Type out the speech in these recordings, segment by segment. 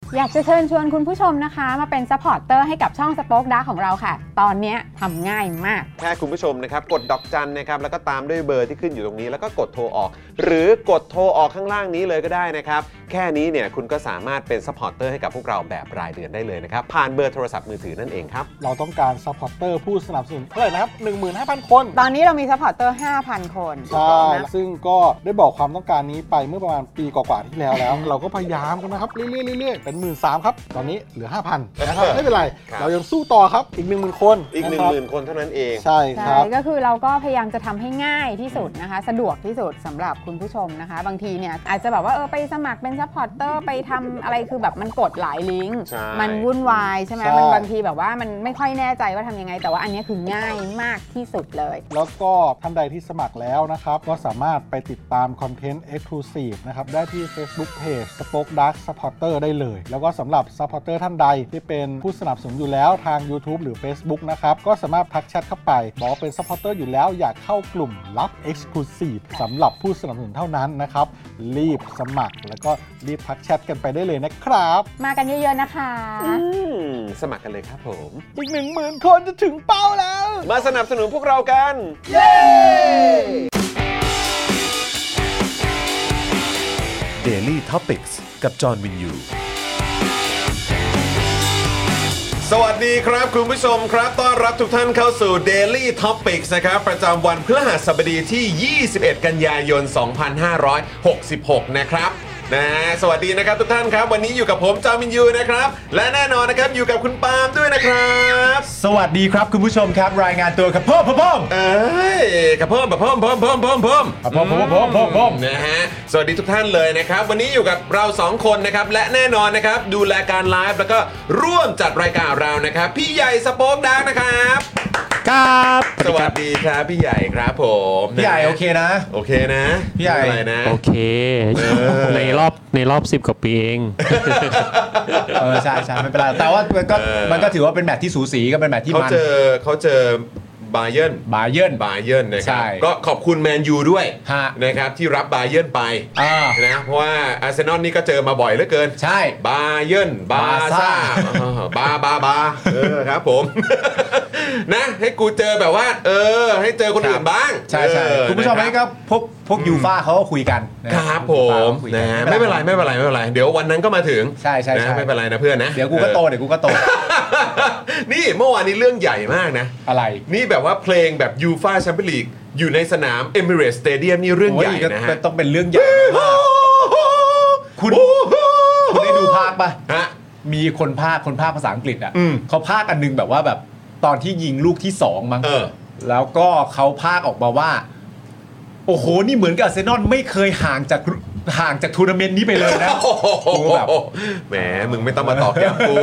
อยากจะเชิญชวนคุณผู้ชมนะคะมาเป็นซัพพอร์ตเตอร์ให้กับช่อง Spoke Dark ของเราค่ะตอนนี้ทำง่ายมากแค่คุณผู้ชมนะครับกดดอกจันนะครับแล้วก็ตามด้วยเบอร์ที่ขึ้นอยู่ตรงนี้แล้วก็กดโทรออกหรือกดโทรออกข้างล่างนี้เลยก็ได้นะครับแค่นี้เนี่ยคุณก็สามารถเป็นซัพพอร์ตเตอร์ให้กับพวกเราแบบรายเดือนได้เลยนะครับผ่านเบอร์โทรศัพท์มือถือนั่นเองครับเราต้องการซัพพอร์ตเตอร์ผู้สนับสนุนเท่าไหร่นะครับ 15,000 คนตอนนี้เรามีซัพพอร์ตเตอร์ 5,000 คนใช่ซึ่งก็ได้บอกความต้องการนี้ไปเมื่อประมาณปีกว่าๆที่แล้ว เราก็พยายามกันนะครับเรื่อยๆเป็น 13,000 ครับตอนนี้เหลือ 5,000 นะครับไม่เป็นไรเรายังสู้ต่อครับอีก 10,000 คนอีก 10,000 คนเท่านั้นเองใช่ครับก็คือเราก็พยายามจะทำให้ง่ายที่สุดนะคะสะดวกที่สุดสำหรับคุณผู้ชมนะคะบางทีเนี่ยอาจจะแบบว่าไปสมัครเป็นซัพพอร์ตเตอร์ไปทำอะไรคือแบบมันกดหลายลิงก์มันวุ่นวายใช่ไหมมันบางทีแบบว่ามันไม่ค่อยแน่ใจว่าทำยังไงแต่ว่าอันนี้คือง่ายมากที่สุดเลยแล้วก็ท่านใดที่สมัครแล้วนะครับก็สามารถไปติดตามคอนเทนต์ Exclusive นะครับได้ที่ Facebook Page Spoke Dark Supporter ได้เลยแล้วก็สำหรับ Supporter ท่านใดที่เป็นผู้สนับสนุนอยู่แล้วทาง YouTube หรือ Facebook นะครับก็สามารถทักแชทเข้าไปบอกว่าเป็น Supporter อยู่แล้วอยากเข้ากลุ่มลับ Exclusive สำหรับผู้สนับสนุนเท่านั้นนะครับรีบสมัครแล้วก็รีบทักแชทกันไปได้เลยนะครับมากันเยอะๆนะคะสมัครกันเลยครับผมอีก 10,000 คนจะถึงเป้าแล้วมาสนับสนุนพวกเรากันเย้ Daily Topics กับจอห์นวินยูสวัสดีครับคุณผู้ชมครับต้อนรับทุกท่านเข้าสู่ Daily Topics นะครับประจำวันพฤหัสบดีที่ 21 กันยายน 2566 นะครับสวัสดีนะครับทุกท่านครับวันนี้อยู่กับผมจอห์นวินยูนะครับและแน่นอนนะครับอยู่กับคุณปาล์มด้วยนะครับสวัสดีครับคุณผู้ชมครับรายงานตัวครับพ่อกับพ่อนะฮะสวัสดีทุกท่านเลยนะครับวันนี้อยู่กับเรา2คนนะครับและแน่นอนนะครับดูแลการไลฟ์แล้วก็ร่วมจัดรายการเรานะครับพี่ใหญ่สโป๊กดาร์กนะครับครับสวัสดีครับพี่ใหญ่ครับผมพี่ใหญ่โอเคนะโอเคนะพี่ใหญ่อะไรนะโอเคในรอบ10 กว่าปีเองใช่ไม่เป็นไรแต่ว่ามันก็ถือว่าเป็นแมตช์ที่สูสีก็เป็นแมตช์ที่มันเขาเจอบาเยิร์นนะครับก็ขอบคุณแมนยูด้วยนะครับที่รับบาเยิร์นไปนะเพราะว่าอาร์เซนอลนี่ก็เจอมาบ่อยเหลือเกินใช่บาเยิร์นบาซ่าบาครับผมนะให้กูเจอแบบว่าให้เจอคนอื่นบ้างใช่คุณผู้ชมนี่ก็พวกยูฟ่าเขาก็คุยกันครับผมนะไม่เป็นไรเดี๋ยววันนั้นก็มาถึงใช่ไม่เป็นไรนะเพื่อนนะเดี๋ยวกูก็โตนี่เมื่อวานนี้เรื่องใหญ่มากนะอะไรนี่แบบว่าเพลงแบบยูฟ่าแชมเปี้ยนลีกอยู่ในสนามเอมิเรตสเตเดียมนี่เรื่องใหญ่นะฮะต้องเป็นเรื่องใหญ่มากคุณได้ดูภาคป่ะมีคนภาคภาษาอังกฤษอ่ะเขาภาคอันนึงแบบว่าแบบตอนที่ยิงลูกที่2มั้งแล้วก็เขาภาคออกมาว่าโอ้โหนี่เหมือนกับอาร์เซนอลไม่เคยห่างจากทัวร์นาเมนต์นี้ไปเลยนะแบบแหมมึงไม่ต้องมาตอกย้ำกู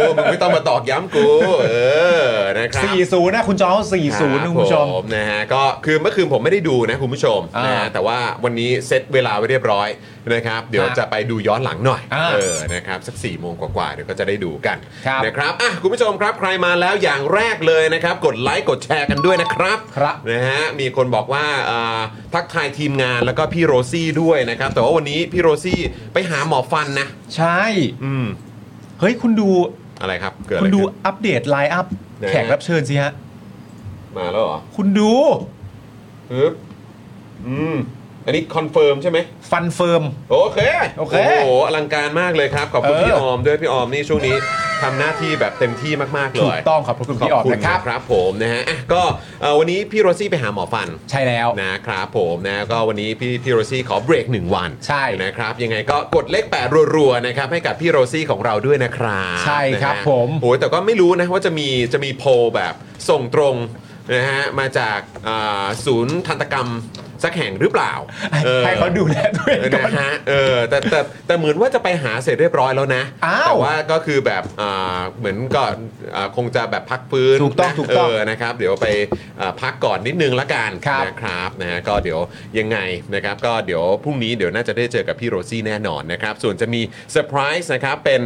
นะครับ 4-0นะคุณจอร์จ4-0คุณผู้ชมนะฮะก็คือเมื่อคืนผมไม่ได้ดูนะคุณผู้ชมนะแต่ว่าวันนี้เซตเวลาไว้เรียบร้อยนะครับเดี๋ยวจะไปดูย้อนหลังหน่อยนะครับสัก 4 โมงกว่าเดี๋ยวก็จะได้ดูกันนะครับคุณผู้ชมครับใครมาแล้วอย่างแรกเลยนะครับกดไลค์กดแชร์กันด้วยนะครับนะฮะมีคนบอกว่าทักทายทีมงานแล้วก็พี่โรซี่ด้วยนะครับแต่ว่าวันนี้พี่โรซี่ไปหาหมอฟันนะใช่เฮ้ยคุณดูอะไรครับเกิดอะไรคุณดูอัปเดตไลน์อัพแขกรับเชิญสิฮะมาแล้วเหรอคุณดูอันนี้คอนเฟิร์มใช่ไหมฟันเฟิร์มโอเคโอ้โหอลังการมากเลยครับขอบคุณพี่ออมด้วยพี่ออมนี่ช่วงนี้ทำหน้าที่แบบเต็มที่มากๆเลยถูกต้องขอบคุณพี่ออมนะครับผมนะฮะก็วันนี้พี่โรซี่ไปหาหมอฟันใช่แล้วนะครับผมนะก็วันนี้พี่โรซี่ขอเบรก1 วันใช่นะครับยังไงก็กดเลข8รัวๆนะครับให้กับพี่โรซี่ของเราด้วยนะครับใช่ครับผมโอ้แต่ก็ไม่รู้นะว่าจะมีโพลแบบส่งตรงนะฮะมาจากศูนย์ทันตกรรมสักแห่งหรือเปล่าให้เขาดูแลด้วยนะฮะแต่เหมือนว่าจะไปหาเสร็จเรียบร้อยแล้วนะแต่ว่าก็คือแบบเหมือนก็คงจะแบบพักฟื้นถูกต้องนะครับเดี๋ยวไปพักก่อนนิดนึงละกันนะครับนะฮะก็เดี๋ยวยังไงนะครับก็เดี๋ยวพรุ่งนี้เดี๋ยวน่าจะได้เจอกับพี่โรซี่แน่นอนนะครับส่วนจะมีเซอร์ไพรส์นะครับเป็น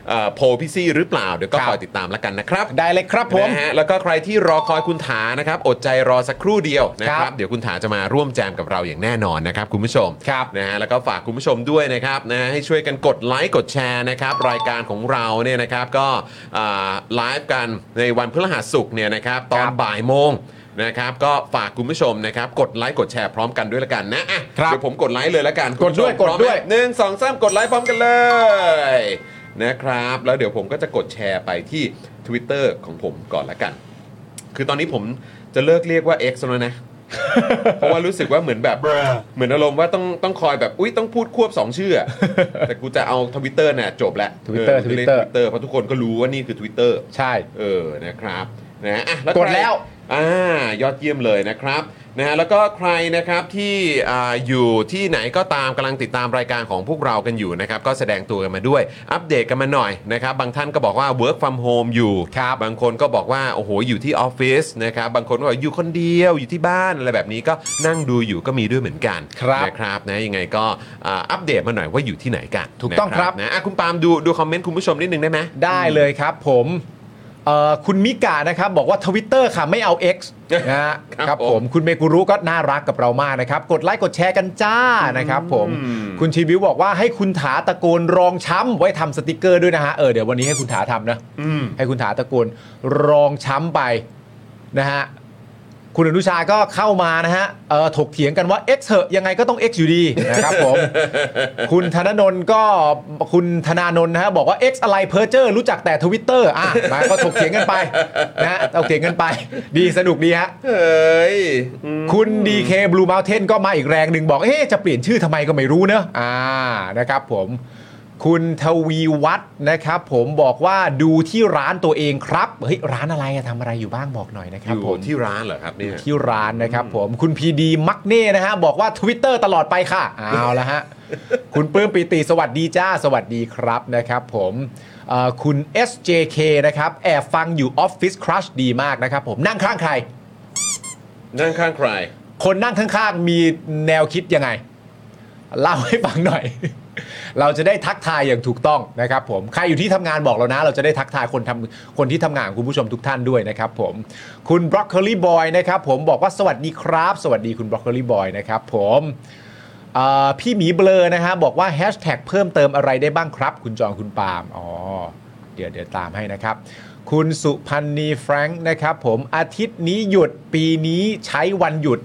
โพลพี่ซี่หรือเปล่าเดี๋ยวก็คอยติดตามแล้วกันนะครับได้เลยครับผมนะฮะแล้วก็ใครที่รอคอยคุณถานะครับอดใจรอสักครู่เดียวนะครับเดี๋ยวคุณถาจะมาร่วมแจมกับเราอย่างแน่นอนนะครับคุณผู้ชมนะฮะแล้วก็ฝากคุณผู้ชมด้วยนะครับนะให้ช่วยกันกดไลค์กดแชร์นะครับรายการของเราเนี่ยนะครับก็ไลฟ์กันในวันพฤหัสศุกร์เนี่ยนะครับตอนบ่ายโมงนะครับก็ฝากคุณผู้ชมนะครับกดไลค์กดแชร์พร้อมกันด้วยละกันนะอ่ะเดี๋ยวผมกดไลค์เลยละกันกดด้วยกดด้วย 1 2 3กดไลค์พร้อมกันเลยนะครับแล้วเดี๋ยวผมก็จะกดแชร์ไปที่ Twitter ของผมก่อนละกันคือตอนนี้ผมจะเลิกเรียกว่า X แล้วนะ เพราะว่ารู้สึกว่าเหมือนแบบเหมือนอารมณ์ว่าต้องคอยแบบอุ๊ยต้องพูดควบ2ชื่อแต่กูจะเอา Twitter เนี่ยจบแล้ว Twitter เพราะทุกคนก็รู้ว่านี่คือ Twitter ใช่นะครับนะอ่ะแล้วกดแล้วยอดเยี่ยมเลยนะครับนะฮะแล้วก็ใครนะครับที่อยู่ที่ไหนก็ตามกำลังติดตามรายการของพวกเรากันอยู่นะครับก็แสดงตัวกันมาด้วยอัปเดตกันมาหน่อยนะครับบางท่านก็บอกว่า work from home อยู่บางคนก็บอกว่าโอ้โหอยู่ที่ออฟฟิศนะครับบางคนก็บอกอยู่คนเดียวอยู่ที่บ้านอะไรแบบนี้ก็นั่งดูอยู่ก็มีด้วยเหมือนกันนะครับนะยังไงก็อัปเดตมาหน่อยว่าอยู่ที่ไหนกันถูกต้องครับนะคุณปาล์มดูคอมเมนต์คุณผู้ชมนิดนึงได้ไหมได้เลยครับผมคุณมิกานะครับบอกว่า Twitter ค่ะไม่เอา X นะครับผมคุณเมกุรุก็น่ารักกับเรามากนะครับกดไลค์กดแชร์กันจ้านะครับผมคุณชีวิวบอกว่าให้คุณถาตะโกนรองช้ำไว้ทำสติกเกอร์ด้วยนะฮะเดี๋ยววันนี้ให้คุณถาทำนะให้คุณถาตะโกนรองช้ำไปนะฮะคุณอนุชาก็เข้ามานะฮะถกเถียงกันว่า X เหอะยังไงก็ต้อง X อยู่ดีนะครับผมคุณธนนนท์ก็คุณธนานนท์นะฮะบอกว่า X อะไรเพอร์เจอร์รู้จักแต่ Twitter มาก็ถกเถียงกันไปนะฮะถกเถียงกันไปดีสนุกดีฮะคุณ DK Blue Mountain ก็มาอีกแรงหนึ่งบอกจะเปลี่ยนชื่อทำไมก็ไม่รู้เนอะนะครับผมคุณทวีวัฒน์นะครับผมบอกว่าดูที่ร้านตัวเองครับเฮ้ยร้านอะไรทำอะไรอยู่บ้างบอกหน่อยนะครับผมที่ร้านเหรอครับเนี่ยที่ร้านนะครับผมคุณพีดีมักเน่นะฮะบอกว่า Twitter ตลอดไปค่ะเอาละฮะคุณปลื้มปีติสวัสดีจ้าสวัสดีครับนะครับผมคุณ SJK นะครับแอบฟังอยู่ Office Crush ดีมากนะครับผมนั่งข้างใครนั่งข้างใครคนนั่งข้างๆมีแนวคิดยังไงเล่าให้ฟังหน่อยเราจะได้ทักทายอย่างถูกต้องนะครับผมใครอยู่ที่ทำงานบอกเรานะเราจะได้ทักทายคนที่ทำงานคุณผู้ชมทุกท่านด้วยนะครับผมคุณ Broccoli Boy นะครับผมบอกว่าสวัสดีครับสวัสดีคุณ Broccoli Boy นะครับผมพี่หมีเบลอนะฮะบอกว่าแฮชแท็กเพิ่มเติมอะไรได้บ้างครับคุณจองคุณปาล์มเดี๋ยวตามให้นะครับคุณสุพันธ์นีแฟรงค์นะครับผมอาทิตย์นี้หยุดปีนี้ใช้วันหยุด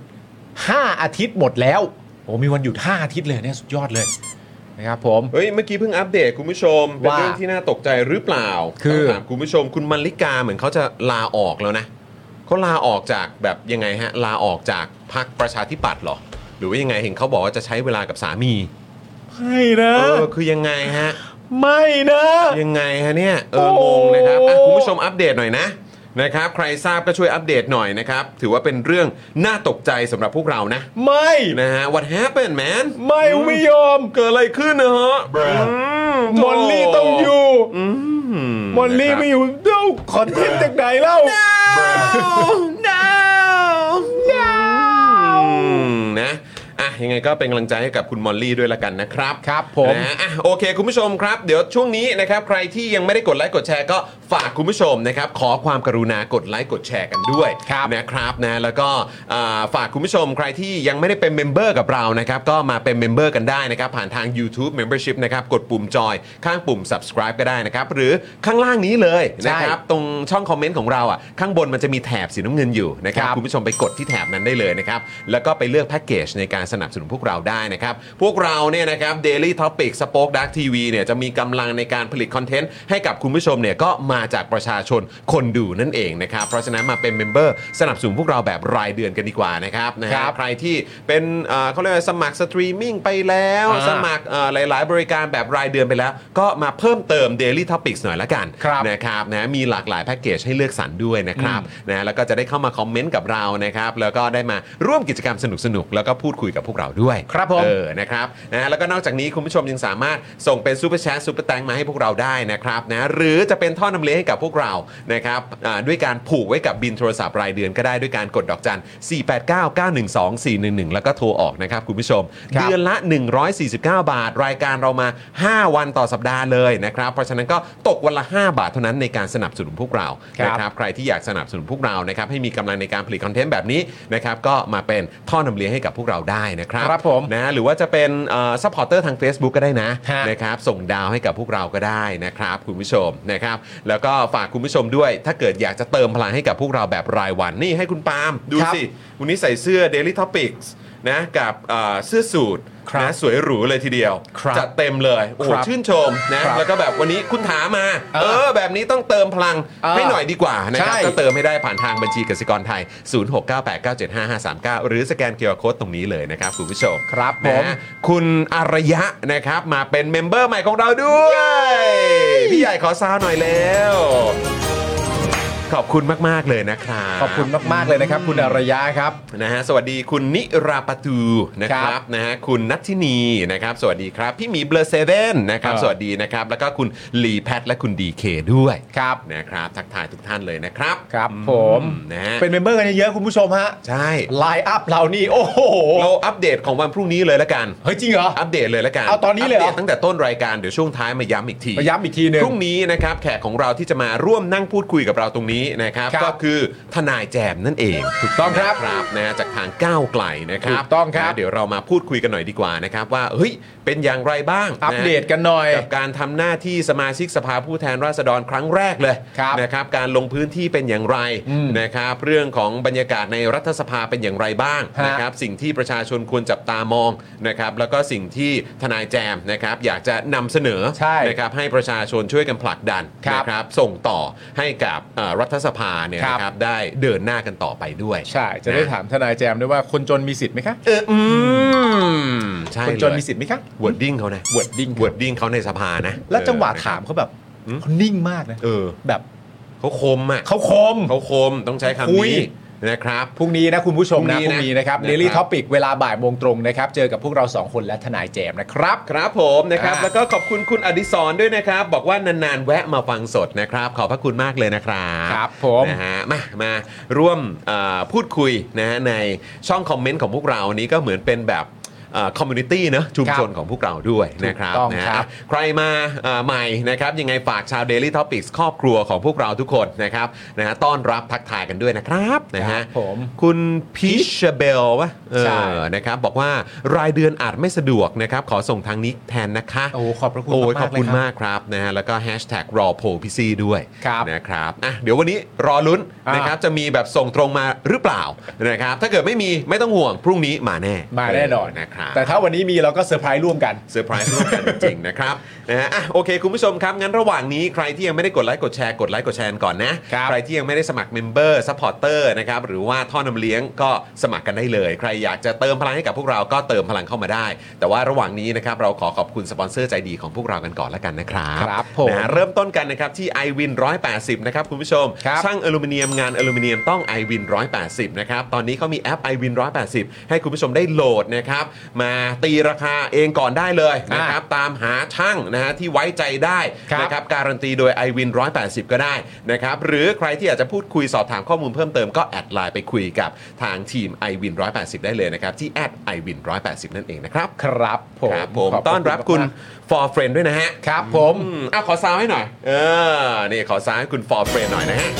5อาทิตย์หมดแล้วมีวันหยุด5อาทิตย์เลยเนี่ยสุดยอดเลยนะครับผมเมื่อกี้เพิ่งอัปเดตคุณผู้ชมเป็นเรื่องที่น่าตกใจหรือเปล่าคือถามคุณผู้ชมคุณมลิกาเหมือนเขาจะลาออกแล้วนะเขาลาออกจากแบบยังไงฮะลาออกจากพรรคประชาธิปัตย์หรอหรือว่ายังไงเห็นเขาบอกว่าจะใช้เวลากับสามีไม่นะคือยังไงฮะไม่นะยังไงฮะเนี่ยงงนะครับคุณผู้ชมอัปเดตหน่อยนะครับใครทราบก็ช่วยอัปเดตหน่อยนะครับถือว่าเป็นเรื่องน่าตกใจสำหรับพวกเรานะไม่นะฮะ What happened man ไม่ยอมเกิดอะไรขึ้นนะฮะมอลลี่ต้องอยู่มอลลี่ไม่อยู่เดี๋ยวคอนเทนต์จากไหนเล่า no นะยังไงก็เป็นกำลังใจให้กับคุณมอลลี่ด้วยละกันนะครับครับผมโอเคคุณผู้ชมครับเดี๋ยวช่วงนี้นะครับใครที่ยังไม่ได้กดไลค์กดแชร์ก็ฝากคุณผู้ชมนะครับขอความกรุณากดไลค์กดแชร์กันด้วยนะครับนะแล้วก็ฝากคุณผู้ชมใครที่ยังไม่ได้เป็นเมมเบอร์กับเรานะครับก็มาเป็นเมมเบอร์กันได้นะครับผ่านทาง YouTube Membership นะครับกดปุ่มจอยข้างปุ่ม subscribe ก็ได้นะครับหรือข้างล่างนี้เลยนะครับตรงช่องคอมเมนต์ของเราข้างบนมันจะมีแถบสีน้ำเงินอยู่นะครับคุณผู้ชมไปกดที่แถบนั้นได้เลยนะครับแล้วก็ไปเลือกแพ็คเกจในการสนับสนุนพวกเราได้นะครับพวกเราเนี่ยนะครับ Daily Topic Spoke Dark TV เนี่ยจะมีกำลังในการผลิตคอนเทนต์ให้กับคุณผู้ชมเนี่ยก็มาจากประชาชนคนดูนั่นเองนะครับเพราะฉะนั้นมาเป็นเมมเบอร์สนับสนุนพวกเราแบบรายเดือนกันดีกว่านะครับใครที่เป็นเขาเรียกว่าสมัครสตรีมมิ่งไปแล้วสมัครหลายๆบริการแบบรายเดือนไปแล้วก็มาเพิ่มเติม Daily Topics หน่อยละกันนะครับนะมีหลากหลายแพ็คเกจให้เลือกสรรด้วยนะครับนะแล้วก็จะได้เข้ามาคอมเมนต์กับเรานะครับแล้วก็ได้มาร่วมกิจกรรมสนุกๆแล้วก็พูดคุยกับพวกเราด้วยครับผมนะครับนะแล้วก็นอกจากนี้คุณผู้ชมยังสามารถส่งเป็นซูเปอร์แชทซูเปอร์แตงมาให้พวกเราได้นะครับนะหรือจะเป็นท่อนำลี้ยงให้กับพวกเรานะครับด้วยการผูกไว้กับบิลโทรศัพท์รายเดือนก็ได้ด้วยการกดดอกจัน 489912411 แล้วก็โทรออกนะครับคุณผู้ชมเดือนละ149 บาทรายการเรามา5วันต่อสัปดาห์เลยนะครับเพราะฉะนั้นก็ตกวันละ5 บาทเท่านั้นในการสนับสนุนพวกเรานะครับใครที่อยากสนับสนุนพวกเรานะครับให้มีกำลังในการผลิตคอนเทนต์แบบนี้นะครับก็มาเป็นท่อนำเลี้ยงให้กับพวกเราได้นะครับครับผมนะหรือว่าจะเป็นซัพพอร์ตเตอร์ทาง Facebook ก็ได้นะครับส่งดาวให้กับพวกเราก็ได้นะครับคุณผู้ชมนะครับแล้วก็ฝากคุณผู้ชมด้วยถ้าเกิดอยากจะเติมพลังให้กับพวกเราแบบรายวันนี่ให้คุณปาล์มดูสิวันนี้ใส่เสื้อ Daily Topics นะกับเสื้อสูทนะสวยหรูเลยทีเดียวจัดเต็มเลยโอ้โหชื่นชมนะแล้วก็แบบวันนี้คุณถามมาแบบนี้ต้องเติมพลังให้หน่อยดีกว่านะครับก็เติมให้ได้ผ่านทางบัญชีกสิกรไทย0698975539หรือสแกน QR Code ตรงนี้เลยนะครับคุณผู้ชมครับผมคุณอารยะนะครับมาเป็นเมมเบอร์ใหม่ของเราด้วยพี่ใหญ่ขอซาวหน่อยแล้วขอบคุณมากๆเลยนะครับขอบคุณมากๆเลยนะครับคุณอารยะครับนะฮะสวัสดีคุณนิราปตูนะครับนะฮะคุณนัทธินีนะครับสวัสดีครับพี่หมีเบลเซเว่นนะครับสวัสดีนะครับแล้วก็คุณลีแพทและคุณดีเคด้วยครับนะครับทักทายทุกท่านเลยนะครับครับผมนะเป็นเมมเบอร์กันเยอะๆคุณผู้ชมฮะใช่ไลน์อัพเรานี่โอ้โหเราอัปเดตของวันพรุ่งนี้เลยละกันเฮ้ยจริงเหรออัปเดตเลยละกันเอาตอนนี้เลยเหรอตั้งแต่ต้นรายการเดี๋ยวช่วงท้ายมาย้ำอีกทีนึงพรุ่งนี้นะครับแขกของเราที่จะมาร่วมนั่งพูดคุยกับเราตรงนี้นะครับก็คือทนายแจมนั่นเองถูกต้องครับนะจากทางก้าวไกลนะครับถูกต้องครับเดี๋ยวเรามาพูดคุยกันหน่อยดีกว่านะครับว่าเฮ้ยเป็นอย่างไรบ้างอัปเดตกันหน่อยกับการทำหน้าที่สมาชิกสภาผู้แทนราษฎรครั้งแรกเลยนะครับการลงพื้นที่เป็นอย่างไรนะครับเรื่องของบรรยากาศในรัฐสภาเป็นอย่างไรบ้างนะครับสิ่งที่ประชาชนควรจับตามองนะครับแล้วก็สิ่งที่ทนายแจมนะครับอยากจะนำเสนอนะครับให้ประชาชนช่วยกันผลักดันนะครับส่งต่อให้กับรัฐสภาเนี่ยนะครับได้เดินหน้ากันต่อไปด้วยใช่จะได้ถามทนายแจมด้วยว่าคนจนมีสิทธิ์ไหมครับใช่คนจนมีสิทธิ์ไหมครับวอร์ดดิ้งเขานะวอร์ดดิ้งเขาในสภานะแล้วจังหวะถามเขาแบบเขานิ่งมากนะแบบเขาคมต้องใช้คำนี้นะครับพรุ่งนี้นะคุณผู้ชมนะพรุ่งนี้นะครับ Daily Topic เวลาบ่ายโมงตรงนะครับเจอกับพวกเรา2คนและทนายแจมนะครับครับผมนะครับแล้วก็ขอบคุณคุณอดิศรด้วยนะครับบอกว่านานๆแวะมาฟังสดนะครับขอบพระคุณมากเลยนะครับครับผมนะฮะมาร่วมพูดคุยนะในช่องคอมเมนต์ของพวกเรานี้ก็เหมือนเป็นแบบคอมมูนิตี้เนอะชุมชนของพวกเราด้วยนะครับนะใครมาใหม่นะครับยังไงฝากชาว Daily Topics ครอบครัวของพวกเราทุกคนนะครับนะฮะต้อนรับทักทายกันด้วยนะครับนะฮะคุณพีชเบลวะนะครับบอกว่ารายเดือนอาจไม่สะดวกนะครับขอส่งทางนี้แทนนะคะโอ้ขอบพระคุณขอบคุณมากครับนะฮะแล้วก็แฮชแท็กรอโพพี่ซี่ด้วยนะครับเดี๋ยววันนี้รอลุ้นนะครับจะมีแบบส่งตรงมาหรือเปล่านะครับถ้าเกิดไม่มีไม่ต้องห่วงพรุ่งนี้มาแน่นอนนะครับแต่ถ้าวันนี้มีเราก็เซอร์ไพรส์ร่วมกันจริงๆนะครับนะฮะโอเคคุณผู้ชมครับงั้นระหว่างนี้ใครที่ยังไม่ได้กดไลค์กดแชร์ก่อนนะใครที่ยังไม่ได้สมัครเมมเบอร์ซัพพอร์เตอร์นะครับหรือว่าท่อนำเลี้ยงก็สมัครกันได้เลยใครอยากจะเติมพลังให้กับพวกเราก็เติมพลังเข้ามาได้แต่ว่าระหว่างนี้นะครับเราขอบคุณสปอนเซอร์ใจดีของพวกเรากันก่อนแล้วกันนะครับนะเริ่มต้นกันนะครับที่ iWin 180นะครับคุณผู้ชมช่างอลูมิเนียมงานอลูมิเนียมต้อง iWin 180นะครับตอนนี้เขามีแอป iWin 180ให้คุณผู้ชมได้โหลดนะครับมาตีราคาเองก่อนได้เลยนะครับตามหาช่างนะฮะที่ไว้ใจได้นะครับการันตีโดย iWin 180ก็ได้นะครับหรือใครที่อยากจะพูดคุยสอบถามข้อมูลเพิ่มเติมก็แอดไลน์ไปคุยกับทางทีม iWin 180ได้เลยนะครับที่ @iWin 180นั่นเองนะครับครับผมต้อนรับคุณ For Friend ด้วยนะฮะครับผมขอซาวให้หน่อยนี่ขอซาวให้คุณ For Friend หน่อยนะฮะ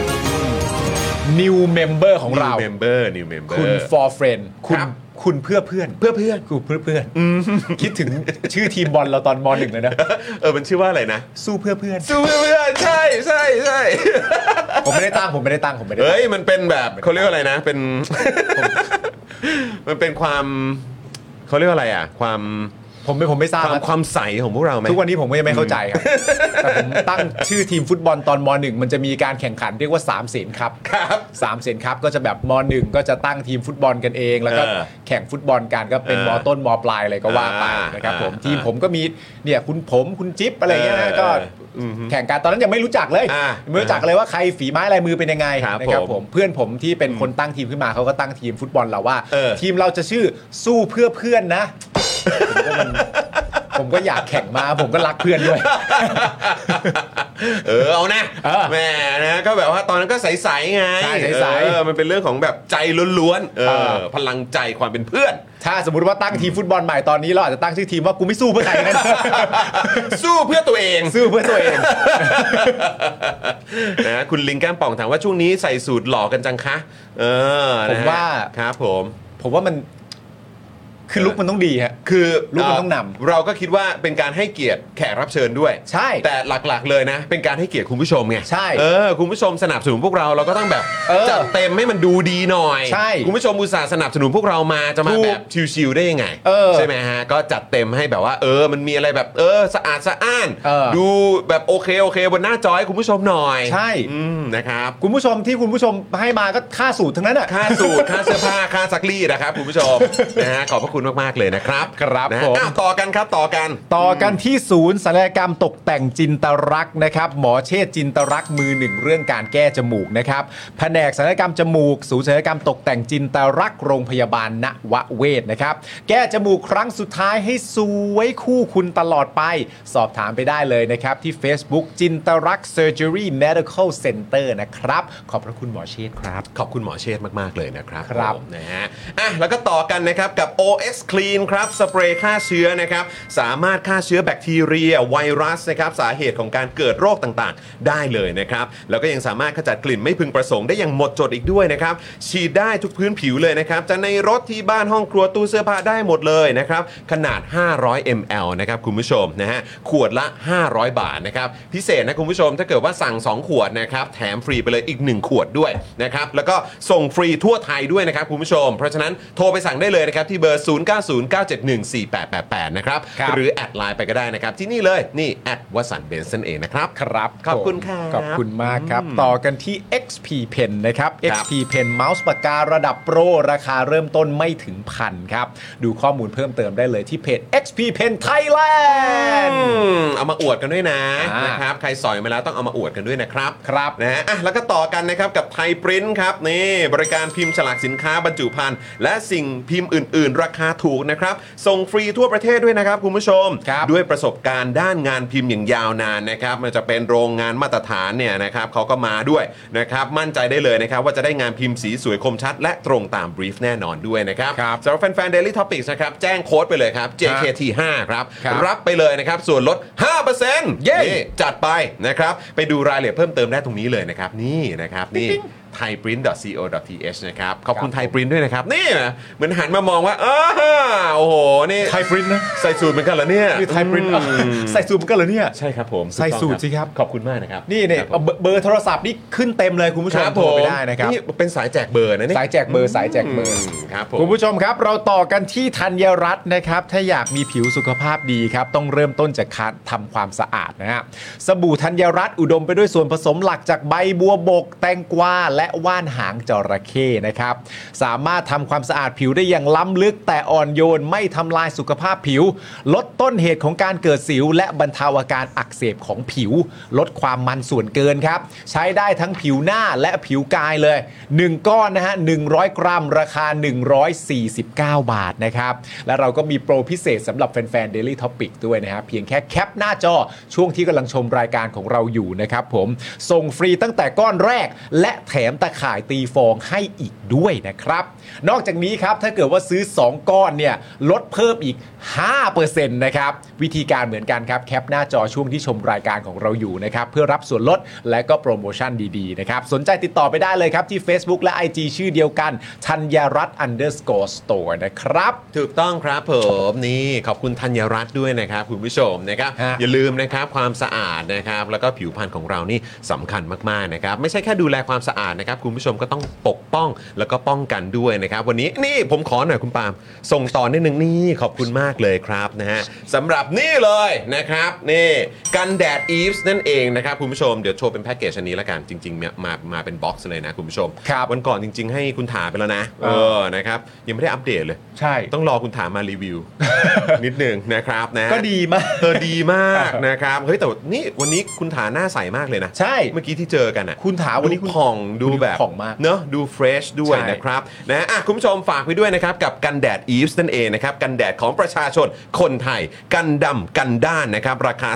New Member ของเรา New Member คุณ For Friend คุณเพื่อเพื่อนคุณเพื่อนคิดถึงชื่อทีมบอลเราตอนม.1 เลยนะมันชื่อว่าอะไรนะสู้เพื่อเพื่อนใช่ผมไม่ได้ตั้งเฮ้ยมันเป็นแบบเขาเรียกว่าอะไรนะเป็นมันเป็นความเขาเรียกว่าอะไรอ่ะผมไม่ทราบความใสของพวกเราไหมทุกวันนี้ผมก็ยังไม่เข้าใจครับแต่ผมตั้งชื่อทีมฟุตบอลตอนม.1 มันจะมีการแข่งขันเรียกว่า3เสนครับ3เสนครับก็จะแบบม.1 ก็จะตั้งทีมฟุตบอลกันเองแล้วก็แข่งฟุตบอลกันก็เป็นม.ต้นม.ปลายอะไรก็ว่าไปนะครับผมทีมผมก็มีเนี่ยคุณจิ๊บอะไรเงี้ยนะก็แข่งกันตอนนั้นยังไม่รู้จักเลยไม่รู้จักเลยว่าใครฝีไม้ลายมือเป็นยังไงนะครับผมเพื่อนผมที่เป็นคนตั้งทีมขึ้นมาเขาก็ตั้งทีมฟุตบอลเราว่าทีมเราจะชื่อสู้เพื่อเพื่อนนะผมก็อยากแข่งมาผมก็รักเพื่อนด้วยเอานะแหมนะก็แบบว่าตอนนั้นก็ใสๆไงใช่ใสมันเป็นเรื่องของแบบใจล้วนๆพลังใจความเป็นเพื่อนถ้าสมมุติว่าตั้งทีมฟุตบอลใหม่ตอนนี้เราอาจจะตั้งชื่อทีมว่ากูไม่สู้เพื่อใครกันสู้เพื่อตัวเองสู้เพื่อตัวเองนะคุณลิงแก้มป่องถามว่าช่วงนี้ใส่สูตรหล่อกันจังคะผมว่าครับผมว่ามันคือลุกมันต้องดีฮะคือลุกมันต้องนำเราก็คิดว่าเป็นการให้เกียรติแขกรับเชิญด้วยใช่แต่หลักๆเลยนะเป็นการให้เกียรติคุณผู้ชมไงใช่คุณผู้ชมสนับสนุนพวกเราก็ต้องแบบจัดเต็มให้มันดูดีหน่อยใช่คุณผู้ชมอุตส่าห์สนับสนุนพวกเรามาจะมาแบบชิวๆได้ยังไงใช่ไหมฮะก็จัดเต็มให้แบบว่ามันมีอะไรแบบสะอาดสะอ้านดูแบบโอเคบนหน้าจอให้คุณผู้ชมหน่อยใช่นะครับคุณผู้ชมที่คุณผู้ชมให้มาก็ค่าสูตรทั้งนั้นอ่ะค่าสูตรค่าเสื้อผ้าค่าซักรีดนะครับคุณผู้ชมนะฮะขอบพระคุณมากๆเลยนะครับครับผมต่อกันที่ศูนย์ศัลยกรรมตกแต่งจินตรักษ์นะครับหมอเชษจินตรักษ์มือหนึ่งเรื่องการแก้จมูกนะครับแผนกศัลยกรรมจมูกศูนย์ศัลยกรรมตกแต่งจินตรักษ์โรงพยาบาลณวเวศนะครับแก้จมูกครั้งสุดท้ายให้สวยคู่คุณตลอดไปสอบถามไปได้เลยนะครับที่ Facebook จินตรักษ์ Surgery Medical Center นะครับขอบพระคุณหมอเชษครับขอบคุณหมอเชษมากๆเลยนะครับครับนะฮะแล้วก็ต่อกันนะครับกับ OX Clean ครับสเปรย์ฆ่าเชื้อนะครับสามารถฆ่าเชื้อแบคทีเรียไวรัสนะครับสาเหตุของการเกิดโรคต่างๆได้เลยนะครับแล้วก็ยังสามารถขจัดกลิ่นไม่พึงประสงค์ได้อย่างหมดจดอีกด้วยนะครับฉีดได้ทุกพื้นผิวเลยนะครับจะในรถที่บ้านห้องครัวตู้เสื้อผ้าได้หมดเลยนะครับขนาด500 ml นะครับคุณผู้ชมนะฮะขวดละ500 บาทนะครับพิเศษนะคุณผู้ชมถ้าเกิดว่าสั่ง2ขวดนะครับแถมฟรีไปเลยอีก1ขวดด้วยนะครับแล้วก็ส่งฟรีทั่วไทยด้วยนะครับคุณผู้ชมเพราะฉะนั้นโทรไปสั่งได้เลยนะครับที่เบอร์0909714888นะครับหรือแอดไลน์ไปก็ได้นะครับที่นี่เลยนี่แอดวสันต์เบนซ์นั่นเองนะครับครับขอบคุณครับขอบคุณมากครับต่อกันที่ XP Pen นะครับ XP Pen เมาส์ปากการะดับโปรราคาเริ่มต้นไม่ถึงพันครับดูข้อมูลเพิ่มเติมได้เลยที่เพจ XP Pen Thailand เอามาอวดกันด้วยนะครับใครสอยมาแล้วต้องเอามาอวดกันด้วยนะครับครับนะฮะแล้วก็ต่อกันนะครับกับไทยปริ้นท์ครับนี่บริการพิมพ์ฉลากสินค้าบรรจุภัณฑ์และสิ่งพิมพ์อื่นๆราคาถูกนะครับส่งฟรีทั่วประเทศด้วยนะครับคุณผู้ชมด้วยประสบการณ์ด้านงานพิมพ์อย่างยาวนานนะครับมันจะเป็นโรงงานมาตรฐานเนี่ยนะครับเขาก็มาด้วยนะครับมั่นใจได้เลยนะครับว่าจะได้งานพิมพ์สีสวยคมชัดและตรงตามบรีฟแน่นอนด้วยนะครับสำหรับแฟนๆ Daily Topics นะครับแจ้งโค้ดไปเลยครับ JKT5 ครับรับไปเลยนะครับส่วนลด 5% นี่จัดไปนะครับไปดูรายละเอียดเพิ่มเติมได้ตรงนี้เลยนะครับนี่นะครับนี่thaiprint.co.th นะครับขอบคุณไทยปริ้นด้วยนะครับนี่เหมือนหันมามองว่าโอ้โหนี่ไทยปริ้นนะใส่สูตรเหมือนกันเหรอเนี่ยไทยปริ้นใส่สูตรเหมือนกันเหรอเนี่ยใช่ครับผมใส่สูตรสิครับขอบคุณมากนะครับนี่เนี่ยเบอร์โทรศัพท์นี่ขึ้นเต็มเลยคุณผู้ชมโทรไปได้นะครับนี่เป็นสายแจกเบอร์นะนี่สายแจกเบอร์ครับคุณผู้ชมครับเราต่อกันที่ธัญรัตน์นะครับถ้าอยากมีผิวสุขภาพดีครับต้องเริ่มต้นจากการทำความสะอาดนะฮะสบู่ธัญรัตน์อุดมไปด้วยส่วนผสมหลักจากใบบัวบกแตงกวาและว่านหางจระเข้นะครับสามารถทำความสะอาดผิวได้อย่างล้ำลึกแต่อ่อนโยนไม่ทำลายสุขภาพผิวลดต้นเหตุของการเกิดสิวและบรรเทาอาการอักเสบของผิวลดความมันส่วนเกินครับใช้ได้ทั้งผิวหน้าและผิวกายเลย1ก้อนนะฮะ100 กรัมราคา149 บาทนะครับและเราก็มีโปรพิเศษสำหรับแฟนๆ Daily Topic ด้วยนะฮะเพียงแค่แคปหน้าจอช่วงที่กำลังชมรายการของเราอยู่นะครับผมส่งฟรีตั้งแต่ก้อนแรกและแถมตะข่ายตีฟองให้อีกด้วยนะครับนอกจากนี้ครับถ้าเกิดว่าซื้อ2ก้อนเนี่ยลดเพิ่มอีก 5% นะครับวิธีการเหมือนกันครับแคปหน้าจอช่วงที่ชมรายการของเราอยู่นะครับเพื่อรับส่วนลดและก็โปรโมชั่นดีๆนะครับสนใจติดต่อไปได้เลยครับที่ Facebook และ IG ชื่อเดียวกันธัญรัตน์_ store นะครับถูกต้องครับผมนี่ขอบคุณธัญรัตน์ด้วยนะครับคุณผู้ชมนะครับอย่าลืมนะครับความสะอาดนะครับแล้วก็ผิวพรรณของเรานี่สำคัญมากๆนะครับไม่ใช่แค่ดูแลความสะอาดนะครับคุณผู้ชมก็ต้องปกป้องแล้วก็ป้องกันด้วยนะครับวันนี้นี่ผมขอหน่อยคุณปาล์มส่งต่อนิดนึงนี่ขอบคุณมากเลยครับนะฮะสำหรับนี่เลยนะครับนี่กันแดดอีฟส์นั่นเองนะครับคุณผู้ชมเดี๋ยวโชว์เป็นแพ็กเกจอันนี้ละกันจริงๆมาเป็นบ็อกซ์เลยนะคุณผู้ชมวันก่อนจริงๆให้คุณถาไปแล้วนะนะครับยังไม่ได้อัปเดตเลยใช่ต้องรอคุณถามารีวิว นิดนึงนะครับนะก็ดีมากดีมากนะครับเฮ้ยแต่นี่วันนี้คุณถาหน้าใสมากเลยนะใช่เมื่อกี้ที่เจอกันอ่ะคุณถาวันนี้ผ่องดูดูแบบของมากเนอะดูเฟรชด้วยใช่นะครับนะคุณผู้ชมฝากไปด้วยนะครับกับกันแดด Eves นั่นเองนะครับกันแดดของประชาชนคนไทยกันดำกันด้านนะครับราคา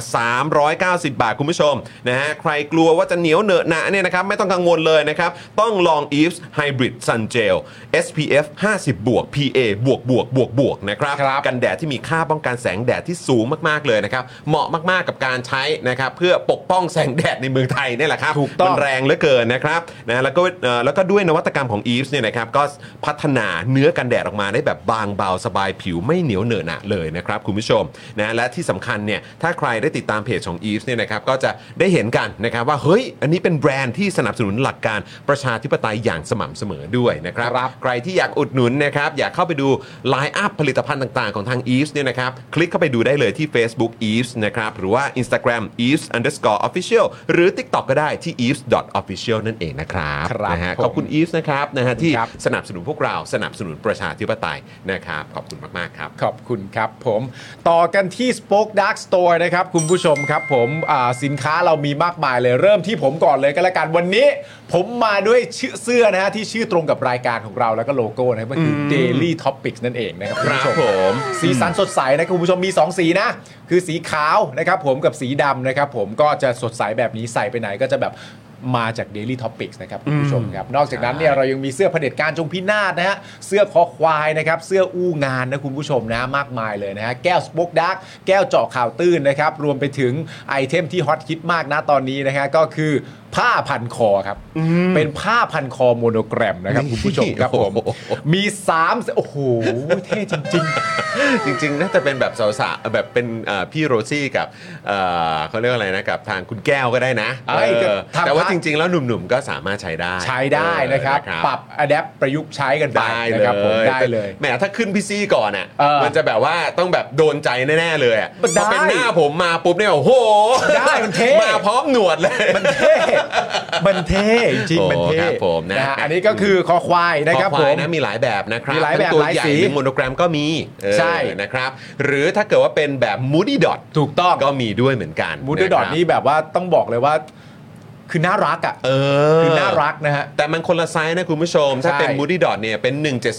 390 บาทคุณผู้ชมนะฮะใครกลัวว่าจะเหนียวเหนอะหนะเนี่ยนะครับไม่ต้องกังวลเลยนะครับต้องลอง Eves Hybrid Sun Gel SPF 50 บวก PA บวกบวกบวกบวกนะครับกันแดดที่มีค่าป้องกันแสงแดดที่สูงมากๆเลยนะครับเหมาะมากๆกับการใช้นะครับเพื่อปกป้องแสงแดดในเมืองไทยนี่แหละครับมันแรงเหลือเกินนะครับนะแล้วก็ด้วยนวัตกรรมของ Eves เนี่ยนะครับก็พัฒนาเนื้อกันแดดออกมาได้แบบบางเบาสบายผิวไม่เหนียวเหนอะหนะเลยนะครับคุณผู้ชมนะและที่สำคัญเนี่ยถ้าใครได้ติดตามเพจของ Eves เนี่ยนะครับก็จะได้เห็นกันนะครับว่าเฮ้ยอันนี้เป็นแบรนด์ที่สนับสนุนหลักการประชาธิปไตยอย่างสม่ำเสมอด้วยนะครับใครที่อยากอุดหนุนนะครับอยากเข้าไปดูไลน์อัพผลิตภัณฑ์ต่างๆของทาง Eves เนี่ยนะครับคลิกเข้าไปดูได้เลยที่ Facebook Eves นะครับหรือว่า Instagram Eves_official หรือ TikTok ก็ได้ที่ Eves.official นั่นเองนะครับนะฮะขอบคุณ Eves นะครับนะฮะที่สนับสนุนพวกเราสนับสนุนประชาธิปไตยนะครับขอบคุณมากๆครับขอบคุณครับผมต่อกันที่ Spoke Dark Store นะครับคุณผู้ชมครับผมสินค้าเรามีมากมายเลยเริ่มที่ผมก่อนเลยก็แล้วกันวันนี้ผมมาด้วยเสื้อนะฮะที่ชื่อตรงกับรายการของเราแล้วก็โลโก้นะครับก็คือ Daily Topics นั่นเองนะครับคุณผู้ชมสีสันสดใสนะคุณผู้ชมมี2สีนะคือสีขาวนะครับผมกับสีดำนะครับผมก็จะสดใสแบบนี้ใส่ไปไหนก็จะแบบมาจาก Daily Topics นะครับคุณผู้ชมครับนอกจากนั้นเนี่ยเรายังมีเสื้อเผด็จการจงพินาศนะฮะเสื้อคอควายนะครับเสื้ออู้งานนะคุณผู้ชมนะมากมายเลยนะฮะแก้ว Spoke Dark แก้วเจาะข่าวตื้นนะครับรวมไปถึงไอเทมที่ฮอตฮิตมากนะตอนนี้นะฮะก็คือผ้าพันคอครับเป็นผ้าพันคอโมโนแกรมนะครับคุณผู้ชมครับผมมี3โอ้โหเท่จริงๆจริงๆน่าจะเป็นแบบสาวๆแบบเป็นพี่โรซี่กับเขาเรียกอะไรนะกับทางคุณแก้วก็ได้นะแต่ว่าจริงๆแล้วหนุ่มๆก็สามารถใช้ได้นะครับปรับอะแดปประยุกต์ใช้กันไปนะครับผมได้เลยแหมถ้าขึ้นพี่ซี่ก่อนอ่ะมันจะแบบว่าต้องแบบโดนใจแน่ๆเลยพอเป็นหน้าผมมาปุ๊บเนี่ยโอ้โหได้มันเท่มาพร้อมหนวดเลยมันเท่จริงๆมันเท่นะอันนี้ก็คือคอควายนะครับผมมีหลายแบบนะครับมีหลายแบบตัวใหญ่โมโนแกรมก็มีใช่นะครับหรือถ้าเกิดว่าเป็นแบบ Moody Dot ถูกต้องก็มีด้วยเหมือนกัน Moody Dot นี่แบบว่าต้องบอกเลยว่าคือน่ารักอ่ะคือน่ารักนะฮะแต่มันคนละไซส์นะคุณผู้ชมถ้าเป็น Moody Dot เนี่ยเป็น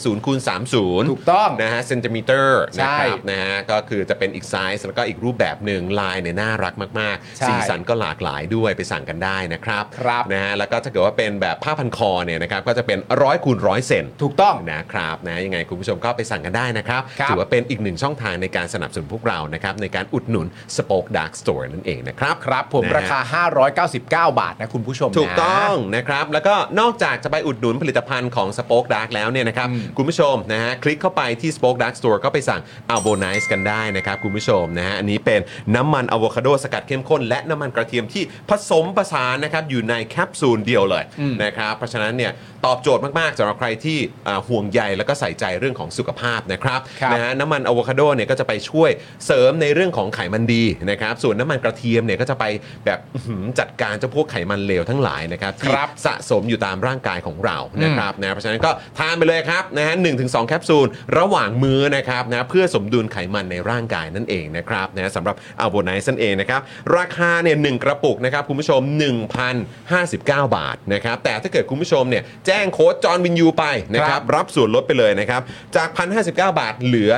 170x30 ถูกต้องนะฮะเซนติเมตรนะครับนะฮะก็คือจะเป็นอีกไซส์แล้วก็อีกรูปแบบหนึ่งลายเนี่ยน่ารักมากๆสีสันก็หลากหลายด้วยไปสั่งกันได้นะครับนะฮะแล้วก็ถ้าเกิดว่าเป็นแบบผ้าพันคอเนี่ยนะครับก็จะเป็น100x100 เซนถูกต้องนะครับนะยังไงคุณผู้ชมก็ไปสั่งกันได้นะครับถือว่าเป็นอีกหนึ่งช่องทางในการสนับสนุนพวกเรานะครับในการอุดหนุน Spoke Dark Store นั่นเองนะครับครับผมราคา599 บาทนะคุณผู้ชมถูกต้องนะครับแล้วก็นอกจากจะไปอุดหนุนผลิตภัณฑ์ของ Spoke Dark แล้วเนี่ยนะครับคุณผู้ชมนะฮะคลิกเข้าไปที่ Spoke Dark Store ก็ไปสั่ง Albonize กันได้นะครับคุณผู้ชมนะฮะอันนี้เป็นน้ำมันอะโวคาโดสกัดเข้มข้นและน้ำมันกระเทียมที่ผสมผสานนะครับอยู่ในแคปซูลเดียวเลยนะครับเพราะฉะนั้นเนี่ยตอบโจทย์มากๆสำหรับใครที่ห่วงใยแล้วก็ใส่ใจเรื่องของสุขภาพนะครับนะฮะน้ำมันอะโวคาโดเนี่ยก็จะไปช่วยเสริมในเรื่องของไขมันดีนะครับส่วนน้ำมันกระเทียมเนี่ยก็จะไปแบบจัดการเจ้าพวกไขมันเลวทั้งหลายนะครับที่สะสมอยู่ตามร่างกายของเรานะครับนะเพราะฉะนั้นก็ทานไปเลยครับนะฮะ 1-2 แคปซูลระหว่างมื้อนะครับนะเพื่อสมดุลไขมันในร่างกายนั่นเองนะครับนะสำหรับอัลโบไนซ์นั่นเองนะครับราคาเนี่ย1กระปุกนะครับคุณผู้ชม 1,059 บาทนะครับแต่ถ้าเกิดคุณผู้ชมเนี่ยแจ้งโค้ดจอห์นวินยูไปนะครับรับส่วนลดไปเลยนะครับจาก 1,059 บาทเหลือ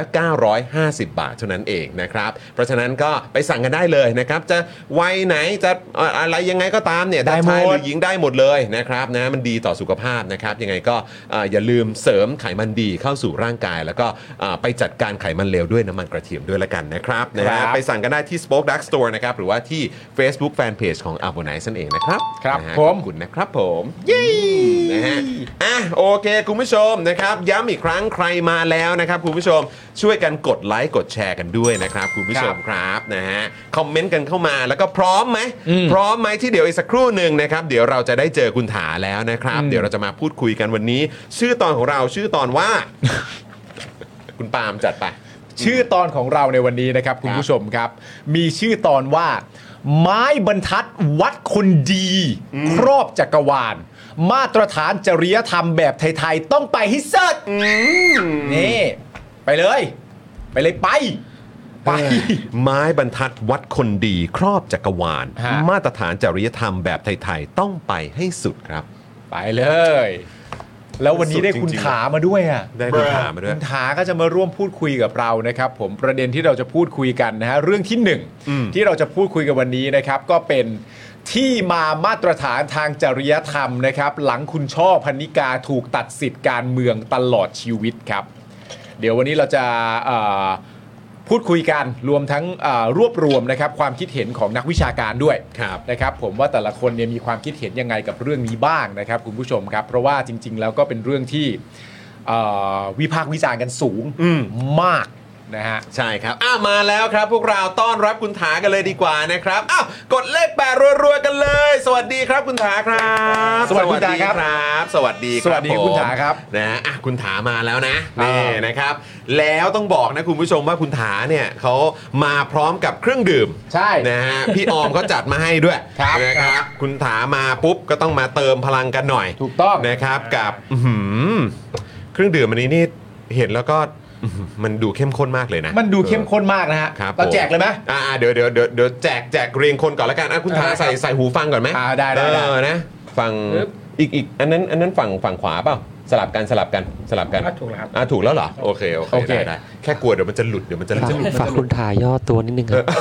950 บาทเท่านั้นเองนะครับเพราะฉะนั้นก็ไปสั่งกันได้เลยนะครับจะวัยไหนจะอะไรยังไงก็ตามเนี่ยได้ชายหรือหญิงได้หมดเลยนะครับนะมันดีต่อสุขภาพนะครับยังไงก็อย่าลืมเสริมไขมันดีเข้าสู่ร่างกายแล้วก็ไปจัดการไขมันเลวด้วยน้ำมันกระเทียมด้วยละกันนะครับนะฮะไปสั่งกันได้ที่ Spoke Dark Store นะครับหรือว่าที่ Facebook Fanpage ของ Albonize นั่นเองนะครับครับขอบคุณนะครับผมนะฮะโอเคคุณผู้ชมนะครับย้ำอีกครั้งใครมาแล้วนะครับคุณผู้ชมช่วยกันกดไลค์กดแชร์กันด้วยนะครับคุณผู้ชมครับนะฮะคอมเมนต์กันเข้ามาแล้วก็พร้อมไหมที่เดี๋ยวอีกสักครู่หนึ่งนะครับเดี๋ยวเราจะได้เจอคุณถาแล้วนะครับเดี๋ยวเราจะมาพูดคุยกันวันนี้ชื่อตอนของเราชื่อตอนว่า คุณปาล์มจัดไปชื่อตอนของเราในวันนี้นะครับคุณผู้ชมครับมีชื่อตอนว่าไม้บรรทัดวัดคนดีครอบจักรวาลมาตรฐานจริยธรรมแบบไทยๆต้องไปให้เสร็จนี่ไปเลยไปไม้บรรทัดวัดคนดีครอบจักรวาลมาตรฐานจริยธรรมแบบไทยๆต้องไปให้สุดครับไปเลยแล้ววันนี้ได้คุณถามาด้วยอ่ะได้คุณถามาด้วยคุณถาก็จะมาร่วมพูดคุยกับเรานะครับผมประเด็นที่เราจะพูดคุยกันนะฮะเรื่องที่หนึ่งที่เราจะพูดคุยกันวันนี้นะครับก็เป็นที่มามาตรฐานทางจริยธรรมนะครับหลังคุณช่อพนิกาถูกตัดสิทธิ์การเมืองตลอดชีวิตครับเดี๋ยววันนี้เราจะพูดคุยกันรวมทั้งรวบรวมนะครับความคิดเห็นของนักวิชาการด้วยนะครับผมว่าแต่ละคนเนี่ยมีความคิดเห็นยังไงกับเรื่องนี้บ้างนะครับคุณผู้ชมครับเพราะว่าจริงๆแล้วก็เป็นเรื่องที่วิพากษ์วิจารณ์กันสูงมากนะฮะใช่ครับมาแล้วครับพวกเราต้อนรับคุณถากันเลยดีกว่านะครับกดเลข8รัวๆกันเลยสวัสดีครับคุณถาครับสวัสดีครับสวัสดีครับสวัสดีคุณถาครับนะคุณถามาแล้วนะนี่นะครับแล้วต้องบอกนะคุณผู้ชมว่าคุณถาเนี่ยเขามาพร้อมกับเครื่องดื่มใช่นะฮะพี่ออมเขาจัดมาให้ด้วยนะครับคุณถามาปุ๊บก็ต้องมาเติมพลังกันหน่อยถูกต้องนะครับกับเครื่องดื่มอันนี้นี่เห็นแล้วก็มันดูเข้มข้นมากเลยนะมันดูเข้มข้นมากนะฮะเราแจกเลยไหมเดี๋ยวแจกเรียงคนก่อนแล้วกันคุณถาใส่หูฟังก่อนไหมได้นะฟังอีกอันนั้นฝั่งขวาเปล่าสลับกันถูกแล้วครับถูกแล้วเหรอโอเคได้แค่กลัวเดี๋ยวมันจะหลุดฝากคุณถาย่อตัวนิดนึงครับ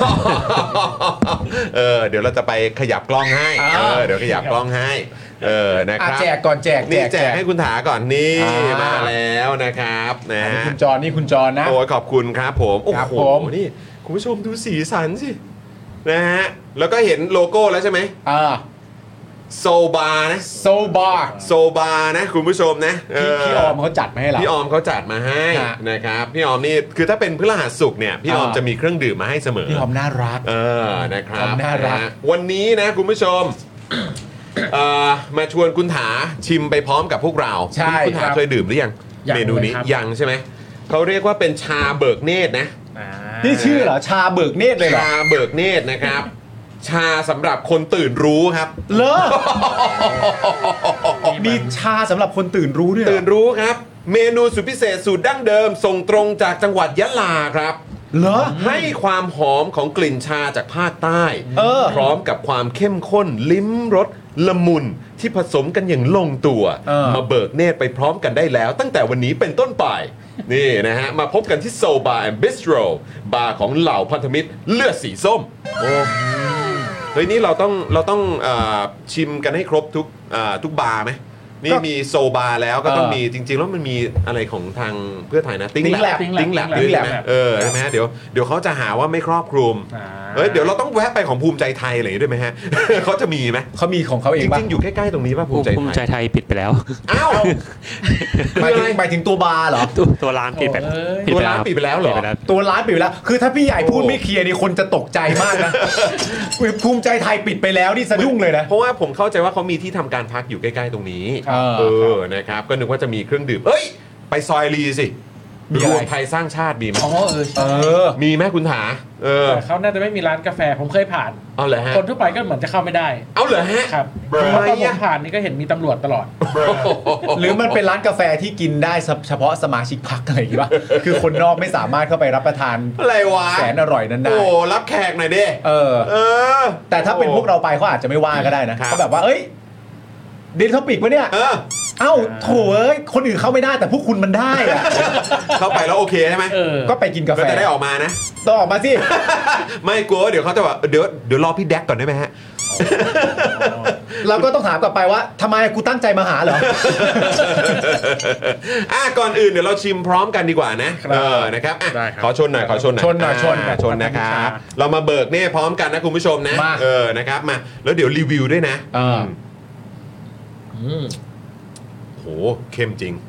เดี๋ยวเราจะไปขยับกล้องให้เดี๋ยวขยับกล้องให้นะครับแจกก่อนแจกให้คุณถาก่อนนี่มาแล้วนะครับนะคุณจรนะโอ้ขอบคุณครับผมโอ้โหนี่คุณผู้ชมดูสีสันสินะฮะแล้วก็เห็นโลโก้แล้วใช่ไหมโซบานะโซบานะคุณผู้ชมนะพี่ออมเขาจัดมาให้เราพี่ออมเขาจัดมาให้นะครับพี่ออมนี่คือถ้าเป็นพฤหัสศุกร์เนี่ยพี่ออมจะมีเครื่องดื่มมาให้เสมอพี่ออมน่ารักนะครับน่ารักวันนี้นะคุณผู้ชมมาชวนคุณถาชิมไปพร้อมกับพวกเราคุณถาเคยดื่มหรือยังเมนูนี้ยังใช่ไหมเขาเรียกว่าเป็นชาเบิกเนตรนะนี่ชื่อเหรอชาเบิกเนตรเลยเหรอชาเบิกเนตรนะครับชาสำหรับคนตื่นรู้ครับเหรอมีชาสำหรับคนตื่นรู้ด้วยตื่นรู้ครับเมนูสุดพิเศษสูตรดั้งเดิมส่งตรงจากจังหวัดยะลาครับเหรอให้ความหอมของกลิ่นชาจากภาคใต้พร้อมกับความเข้มข้นลิ้มรสละมุนที่ผสมกันอย่างลงตัวมาเบิกเนตรไปพร้อมกันได้แล้วตั้งแต่วันนี้เป็นต้นไปนี่นะฮะมาพบกันที่โซบาร์แอนด์บิสโตรบาร์ของเหล่าพันธมิตรเลือดสีส้มเฮ้ยนี่เราต้องชิมกันให้ครบทุกบาร์ไหมนี่มีโซบาร์แล้วก็ต้องมีจริงๆแล้วมันมีอะไรของทางเพื่อไทยนะติ้งแลบด้วยใช่ไหมใช่ไหมเดี๋ยวเขาจะหาว่าไม่ครอบคลุมเดี๋ยวเราต้องแวะไปของภูมิใจไทยอะไรอย่างนี้ด้วยไหมฮะเขาจะมีไหมเขามีของเขาเองจริงๆอยู่ใกล้ๆตรงนี้ป่ะภูมิใจไทยปิดไปแล้วอ้าวหมายถึงตัวบาร์เหรอตัวร้านปิดไปตัวร้านปิดไปแล้วเหรอตัวร้านปิดไปแล้วคือถ้าพี่ใหญ่พูดไม่เคลียร์นี่คนจะตกใจมากนะภูมิใจไทยปิดไปแล้วนี่สะดุ้งเลยนะเพราะว่าผมเข้าใจว่าเขามีที่ทำการพักอยู่ใกล้ๆตรงนี้นะครับก็นึกว่าจะมีเครื่องดื่มไปซอยลีสิรวมไทยสร้างชาติมีไหมมีไหมคุณถาเขาน่าจะไม่มีร้านกาแฟผมเคยผ่านเอาเหรอฮะคนทั่วไปก็เหมือนจะเข้าไม่ได้เอาเหรอฮะครับเพราะว่าผมผ่านนี่ก็เห็นมีตำรวจตลอดหรือมันเป็นร้านกาแฟที่กินได้เฉพาะสมาชิกพรรคอะไรอย่างงี้ป่ะคือคนนอกไม่สามารถเข้าไปรับประทานอะไรวะแสนอร่อยนั้นได้โอ้รับแขกหน่อยดิแต่ถ้าเป็นพวกเราไปเขาอาจจะไม่ว่าก็ได้นะเขาแบบว่าดินท็อปิกวะเนี่ยโถคนอื่นเข้าไม่ได้แต่พวกคุณมันได้อะเข้าไปแล้วโอเคใช่ไหมก็ไปกินกาแฟก็จะได้ออกมานะต้องออกมาสิไม่กลัวเดี๋ยวเขาจะว่าเดี๋ยวรอพี่แดกก่อนได้ไหมฮะเราก็ต้องถามกลับไปว่าทำไมกูตั้งใจมาหาเหรอก่อนอื่นเดี๋ยวเราชิมพร้อมกันดีกว่านะนะครับขอชนหน่อยชนนะครับเรามาเบิกเน่พร้อมกันนะคุณผู้ชมนะนะครับมาแล้วเดี๋ยวรีวิวด้วยนะโหเข้มจริง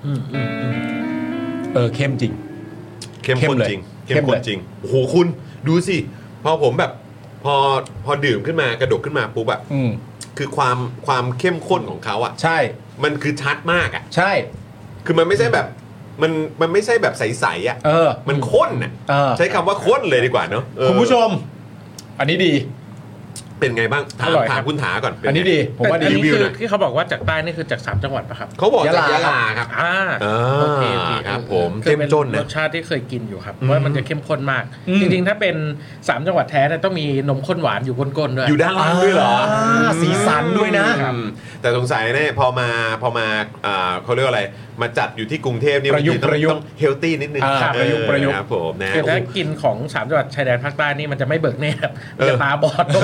เข้มจริงเข้มข้นจริงเข้มข้นจริงโอ้โหคุณดูสิพอผมแบบพอดื่มขึ้นมากระดกขึ้นมาปุ๊บอะคือความเข้มข้นของเขาอะใช่มันคือชัดมากอะใช่คือมันไม่ใช่แบบมันไม่ใช่แบบใสๆอะมันข้นอะใช้คำว่าข้นเลยดีกว่าเนาะคุณผู้ชมอันนี้ดีเป็นไงบ้างถามคุณถาก่อนอันนี้ดีผมว่าดีรีวิวที่เขาบอกว่าจากใต้นี่คือจาก3จังหวัดป่ะครับเขาบอกจากยะลาครับโอเคครับผมเข้มข้นนะรสชาติที่เคยกินอยู่ครับว่ามันจะเข้มข้นมากจริงๆถ้าเป็น3จังหวัดแท้เนี่ยต้องมีนมข้นหวานอยู่ก้นๆด้วยอยู่ด้านล่างด้วยเหรอสีสันด้วยนะแต่สงสัยเนี่ยพอมาเขาเรียกว่าอะไรมาจัดอยู่ที่กรุงเทพนี่ประยุกต์ต้องเฮลตี้นิดนึงประยุกต์ครับผมนะคือถ้ากินของ3จังหวัดชายแดนภาคใต้นี่มันจะไม่เบิกเนตรจะตาบอด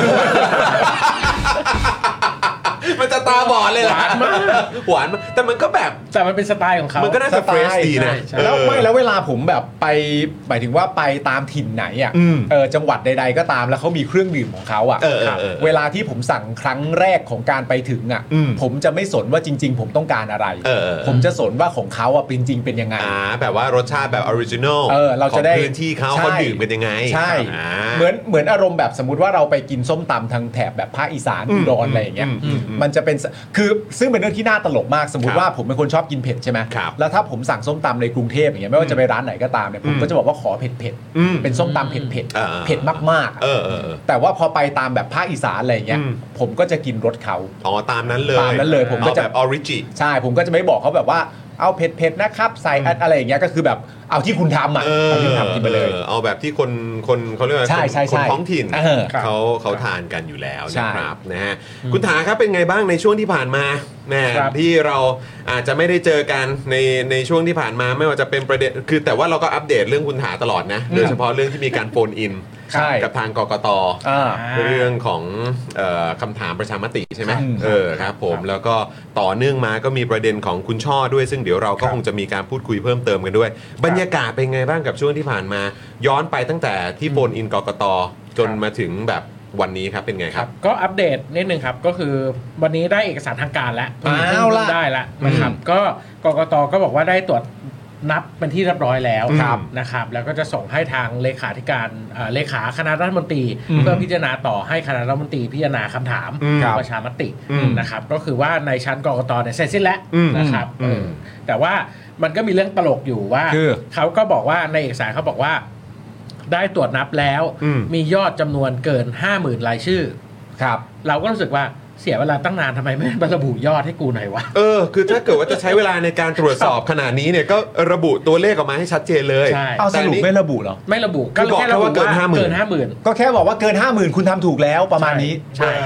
มันจะตาบอดเลยเหรอ หวานมากแต่มันก็แบบแต่มันเป็นสไตล์ของเขามันก็น่าจะเฟรชดีนะแล้วเวลาผมแบบไปหมายถึงว่าไปตามถิ่นไหนอ่ะจังหวัดใดๆก็ตามแล้วเขามีเครื่องดื่มของเขาอ่ะเวลาที่ผมสั่งครั้งแรกของการไปถึงอ่ะผมจะไม่สนว่าจริงๆผมต้องการอะไรผมจะสนว่าของเขาอ่ะจริงๆเป็นยังไงแบบว่ารสชาติแบบออริจินอลเราจะได้พื้นที่เขาดื่มเป็นยังไงใช่เหมือนอารมณ์แบบสมมุติว่าเราไปกินส้มตำทางแถบแบบภาคอีสานอุดรอะไรอย่างเงี้ยมันจะเป็นคือซึ่งเป็นเรื่องที่น่าตลกมากสมมุติว่าผมเป็นคนชอบกินเผ็ดใช่ไหมแล้วถ้าผมสั่งส้มตำในกรุงเทพอย่างเงี้ยไม่ว่าจะไปร้านไหนก็ตามเนี่ยผมก็จะบอกว่าขอเผ็ดเป็นส้มตำเผ็ดเผ็ดมากๆแต่ว่าพอไปตามแบบภาคอีสานอะไรอย่างเงี้ยผมก็จะกินรสเขาตามนั้นเลยผมก็จะแบบออริจิใช่ผมก็จะไม่บอกเขาแบบว่าเอาเผ็ดๆนะครับใส่อะไรอย่างเงี้ยก็คือแบบเอาที่คุณทำเอาที่ทำกินไปเลยเอาแบบที่คนเขาเรียกว่าคนท้องถิ่นเขาทานกันอยู่แล้วนะครับนะฮะคุณถาครับเป็นไงบ้างในช่วงที่ผ่านมาที่เราอาจจะไม่ได้เจอกันในช่วงที่ผ่านมาไม่ว่าจะเป็นประเด็นคือแต่ว่าเราก็อัปเดตเรื่องคุณถาตลอดนะโดยเฉพาะเรื่องที่มีการโฟนอินกับทางกกต.เรื่องของคำถามประชามติใช่ไหมครับผมแล้วก็ต่อเนื่องมาก็มีประเด็นของคุณช่อด้วยซึ่งเดี๋ยวเราก็คงจะมีการพูดคุยเพิ่มเติมกันด้วยบรรยากาศเป็นไงบ้างกับช่วงที่ผ่านมาย้อนไปตั้งแต่ที่โฟนอินกกต.จนมาถึงแบบวันนี้ครับเป็นไงครับก็อัปเดตนิดนึงครับก็คือวันนี้ได้เอกสารทางการแล้วได้แล้วนะครับก็กกต.ก็บอกว่าได้ตรวจนับเป็นที่เรียบร้อยแล้วนะครับแล้วก็จะส่งให้ทางเลขาธิการเลขาคณะรัฐมนตรีเพื่อพิจารณาต่อให้คณะรัฐมนตรีพิจารณาคำถามประชามตินะครับก็คือว่าในชั้นกกต.เนี่ยเสร็จสิ้นแล้วนะครับแต่ว่ามันก็มีเรื่องตลกอยู่ว่าเขาก็บอกว่าในเอกสารเขาบอกว่าได้ตรวจนับแล้วมียอดจำนวนเกิน 50,000 รายชื่อครับเราก็รู้สึกว่าเสียเวลาตั้งนานทำไมไม่ระบุยอดให้กูหน่อยวะคือถ้าเกิดว่าจะใช้เวลาในการตรวจสอบขนาดนี้เนี่ยก็ระบุตัวเลขออกมาให้ชัดเจนเลยเอาสรุปไม่ระบุหรอไม่ระบุก็แค่ระบุว่าเกิน 50,000ก็แค่บอกว่าเกิน 50,000 คุณทำถูกแล้วประมาณนี้ใช่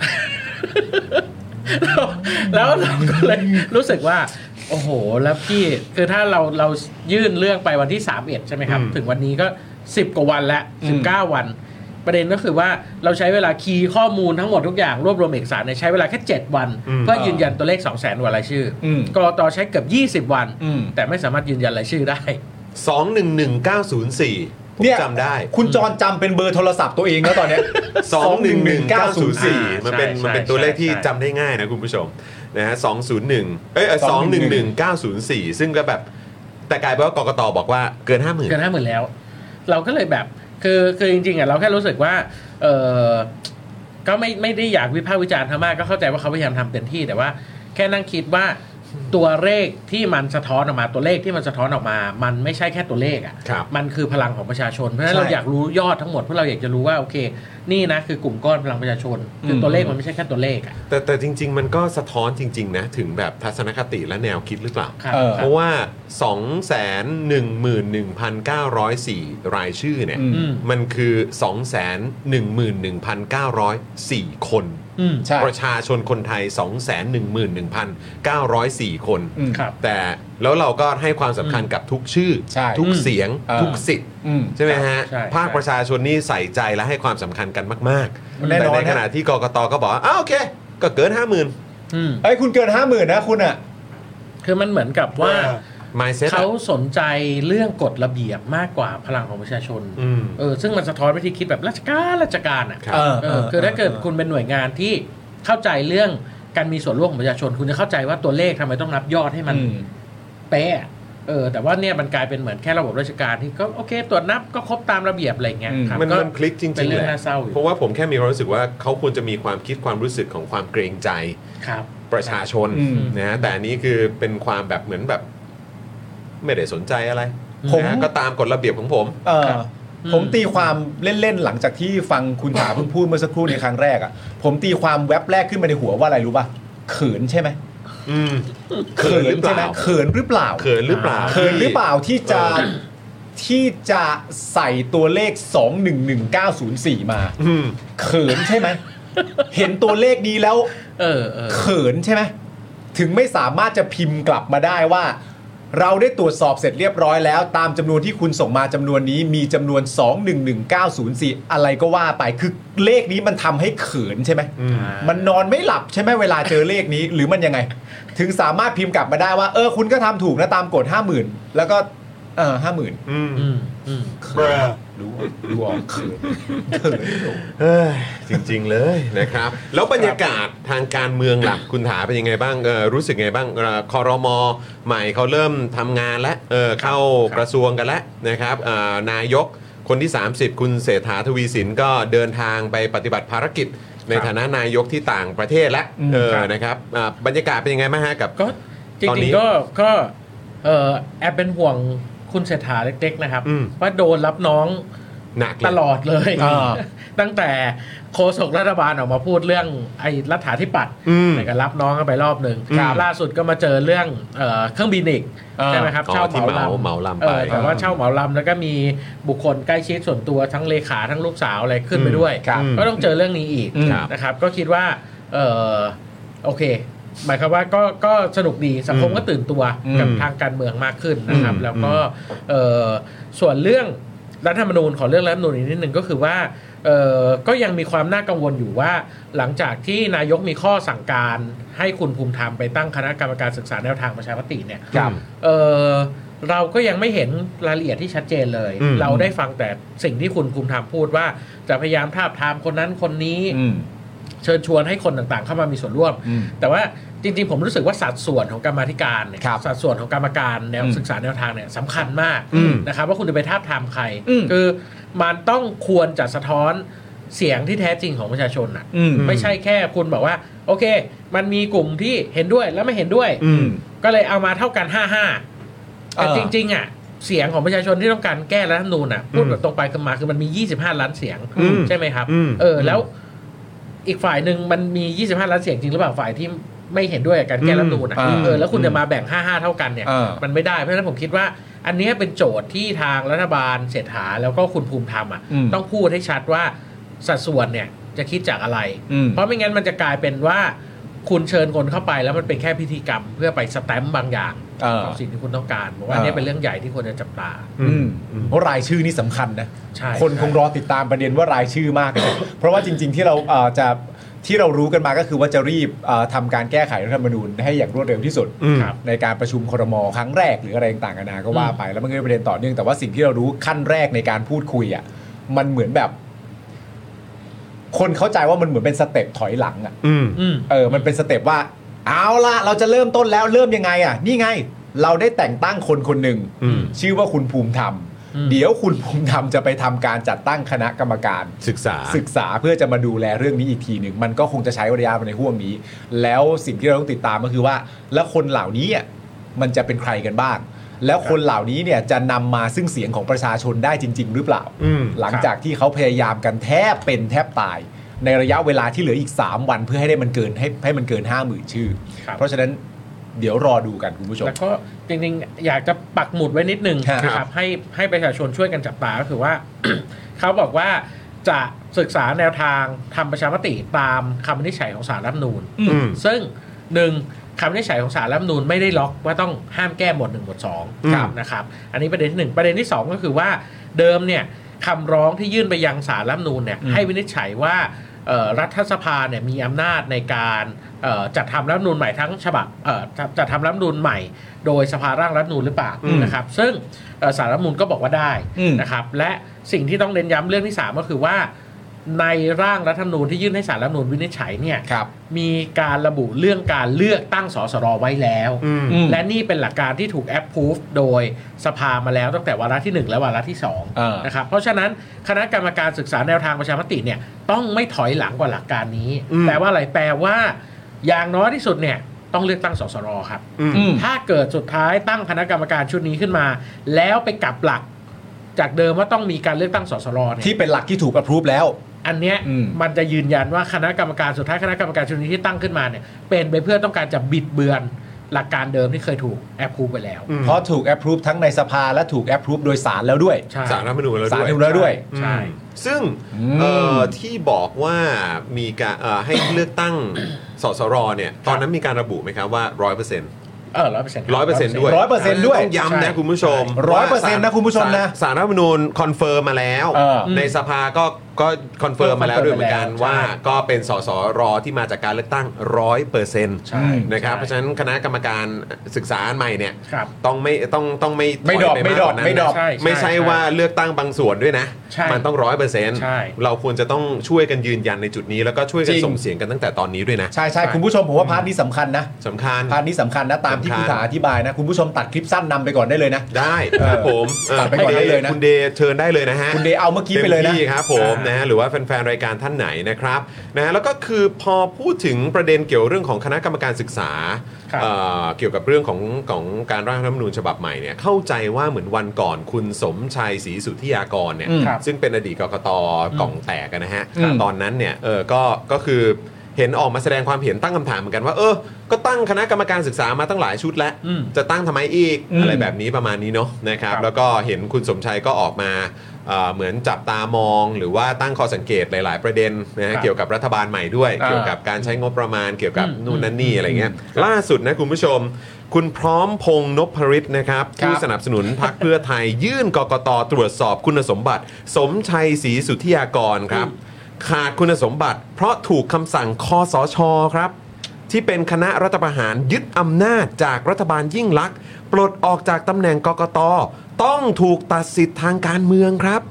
แล้วเราก็เลยรู้สึกว่าโอ้โหแล้วพี่คือถ้าเรายื่นเรื่องไปวันที่31ใช่ไหมครับถึงวันนี้ก็10 กว่าวันแล้ว19 วันประเด็นก็คือว่าเราใช้เวลาคีย์ข้อมูลทั้งหมดทุกอย่างรวบรวมเอกสารใช้เวลาแค่7 วันเพื่อยืนยันตัวเลข 200,000 กว่ารายชื่อกกต.ใช้เกือบ20 วันแต่ไม่สามารถยืนยันรายชื่อได้ 211904ผมจำได้คุณจรจำเป็นเบอร์โทรศัพท์ตัวเองแล้วตอนนี้ 211904มันเป็นตัวเลขที่จำได้ง่ายนะคุณผู้ชมนะฮะ211904ซึ่งก็แบบแต่กลายเป็นว่ากกต.บอกว่าเกิน 50,000 เกิน 50,000 แล้วเราก็เลยแบบคือจริงๆเราแค่รู้สึกว่าก็ไม่ได้อยากวิพากษ์วิจารณ์เขามากก็เข้าใจว่าเขาพยายามทำเต็มที่แต่ว่าแค่นั่งคิดว่าตัวเลขที่มันสะท้อนออกมาตัวเลขที่มันสะท้อนออกมามันไม่ใช่แค่ตัวเลขอ่ะมันคือพลังของประชาชนเพราะฉะนั้นเราอยากรู้ยอดทั้งหมดเพราะเราอยากจะรู้ว่าโอเคนี่นะคือกลุ่มก้อนพลังประชาชนคือตัวเลขมันไม่ใช่แค่ตัวเลขอ่ะแต่จริงๆมันก็สะท้อนจริงๆนะถึงแบบทัศนคติและแนวคิดหรือเปล่าเพราะว่า 211,904 รายชื่อเนี่ยมันคือ 211,904 คนประชาชนคนไทย 211,904 คนแต่แล้วเราก็ให้ความสำคัญกับทุกชื่อทุกเสียงทุกสิทธิ์ใช่ไหมฮะภาคประชาชนนี่ใส่ใจและให้ความสำคัญกันมากๆแต่ในขณะที่กกต.ก็บอกโอเคก็เกิน 50,000 ไอ้คุณเกิน 50,000 นะคุณอ่ะคือมันเหมือนกับว่าเขาสนใจเรื่องกฎระเบียบมากกว่าพลังของประชาชนซึ่งมันสะท้อนวิธีคิดแบบราชการอ่ะคือถ้าเกิดคุณเป็นหน่วยงานที่เข้าใจเรื่องการมีส่วนร่วมของประชาชนคุณจะเข้าใจว่าตัวเลขทำไมต้องนับยอดให้มันเป๊ะแต่ว่าเนี่ยมันกลายเป็นเหมือนแค่ระบบราชการที่ก็โอเคตรวจนับก็ครบตามระเบียบอะไรเงี้ยมันพลิกจริงๆเลยเพราะว่าผมแค่มีความรู้สึกว่าเขาควรจะมีความคิดความรู้สึกของความเกรงใจประชาชนนะแต่อันนี้คือเป็นความแบบเหมือนแบบไม่ได้สนใจอะไรผมก็ตามกฎระเบียบของผมตีความเล่นๆหลังจากที่ฟังคุณถาเพิ่งพูดเมื่อสักครู่ในครั้งแรกอ่ะผมตีความแว็บแรกขึ้นมาในหัวว่าอะไรรู้ป่ะเขินใช่ไหมเขินใช่ไหมเขินหรือเปล่าเขินหรือเปล่าที่จะใส่ตัวเลข 211904 มาเขินใช่ไหมเห็นตัวเลขนี้แล้วเขินใช่ไหมถึงไม่สามารถจะพิมพ์กลับมาได้ว่าเราได้ตรวจสอบเสร็จเรียบร้อยแล้วตามจำนวนที่คุณส่งมาจำนวนนี้มีจำนวน211904อะไรก็ว่าไปคือเลขนี้มันทำให้เขินใช่ไหมมันนอนไม่หลับใช่ไหมเวลาเจอเลขนี้หรือมันยังไงถึงสามารถพิมพ์กลับมาได้ว่าคุณก็ทำถูกนะตามกฎ 50,000 แล้วก็50,000รู้ออกเขินจริงๆเลยนะครับแล้วบรรยากาศทางการเมืองล่ะคุณถาเป็นยังไงบ้างรู้สึกไงบ้างครม.ใหม่เขาเริ่มทำงานแล้วเข้ากระทรวงกันแล้วนะครับนายกคนที่30คุณเศรษฐาทวีสินก็เดินทางไปปฏิบัติภารกิจในฐานะนายกที่ต่างประเทศแล้วนะครับบรรยากาศเป็นยังไงบ้างฮะกับก็จริงๆก็แอบเป็นห่วงคุณเศรษฐาเล็กๆนะครับว่าโดนรับน้องหนักตลอดเลยตั้งแต่โฆษกรัฐบาลออกมาพูดเรื่องไอ้รัฐาธิปัตย์ก็รับน้องกันไปรอบหนึ่งล่าสุดก็มาเจอเรื่องเครื่องบินอีกใช่ไหมครับเช่าเหมาลำไปแต่ว่าเช่าเหมาลำแล้วก็มีบุคคลใกล้ชิดส่วนตัวทั้งเลขาทั้งลูกสาวอะไรขึ้นไปด้วยก็ต้องเจอเรื่องนี้อีกนะครับก็คิดว่าโอเคหมายความว่าก็สนุกดีสังคมก็ตื่นตัวกับทางการเมืองมากขึ้นนะครับแล้วก็ส่วนเรื่องรัฐธรรมนูญขอเรื่องรัฐธรรมนูญอีกนิดนึงก็คือว่าก็ยังมีความน่ากังวลอยู่ว่าหลังจากที่นายกมีข้อสั่งการให้คุณภูมิธรรมไปตั้งคณะกรรมการศึกษาแนวทางประชามติเนี่ยเราก็ยังไม่เห็นรายละเอียดที่ชัดเจนเลยเราได้ฟังแต่สิ่งที่คุณภูมิธรรมพูดว่าจะพยายามทาบทามคนนั้นคนนี้เชิญชวนให้คนต่างๆเข้ามามีส่วนร่วมแต่ว่าจริงๆผมรู้สึกว่าสัดส่วนของกรรมาธิการเนี่ยสัดส่วนของกรรมการแนวศึกษาแนวทางเนี่ยสำคัญมากนะครับว่าคุณจะไปทาบทามใครคือมันต้องควรจะสะท้อนเสียงที่แท้จริงของประชาชนอ่ะไม่ใช่แค่คุณบอกว่าโอเคมันมีกลุ่มที่เห็นด้วยและไม่เห็นด้วยก็เลยเอามาเท่ากัน55แต่จริงๆอ่ะเสียงของประชาชนที่ต้องการแก้รัฐธรรมนูญอ่ะพูดแบบตรงไปตรงมาคือมันมี25ล้านเสียงใช่ไหมครับแล้วอีกฝ่ายหนึ่งมันมี25ล้านเสียงจริงหรือเปล่าฝ่ายที่ไม่เห็นด้วยกับการแก้รัฐธรรมนูญแล้วคุณจะมาแบ่ง55เท่ากันเนี่ยมันไม่ได้เพราะฉะนั้นผมคิดว่าอันนี้เป็นโจทย์ที่ทางรัฐบาลเศรษฐาแล้วก็คุณภูมิธรรมต้องพูดให้ชัดว่าสัดส่วนเนี่ยจะคิดจากอะไรเพราะไม่งั้นมันจะกลายเป็นว่าคุณเชิญคนเข้าไปแล้วมันเป็นแค่พิธีกรรมเพื่อไปสแตมป์บางอย่างของสิ่งที่คุณต้องการบอกว่านี่เป็นเรื่องใหญ่ที่ควรจะจับตาเพราะรายชื่อนี่สำคัญนะคนคงรอติดตามประเด็นว่ารายชื่อมากเลยเพราะว่าจริงๆที่เราจะที่เรารู้กันมาก็คือว่าจะรีบทำการแก้ไขรัฐธรรมนูญให้อย่างรวดเร็วที่สุดในการประชุมครม.ครั้งแรกหรืออะไรต่างๆกันานาก็ว่าไปแล้วมันก็เป็นประเด็นต่อเนื่องแต่ว่าสิ่งที่เรารู้ขั้นแรกในการพูดคุยอ่ะมันเหมือนแบบคนเข้าใจว่ามันเหมือนเป็นสเต็ปถอยหลังอ่ะมันเป็นสเต็ปว่าเอาล่ะเราจะเริ่มต้นแล้วเริ่มยังไงอ่ะนี่ไงเราได้แต่งตั้งคนคนหนึ่งชื่อว่าคุณภูมิธรรมเดี๋ยวคุณภูมิธรรมจะไปทำการจัดตั้งคณะกรรมการศึกษาเพื่อจะมาดูแลเรื่องนี้อีกทีหนึ่งมันก็คงจะใช้ระยะในห่วงนี้แล้วสิ่งที่เราต้องติดตามก็คือว่าแล้วคนเหล่านี้มันจะเป็นใครกันบ้างแล้วคนเหล่านี้เนี่ยจะนำมาซึ่งเสียงของประชาชนได้จริงๆหรือเปล่าหลังจากที่เขาพยายามกันแทบเป็นแทบตายในระยะเวลาที่เหลืออีก3วันเพื่อให้ได้มันเกินให้มันเกิน 50,000 ชื่อเพราะฉะนั้นเดี๋ยวรอดูกันคุณผู้ชมแล้วก็จริงๆอยากจะปักหมุดไว้นิดนึงนะครับให้ประชาชนช่วยกันจับตาก็คือว่า เขาบอกว่าจะศึกษาแนวทางทำประชามติตามคำวินิจฉัยของศาลรัฐธรรมนูญซึ่งคำวินิจฉัยของศาลรัฐธรรมนูญไม่ได้ล็อกว่าต้องห้ามแก้หมวด1หมวด2นะครับอันนี้ประเด็นที่1ประเด็นที่2ก็คือว่าเดิมเนี่ยคำร้องที่ยื่นไปยังศาลรัฐธรรมนูญเนี่ยให้วินิจฉัยว่ารัฐสภาเนี่ยมีอำนาจในการจัดทำรัฐธรรมนูญใหม่ทั้งฉบับจัดทำรัฐธรรมนูญใหม่โดยสภาร่างรัฐธรรมนูญหรือเปล่านะครับซึ่งศาลรัฐธรรมนูญก็บอกว่าได้นะครับและสิ่งที่ต้องเน้นย้ำเรื่องที่3ก็คือว่าในร่างรัฐธรรมนูญที่ยื่นให้ศาลรัฐธรรมนูญวินิจฉัยเนี่ยมีการระบุเรื่องการเลือกตั้งสสรไว้แล้วและนี่เป็นหลักการที่ถูกแอปพูฟโดยสภามาแล้วตั้งแต่วาระที่1และวาระที่2นะครับเพราะฉะนั้นคณะกรรมการศึกษาแนวทางประชามติเนี่ยต้องไม่ถอยหลังกว่าหลักการนี้แปลว่าอะไรแปลว่าอย่างน้อยที่สุดเนี่ยต้องเลือกตั้งสสรครับถ้าเกิดสุดท้ายตั้งคณะกรรมการชุดนี้ขึ้นมาแล้วไปกลับหลักจากเดิมว่าต้องมีการเลือกตั้งสสรที่เป็นหลักที่ถูกอัปรูฟแล้วอันเนี้ยมันจะยืนยันว่าคณะกรรมการสุดท้ายคณะกรรมการชุดนี้ที่ตั้งขึ้นมาเนี่ยเป็นไปเพื่อต้องการจะบิดเบือนหลักการเดิมที่เคยถูกแอปพูฟไปแล้วเพราะถูกแอปพูฟทั้งในสภาและถูกแอปพูฟโดยศาลแล้วด้วยศาลรัฐธรรมนูญแล้วด้วยใช่ซึ่งที่บอกว่ามีการให้เลือกตั้งสสรเนี่ยตอนนั้นมีการระบุไหมครับว่า 100%100% 100% ด้วย 100% ด้วยต้องย้ำนะคุณผู้ชม 100% นะคุณผู้ชมนะศาลรัฐธรรมนูญคอนเฟิร์มมาแล้วในสภาก็คอนเฟิร์มมาแล้วด้วยเหมือนกันว่าก็เป็นสสรที่มาจากการเลือกตั้ง 100% นะครับเพราะฉะนั้นคณะกรรมการศึกษาใหม่เนี่ยต้องไม่ถอยไปมากกว่านั้นนะไม่ใช่ว่าเลือกตั้งบางส่วนด้วยนะมันต้อง 100% เราควรจะต้องช่วยกันยืนยันในจุดนี้แล้วก็ช่วยกันส่งเสียงกันตั้งแต่ตอนนี้ด้วยนะใช่คุณผู้ชมผมว่าพาร์ทนี้สำคัญนะพาร์ทนี้สำคัญนะตามที่คุณถาอธิบายนะคุณผู้ชมตัดคลิปสั้นนำไปก่อนได้เลยนะได้ครับผมตัดไปก่อนได้เลยนะคุณเดย์เชิญได้เลยนะฮะคุณเดย์เอาเมื่อกี้ไปเลยนะครับผมนะหรือว่าแฟนๆรายการท่านไหนนะครับนะแล้วก็คือพอพูดถึงประเด็นเกี่ยวเรื่องของคณะกรรมการศึกษาเกี่ยวกับเรื่องของการร่างรัฐธรรมนูญฉบับใหม่เนี่ยเข้าใจว่าเหมือนวันก่อนคุณสมชัยศรีสุทธิยากรเนี่ยซึ่งเป็นอดีตกกต.กล่องแตกนะฮะตอนนั้นเนี่ยก็คือเห็นออกมาแสดงความเห็นตั้งคำถามเหมือนกันว่าก็ตั้งคณะกรรมการศึกษามาตั้งหลายชุดแล้วจะตั้งทำไมอีกอะไรแบบนี้ประมาณนี้เนาะนะครับแล้วก็เห็นคุณสมชัยก็ออกมาเหมือนจับตามองหรือว่าตั้งข้อสังเกตหลายๆประเด็นนะเกี่ยวกับรัฐบาลใหม่ด้วยเกี่ยวกับการใช้งบประมาณเกี่ยวกับนู่นนั่นนี่อะไรเงี้ยล่าสุดนะคุณผู้ชมคุณพร้อมพงษ์นพฤทธิ์นะครับผู้สนับสนุนพรรคเพื่อไทยยื่นกกต.ตรวจสอบคุณสมบัติสมชัยศรีสุทธิยากรครับขาดคุณสมบัติเพราะถูกคำสั่งคสช.ครับที่เป็นคณะรัฐประหารยึดอำนาจจากรัฐบาลยิ่งลักษณ์ปลดออกจากตำแหน่งกกต.ต้องถูกตัดสิทธิ์ทางการเมืองครับ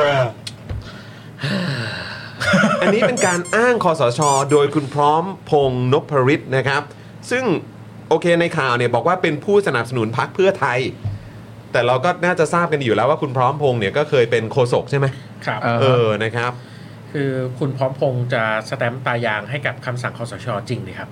อันนี้เป็นการอ้างคสช.โดยคุณพร้อมพงษ์นพฤทธิ์นะครับซึ่งโอเคในข่าวเนี่ยบอกว่าเป็นผู้สนับสนุนพรรคเพื่อไทยแต่เราก็น่าจะทราบกันอยู่แล้วว่าคุณพร้อมพงษ์เนี่ยก็เคยเป็นโฆษกใช่ไหมครับนะครับคือคุณพร้อมพงษ์จะสแตมป์ตายางให้กับคำสั่งคสช.จริงเลยครับ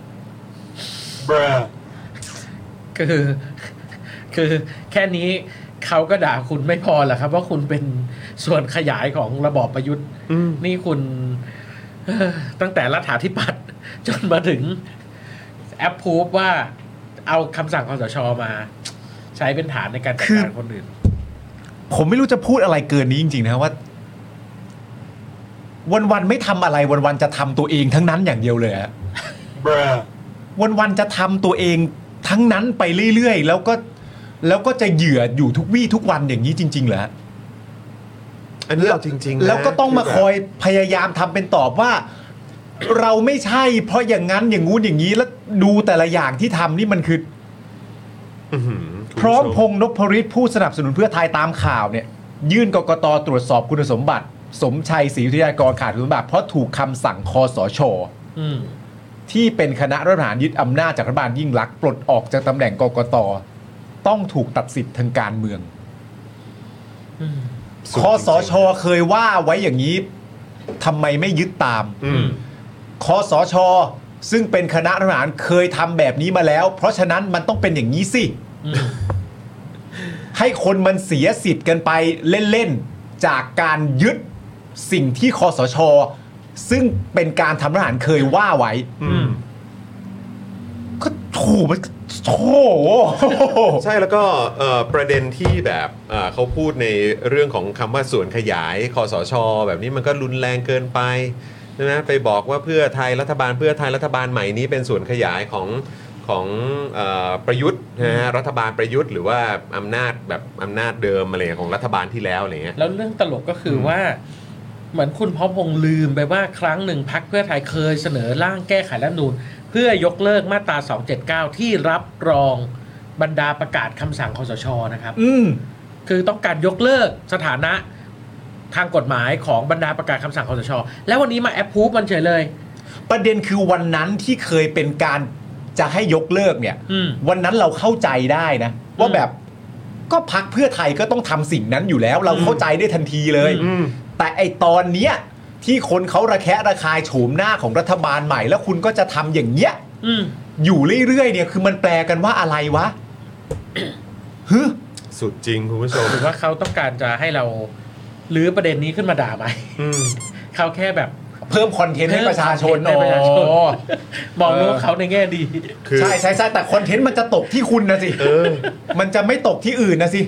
คือแค่นี้เขาก็ด่าคุณไม่พอหรอกครับว่าคุณเป็นส่วนขยายของระบอบประยุทธ์นี่คุณตั้งแต่รัฐาธิปัตย์จนมาถึงแอปพูฟว่าเอาคำสั่งคสช.มาใช้เป็นฐานในการจัดการคนอื่นผมไม่รู้จะพูดอะไรเกินนี้จริงๆนะว่าวันๆไม่ทำอะไรวันๆจะทำตัวเองทั้งนั้นอย่างเดียวเลยฮะวันๆจะทำตัวเองทั้งนั้นไปเรื่อยๆแล้วก็จะเหยื่ออยู่ทุกวี่ทุกวันอย่างนี้จริงๆเหรออันนี้เราจริงๆแล้วก็ต้องมาคอยพยายามทำเป็นตอบว่าเราไม่ใช่เพราะอย่างนั้นอย่างงู้นอย่างนี้แล้วดูแต่ละอย่างที่ทำนี่มันคือพร้อมพงษ์นพฤทธิ์ผู้สนับสนุนเพื่อไทยตามข่าวเนี่ยยื่นกกต.ตรวจสอบคุณสมบัติสมชัยศรีสุทธิยากรขาดคุณสมบัติเพราะถูกคำสั่งคสช.ที่เป็นคณะรัฐประหารยึดอำนาจจากรัฐบาลยิ่งลักษณ์ปลดออกจากตำแหน่งกกต.ต้องถูกตัดสิทธิ์ทางการเมืองคสช.เคยว่าไว้อย่างนี้ทำไมไม่ยึดตามคสช.ซึ่งเป็นคณะรัฐประหารเคยทำแบบนี้มาแล้วเพราะฉะนั้นมันต้องเป็นอย่างนี้สิให้คนมันเสียสิทธิ์กันไปเล่นๆจากการยึดสิ่งที่คสช.ซึ่งเป็นการทำรัฐประหารเคยว่าไว้ก็ถูกมันโธ่ใช่แล้วก็ประเด็นที่แบบเขาพูดในเรื่องของคำว่าส่วนขยายคสช.แบบนี้มันก็รุนแรงเกินไปใช่ไหมไปบอกว่าเพื่อไทยรัฐบาลเพื่อไทยรัฐบาลใหม่นี้เป็นส่วนขยายของประยุทธ์นะฮะรัฐบาลประยุทธ์หรือว่าอำนาจแบบอำนาจเดิมอะไรของรัฐบาลที่แล้วอะไรเงี้ยแล้วเรื่องตลกก็คือว่าเหมือนคุณพร้อมพงษ์ลืมไปว่าครั้งหนึ่งพรรคเพื่อไทยเคยเสนอร่างแก้ไขรัฐธรรมนูญเพื่อยกเลิกมาตรา279ที่รับรองบรรดาประกาศคำสั่งคสช.นะครับคือต้องการยกเลิกสถานะทางกฎหมายของบรรดาประกาศคำสั่งคสช.แล้ววันนี้มาแอปพูฟมันเฉยเลยประเด็นคือวันนั้นที่เคยเป็นการจะให้ยกเลิกเนี่ยวันนั้นเราเข้าใจได้นะว่าแบบก็พรรคเพื่อไทยก็ต้องทำสิ่งนั้นอยู่แล้วเราเข้าใจได้ทันทีเลยแต่ไอตอนเนี้ยที่คนเขาระแคะระคายโฉมหน้าของรัฐบาลใหม่แล้วคุณก็จะทำอย่างเงี้ยอยู่เรื่อยๆเนี่ยคือมันแปลกันว่าอะไรวะสุดจริงคุณผู้ชมหรือว่าเขาต้องการจะให้เราลื้อประเด็นนี้ขึ้นมาด่าไหมเขาแค่แบบเพิ่มคอนเทนต์ให้ประชาชนมองว่าเขาในแง่ดีใช่แต่คอนเทนต์มันจะตกที่คุณนะสิมันจะไม่ตกที่อื่นนะสิ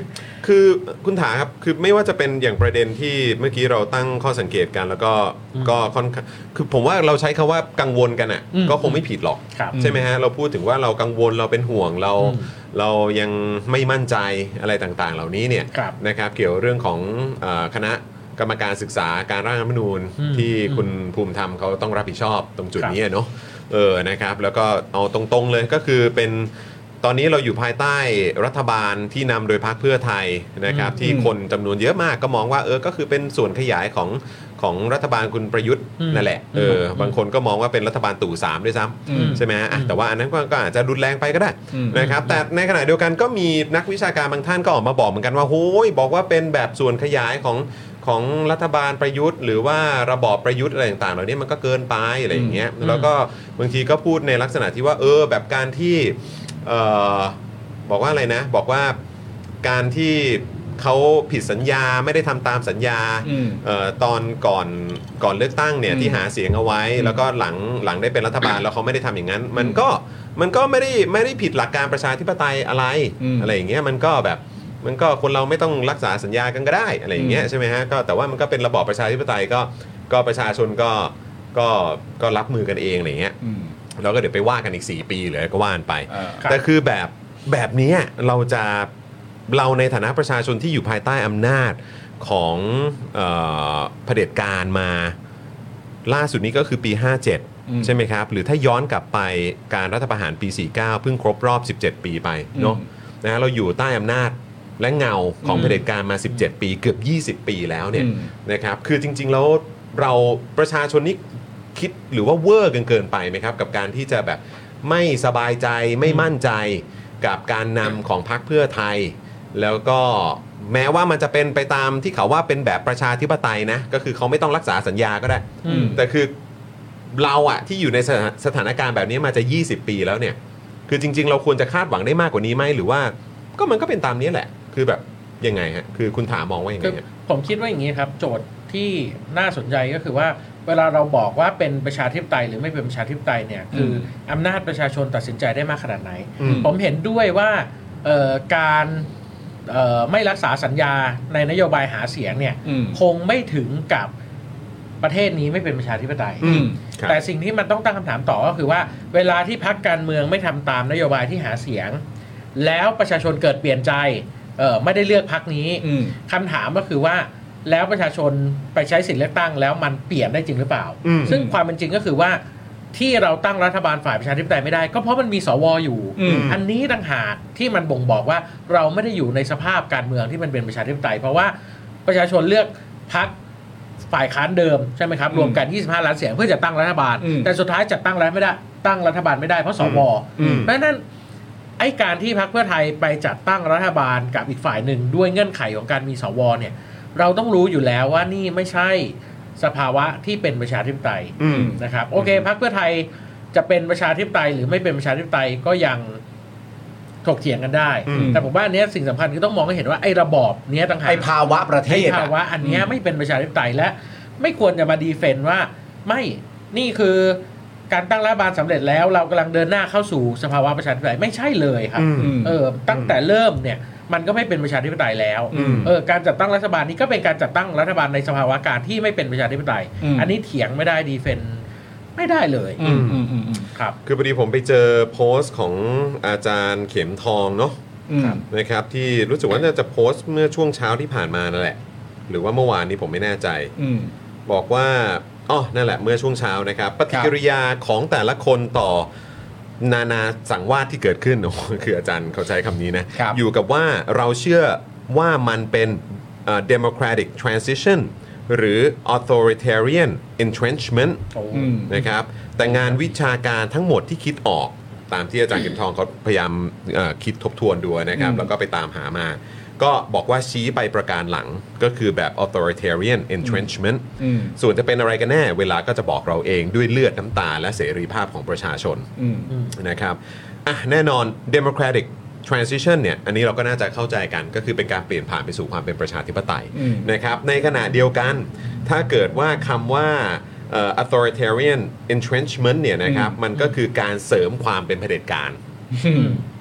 คือคุณถาครับคือไม่ว่าจะเป็นอย่างประเด็นที่เมื่อกี้เราตั้งข้อสังเกตกันแล้วก็ค่อนคือผมว่าเราใช้คำว่ากังวลกันอ่ะก็คงไม่ผิดหรอกใช่ไหมฮะเราพูดถึงว่าเรากังวลเราเป็นห่วงเรายังไม่มั่นใจอะไรต่างๆเหล่านี้เนี่ยนะครับเกี่ยวเรื่องของคณะกรรมการศึกษาการร่างรัฐธรรมนูญที่คุณภูมิธรรมเขาต้องรับผิดชอบตรงจุดนี้เนาะนะครับแล้วก็เอาตรงๆเลยก็คือเป็นตอนนี้เราอยู่ภายใต้รัฐบาลที่นำโดยพรรคเพื่อไทยนะครับที่คนจำนวนเยอะมากก็มองว่าก็คือเป็นส่วนขยายของรัฐบาลคุณประยุทธ์นั่นแหละบางคนก็มองว่าเป็นรัฐบาลตู่3ด้วยซ้ำใช่ไหมฮะแต่ว่าอันนั้นก็อาจจะรุนแรงไปก็ได้นะครับแต่ในขณะเดียวกันก็มีนักวิชาการบางท่านก็ออกมาบอกเหมือนกันว่าโอ้ยบอกว่าเป็นแบบส่วนขยายของรัฐบาลประยุทธ์หรือว่าระบอบประยุทธ์อะไรต่างๆเหล่านี้มันก็เกินไปอะไรอย่างเงี้ยแล้วก็บางทีก็พูดในลักษณะที่ว่าแบบการที่บอกว่าอะไรนะบอกว่าการที่เขาผิดสัญญาไม่ได้ทำตามสัญญาตอนก่อนเลือกตั้งเนี่ยที่หาเสียงเอาไว้แล้วก็หลังได้เป็นรัฐบาลแล้วเขาไม่ได้ทำอย่างนั้นมันก็ไม่ได้ผิดหลักการประชาธิปไตยอะไรอย่างเงี้ยมันก็คนเราไม่ต้องรักษาสัญญากันก็ได้อะไรอย่างเงี้ยใช่ไหมฮะก็แต่ว่ามันก็เป็นระบอบประชาธิปไตยก็ประชาชนก็รับมือกันเองอะไรอย่างเงี้ยเราก็เดี๋ยวไปว่ากันอีก4ปีเลยก็ว่านไปแต่คือแบบนี้เราในฐานะประชาชนที่อยู่ภายใต้อำนาจของเผด็จการมาล่าสุดนี้ก็คือปี57ใช่ไหมครับหรือถ้าย้อนกลับไปการรัฐประหารปี49เพิ่งครบรอบ17ปีไปเนาะนะเราอยู่ใต้อำนาจและเงาของเผด็จการมา17ปีเกือบ20ปีแล้วเนี่ยนะครับคือจริงๆแล้วเราประชาชนนี้คิดหรือว่าเวอร์เกินไปไหมครับกับการที่จะแบบไม่สบายใจไม่มั่นใจกับการนำของพรรคเพื่อไทยแล้วก็แม้ว่ามันจะเป็นไปตามที่เขาว่าเป็นแบบประชาธิปไตยนะก็คือเขาไม่ต้องรักษาสัญญาก็ได้แต่คือเราอะที่อยู่ในสถานการณ์แบบนี้มาจะ20ปีแล้วเนี่ยคือจริงๆเราควรจะคาดหวังได้มากกว่านี้ไหมหรือว่ามันก็เป็นตามนี้แหละคือแบบยังไงฮะคือคุณถามองว่ายังไงฮะผมคิดว่าอย่างนี้ครับโจทย์ที่น่าสนใจก็คือว่าเวลาเราบอกว่าเป็นประชาธิปไตยหรือไม่เป็นประชาธิปไตยเนี่ยคืออำนาจประชาชนตัดสินใจได้มากขนาดไหนผมเห็นด้วยว่าการไม่รักษาสัญญาในนโยบายหาเสียงเนี่ยคงไม่ถึงกับประเทศนี้ไม่เป็นประชาธิปไตยแต่สิ่งที่มันต้องตั้งคำถามต่อก็คือว่าเวลาที่พรรคการเมืองไม่ทำตามนโยบายที่หาเสียงแล้วประชาชนเกิดเปลี่ยนใจไม่ได้เลือกพรรคนี้คำถามก็คือว่าแล้วประชาชนไปใช้สิทธิเลือกตั้งแล้วมันเปลี่ยนได้จริงหรือเปล่าซึ่งความเป็นจริงก็คือว่าที่เราตั้งรัฐบาลฝ่ายประชาธิปไตยไม่ได้ก็เพราะมันมีสวอยู่อันนี้ต่างหากที่มันบ่งบอกว่าเราไม่ได้อยู่ในสภาพการเมืองที่มันเป็นประชาธิปไตยเพราะว่าประชาชนเลือกพรรคฝ่ายค้านเดิมใช่ไหมครับรวมกัน25ล้านเสียงเพื่อจะตั้งรัฐบาลแต่สุดท้ายจัดตั้งรัฐไม่ได้ตั้งรัฐบาลไม่ได้เพราะสวเพราะฉะนั้นไอ้การที่พรรคเพื่อไทยไปจัดตั้งรัฐบาลกับอีกฝ่ายหนึ่งด้วยเงื่อนไขของการมีสวเนี่ยเราต้องรู้อยู่แล้วว่านี่ไม่ใช่สภาวะที่เป็นประชาธิปไตยนะครับโอเคพรรคเพื่อไทยจะเป็นประชาธิปไตยหรือไม่เป็นประชาธิปไตยก็ยังถกเถียงกันได้แต่ผมว่าอันนี้สิ่งสำคัญคือต้องมองให้เห็นว่าไอ้ระบอบนี้ต่างหากไอ้ภาวะประเทศภาวะอันนี้ไม่เป็นประชาธิปไตยและไม่ควรจะมาดีเฟนต์ว่าไม่นี่คือการตั้งรัฐบาลสำเร็จแล้วเรากำลังเดินหน้าเข้าสู่สภาวะประชาธิปไตยไม่ใช่เลยครับตั้งแต่เริ่มเนี่ยมันก็ไม่เป็นประชาธิปไตยแล้วการจัดตั้งรัฐบาลนี้ก็เป็นการจัดตั้งรัฐบาลในสภาวะการที่ไม่เป็นประชาธิปไตยอันนี้เถียงไม่ได้ดีเฟนต์ไม่ได้เลยครับคือพอดีผมไปเจอโพสต์ของอาจารย์เข็มทองเนาะนะครับที่รู้สึกว่าจะโพสต์เมื่อช่วงเช้าที่ผ่านมานั่นแหละหรือว่าเมื่อวานนี้ผมไม่แน่ใจบอกว่านั่นแหละเมื่อช่วงเช้านะครับปฏิกิริยาของแต่ละคนต่อนานาสังวาสที่เกิดขึ้นคืออาจารย์เขาใช้คำนี้นะอยู่กับว่าเราเชื่อว่ามันเป็น democratic transition หรือ authoritarian entrenchment นะครับแต่งานวิชาการทั้งหมดที่คิดออกตามที่อาจารย์เข็มทองเขาพยายามคิดทบทวนดูนะครับแล้วก็ไปตามหามาก็บอกว่าชี้ไปประการหลังก็คือแบบ authoritarian entrenchment ส่วนจะเป็นอะไรกันแน่เวลาก็จะบอกเราเองด้วยเลือดน้ำตาและเสรีภาพของประชาชนนะครับแน่นอน democratic transition เนี่ยอันนี้เราก็น่าจะเข้าใจกันก็คือเป็นการเปลี่ยนผ่านไปสู่ความเป็นประชาธิปไตยนะครับในขณะเดียวกันถ้าเกิดว่าคำว่า authoritarian entrenchment เนี่ยนะครับมันก็คือการเสริมความเป็นเผด็จการ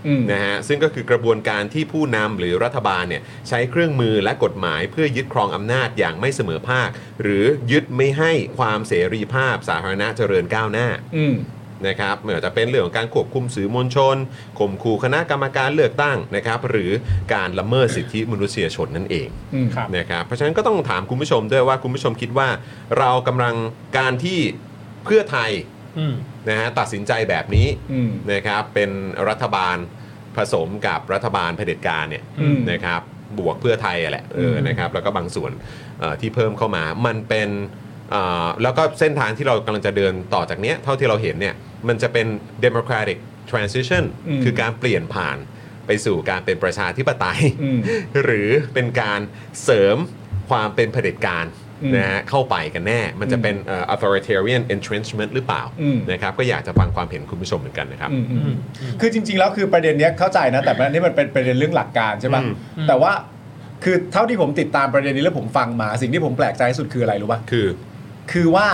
นะฮะซึ่งก็คือกระบวนการที่ผู้นำหรือรัฐบาลเนี่ยใช้เครื่องมือและกฎหมายเพื่อยึดครองอำนาจอย่างไม่เสมอภาคหรือยึดไม่ให้ความเสรีภาพสาธารณะเจริญก้าวหน้านะครับไม่ว่าจะเป็นเรื่องของการควบคุมสื่อมวลชนข่มขู่คณะกรรมการเลือกตั้งนะครับหรือการละเมิดสิทธิมนุษยชนนั่นเองนะครับเพราะฉะนั้นก็ต้องถามคุณผู้ชมด้วยว่าคุณผู้ชมคิดว่าเรากำลังการที่เพื่อไทยนะฮะตัดสินใจแบบนี้นะครับเป็นรัฐบาลผสมกับรัฐบาลเผด็จการเนี่ยนะครับบวกเพื่อไทยแหละนะครับแล้วก็บางส่วนที่เพิ่มเข้ามามันเป็นแล้วก็เส้นทางที่เรากำลังจะเดินต่อจากเนี้ยเท่าที่เราเห็นเนี่ยมันจะเป็น democratic transition คือการเปลี่ยนผ่านไปสู่การเป็นประชาธิปไตยหรือเป็นการเสริมความเป็นเผด็จการนะฮะเข้าไปกันแน่มันจะเป็น authoritarian entrenchment หรือเปล่านะครับก็อยากจะฟังความเห็นคุณผู้ชมเหมือนกันนะครับคือจริงๆแล้วคือประเด็นเนี้ยเข้าใจนะแต่ประเด็นนี้มันเป็นประเด็นเรื่องหลักการใช่ป่ะแต่ว่าคือเท่าที่ผมติดตามประเด็นนี้แล้วผมฟังมาสิ่งที่ผมแปลกใจที่สุดคืออะไรรู้ป่ะคือว่า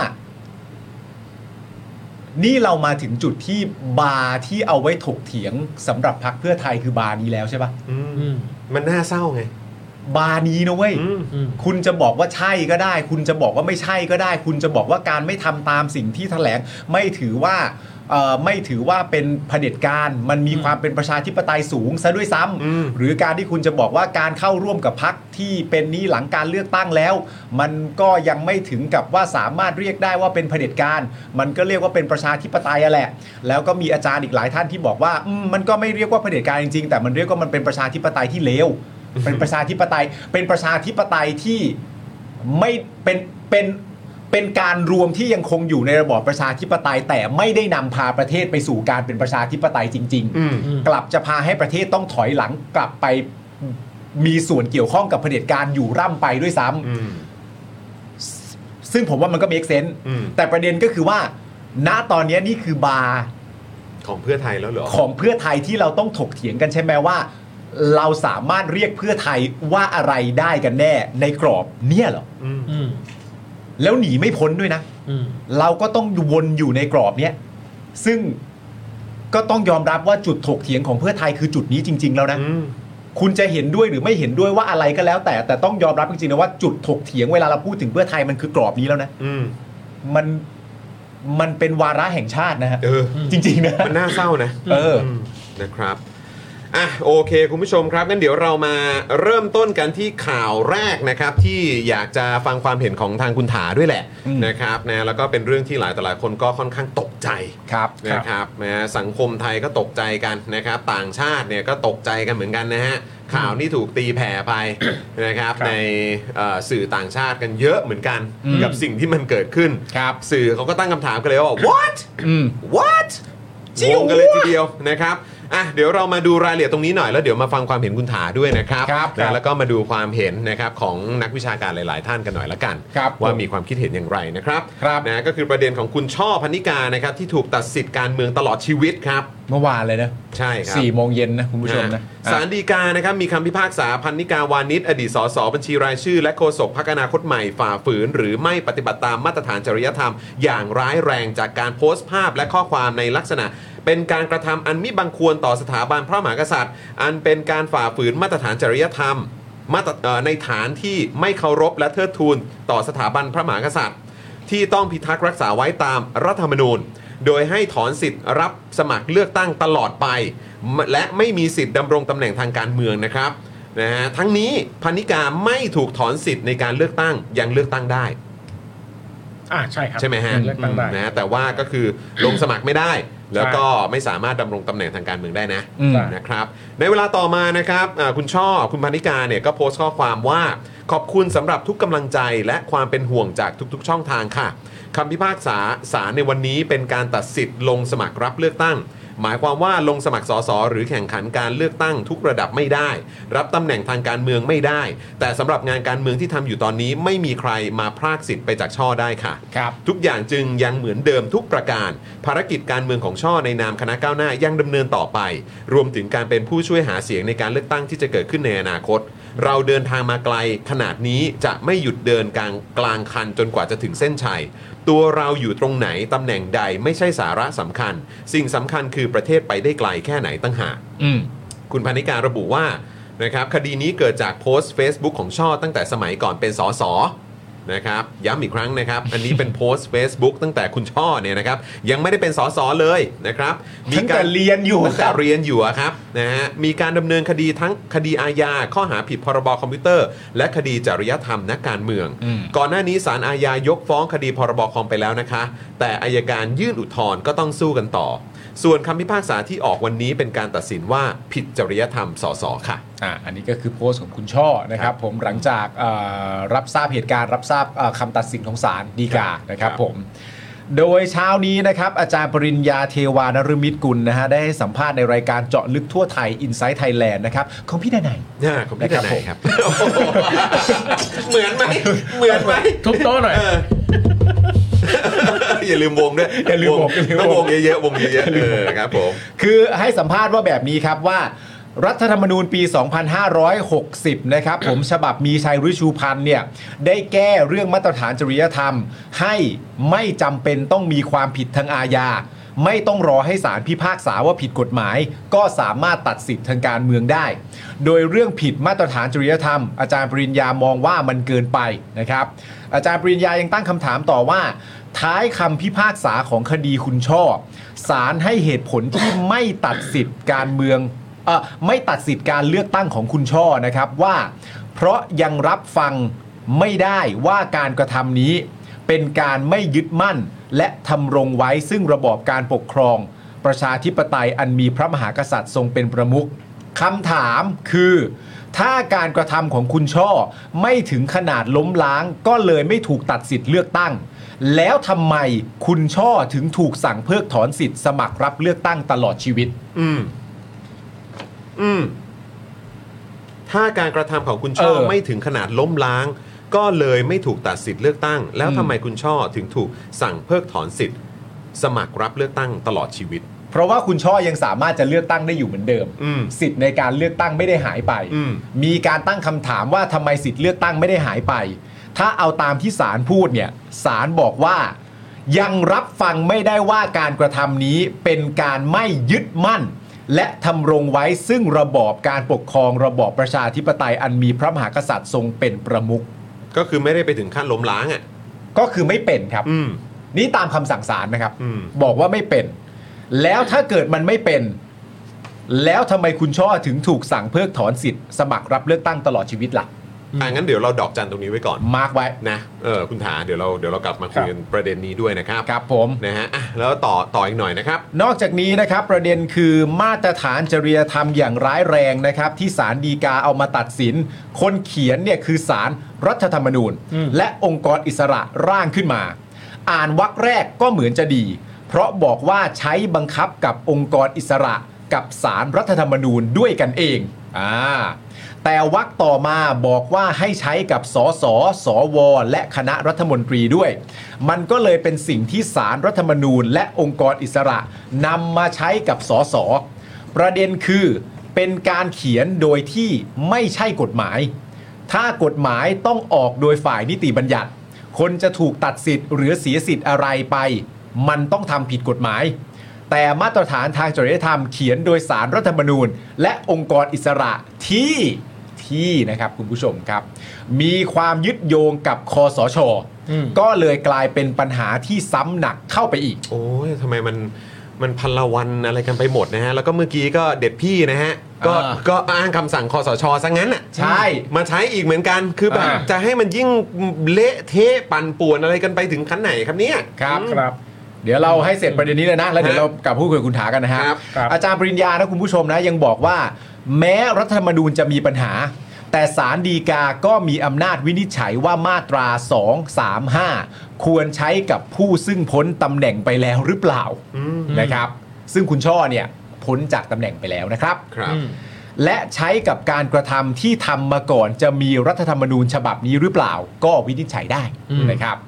นี่เรามาถึงจุดที่บาร์ที่เอาไว้ถกเถียงสำหรับพรรคเพื่อไทยคือบาร์นี้แล้วใช่ป่ะมันน่าเศร้าไงบาร์นี้นะเว้ยคุณจะบอกว่าใช่ก็ได้คุณจะบอกว่าไม่ใช่ก็ได้คุณจะบอกว่าการไม่ทำตามสิ่งที่แถลงไม่ถือว่าเป็นเผด็จการมันมีความเป็นประชาธิปไตยสูงซะด้วยซ้ำหรือการที่คุณจะบอกว่าการเข้าร่วมกับพรรคที่เป็นนี้หลังการเลือกตั้งแล้วมันก็ยังไม่ถึงกับว่าสามารถเรียกได้ว่าเป็นเผด็จการมันก็เรียกว่าเป็นประชาธิปไตยแหละแล้วก็มีอาจารย์อีกหลายท่านที่บอกว่ามันก็ไม่เรียกว่าเผด็จการจริงๆแต่มันเรียกว่ามันเป็นประชาธิปไตยที่เลวเป็นประชาธิปไตยที่ไม่เป็นการรวมที่ยังคงอยู่ในระบอบประชาธิปไตยแต่ไม่ได้นำพาประเทศไปสู่การเป็นประชาธิปไตยจริงๆกลับจะพาให้ประเทศต้องถอยหลังกลับไปมีส่วนเกี่ยวข้องกับเผด็จการอยู่ร่ำไปด้วยซ้ำซึ่งผมว่ามันก็ make sense แต่ประเด็นก็คือว่าณตอนนี้นี่คือบาร์ของเพื่อไทยแล้วเหรอของเพื่อไทยที่เราต้องถกเถียงกันใช่ไหมว่าเราสามารถเรียกเพื่อไทยว่าอะไรได้กันแน่ในกรอบเนี่ยเหรอแล้วหนีไม่พ้นด้วยนะเราก็ต้องวนอยู่ในกรอบเนี้ยซึ่งก็ต้องยอมรับว่าจุดถกเถียงของเพื่อไทยคือจุดนี้จริงๆแล้วนะคุณจะเห็นด้วยหรือไม่เห็นด้วยว่าอะไรก็แล้วแต่ต้องยอมรับจริงๆนะว่าจุดถกเถียงเวลาเราพูดถึงเพื่อไทยมันคือกรอบนี้แล้วนะมันเป็นวาระแห่งชาตินะฮะจริงๆนะมันน่าเศร้านะนะครับโอเคคุณผู้ชมครับงั้นเดี๋ยวเรามาเริ่มต้นกันที่ข่าวแรกนะครับที่อยากจะฟังความเห็นของทางคุณถาด้วยแหละนะครับนะแล้วก็เป็นเรื่องที่หลายต่อหลายคนก็ค่อนข้างตกใจนะครับนะสังคมไทยก็ตกใจกันนะครับต่างชาติเนี่ยก็ตกใจกันเหมือนกันนะฮะข่าวนี้ถูกตีแผ่ไปนะครับในสื่อต่างชาติกันเยอะเหมือนกันกับสิ่งที่มันเกิดขึ้นสื่อเขาก็ตั้งคำถามกันเลยว่า what งงกันเลยทีเดียวนะครับเดี๋ยวเรามาดูรายละเอียดตรงนี้หน่อยแล้วเดี๋ยวมาฟังความเห็นคุณถาด้วยนะครับแล้วก็มาดูความเห็นนะครับของนักวิชาการหลายๆท่านกันหน่อยละกันว่ามีความคิดเห็นอย่างไรนะครับนะก็คือประเด็นของคุณช่อพนิกานะครับที่ถูกตัดสิทธิ์การเมืองตลอดชีวิตครับเมื่อวานเลยนะใช่ครับ 4 โมงเย็นนะคุณผู้ชมนะศาลฎีกานะครับมีคำพิพากษาพนิกาวานิชอดีตสสบัญชีรายชื่อและโฆษกพรรคอนาคตใหม่ฝ่าฝืนหรือไม่ปฏิบัติตามมาตรฐานจริยธรรมอย่างร้ายแรงจากการโพสต์ภาพและข้อความในลักษณะเป็นการกระทำอันมิบังควรต่อสถาบันพระมหากษัตริย์อันเป็นการฝ่าฝืนมาตรฐานจริยธรรมในฐานที่ไม่เคารพและเทิดทูนต่อสถาบันพระมหากษัตริย์ที่ต้องพิทักษ์รักษาไว้ตามรัฐธรรมนูญโดยให้ถอนสิทธิ์รับสมัครเลือกตั้งตลอดไปและไม่มีสิทธิ์ดำรงตำแหน่งทางการเมืองนะครับนะฮะทั้งนี้พนิกาไม่ถูกถอนสิทธิ์ในการเลือกตั้งยังเลือกตั้งได้ใช่ครับใช่ไหมฮะนะแต่ว่าก็คือลงสมัครไม่ได้แล้วก็ไม่สามารถดำรงตำแหน่งทางการเมืองได้นะครับในเวลาต่อมานะครับคุณพนิกาเนี่ยก็โพสต์ข้อความว่าขอบคุณสำหรับทุกกำลังใจและความเป็นห่วงจากทุกๆช่องทางค่ะคำพิพากษาศาลในวันนี้เป็นการตัดสิทธิ์ลงสมัครรับเลือกตั้งหมายความว่าลงสมัครสสหรือแข่งขันการเลือกตั้งทุกระดับไม่ได้รับตำแหน่งทางการเมืองไม่ได้แต่สำหรับงานการเมืองที่ทำอยู่ตอนนี้ไม่มีใครมาพรากสิทธิ์ไปจากช่อได้ค่ะทุกอย่างจึงยังเหมือนเดิมทุกประการภารกิจการเมืองของช่อในนามคณะก้าวหน้ายังดำเนินต่อไปรวมถึงการเป็นผู้ช่วยหาเสียงในการเลือกตั้งที่จะเกิดขึ้นในอนาคตเราเดินทางมาไกลขนาดนี้จะไม่หยุดเดินกลางคันจนกว่าจะถึงเส้นชัยตัวเราอยู่ตรงไหนตำแหน่งใดไม่ใช่สาระสำคัญสิ่งสำคัญคือประเทศไปได้ไกลแค่ไหนตั้งหากคุณพนิการระบุว่านะครับคดีนี้เกิดจากโพสต์ Facebook ของช่อตั้งแต่สมัยก่อนเป็นสสนะครับย้ำอีกครั้งนะครับอันนี้เป็นโพสต์ Facebook ตั้งแต่คุณช่อเนี่ยนะครับยังไม่ได้เป็นสสเลยนะครับตั้งแต่เรียนอยู่ครับนะฮะมีการดำเนินคดีทั้งคดีอาญาข้อหาผิดพรบคอมพิวเตอร์และคดีจริยธรรมนักการเมืองก่อนหน้านี้ศาลอาญายกฟ้องคดีพรบคอมไปแล้วนะคะแต่อัยการยื่นอุทธรณ์ก็ต้องสู้กันต่อส่วนคำพิพากษาที่ออกวันนี้เป็นการตัดสินว่าผิดจริยธรรมสสค่ะอันนี้ก็คือโพสต์ของคุณช่อนะครับผมหลังจากรับทราบเหตุการณ์รับทราบคำตัดสินของศาลฎีกานะครับผมโดยเช้านี้นะครับอาจารย์ปริญญาเทวานฤมิตกุลนะฮะได้ให้สัมภาษณ์ในรายการเจาะลึกทั่วไทย Inside Thailand นะครับของพี่ดนัยของพี่ดนัยครับเหมือนไหมทุบโต๊ะหน่อยอย่าลืมวงด้วยอย่าลืมต้องวงเยอะๆวงเยอะๆครับผมคือให้สัมภาษณ์ว่าแบบนี้ครับว่ารัฐธรรมนูญปี 2560 นะครับผมฉบับมีชัยฤชุพันธ์เนี่ยได้แก้เรื่องมาตรฐานจริยธรรมให้ไม่จำเป็นต้องมีความผิดทางอาญาไม่ต้องรอให้ศาลพิพากษาว่าผิดกฎหมายก็สามารถตัดสิทธิ์ทางการเมืองได้โดยเรื่องผิดมาตรฐานจริยธรรมอาจารย์ปริญญามองว่ามันเกินไปนะครับอาจารย์ปริญญายังตั้งคำถามต่อว่าท้ายคำพิพากษาของคดีคุณช่อศาลให้เหตุผลที่ไม่ตัดสิทธิ์การเมืองไม่ตัดสิทธิ์การเลือกตั้งของคุณช่อนะครับว่าเพราะยังรับฟังไม่ได้ว่าการกระทำนี้เป็นการไม่ยึดมั่นและทำรงไว้ซึ่งระบอบการปกครองประชาธิปไตยอันมีพระมหากษัตริย์ทรงเป็นประมุขคำถามคือถ้าการกระทำของคุณช่อไม่ถึงขนาดล้มล้างก็เลยไม่ถูกตัดสิทธิ์เลือกตั้งแล้วทำไมคุณช่อถึงถูกสั่งเพิกถอนสิทธิ์สมัครรับเลือกตั้งตลอดชีวิตถ้าการกระทำของคุณช่อไม่ถึงขนาดล้มล้างก็เลยไม่ถูกตัดสิทธิ์เลือกตั้งแล้วทำไมคุณช่อถึงถูกสั่งเพิกถอนสิทธิ์สมัครรับเลือกตั้งตลอดชีวิตเพราะว่าคุณช่อยังสามารถจะเลือกตั้งได้อยู่เหมือนเดิมสิทธิ์ในการเลือกตั้งไม่ได้หายไปมีการตั้งคำถามว่าทำไมสิทธิ์เลือกตั้งไม่ได้หายไปถ้าเอาตามที่ศาลพูดเนี่ยศาลบอกว่ายังรับฟังไม่ได้ว่าการกระทำนี้เป็นการไม่ยึดมั่นและทำรงไว้ซึ่งระบอบการปกครองระบอบประชาธิปไตยอันมีพระมหากษัตริย์ทรงเป็นประมุขก็คือไม่ได้ไปถึงขั้นล้มล้างอ่ะก็คือไม่เป็นครับนี่ตามคำสั่งศาลนะครับบอกว่าไม่เป็นแล้วถ้าเกิดมันไม่เป็นแล้วทำไมคุณช่อถึงถูกสั่งเพิกถอนสิทธิ์สมัครรับเลือกตั้งตลอดชีวิตล่ะงั้นเดี๋ยวเราดอกจันตรงนี้ไว้ก่อนมาร์กไว้นะคุณถาเดี๋ยวเรากลับมาคุยกันประเด็นนี้ด้วยนะครับครับผมนะฮะแล้วต่ออีกหน่อยนะครับนอกจากนี้นะครับประเด็นคือมาตรฐานจริยธรรมอย่างร้ายแรงนะครับที่ศาลฎีกาเอามาตัดสินคนเขียนเนี่ยคือศาลรัฐธรรมนูญและองค์กรอิสระร่างขึ้นมาอ่านวรรคแรกก็เหมือนจะดีเพราะบอกว่าใช้บังคับกับองค์กรอิสระกับศาลรัฐธรรมนูญด้วยกันเองแต่วรรคต่อมาบอกว่าให้ใช้กับสสสวและคณะรัฐมนตรีด้วยมันก็เลยเป็นสิ่งที่ศาลรัฐธรรมนูญและองค์กรอิสระนำมาใช้กับสสประเด็นคือเป็นการเขียนโดยที่ไม่ใช่กฎหมายถ้ากฎหมายต้องออกโดยฝ่ายนิติบัญญัติคนจะถูกตัดสิทธิ์หรือเสียสิทธิ์อะไรไปมันต้องทำผิดกฎหมายแต่มาตรฐานทางจริยธรรมเขียนโดยศาลรัฐธรรมนูญและองค์กรอิสระที่นะครับคุณผู้ชมครับมีความยึดโยงกับคสช.ก็เลยกลายเป็นปัญหาที่ซ้ำหนักเข้าไปอีกโอ้ยทำไมมันพลวันอะไรกันไปหมดนะฮะแล้วก็เมื่อกี้ก็เด็ดพี่นะฮะก็อ้างคำสั่งคสช.ซะงั้นอ่ะใช่มาใช้อีกเหมือนกันคือแบบจะให้มันยิ่งเละเทะปั่นป่วนอะไรกันไปถึงขั้นไหนครับเนี่ยครับเดี๋ยวเราให้เสร็จประเด็นนี้เลยนะแล้วเดี๋ยวเรากลับพูดคุยกับคุณถากันนะฮะอาจารย์ปริญญานะคุณผู้ชมนะยังบอกว่าแม้รัฐธรรมนูญจะมีปัญหาแต่ศาลฎีกาก็มีอำนาจวินิจฉัยว่ามาตรา235ควรใช้กับผู้ซึ่งพ้นตำแหน่งไปแล้วหรือเปล่านะครับซึ่งคุณช่อเนี่ยพ้นจากตำแหน่งไปแล้วนะครับและใช้กับการกระทำที่ทำมาก่อนจะมีรัฐธรรมนูญฉบับนี้หรือเปล่าก็วินิจฉัยได้นะครับ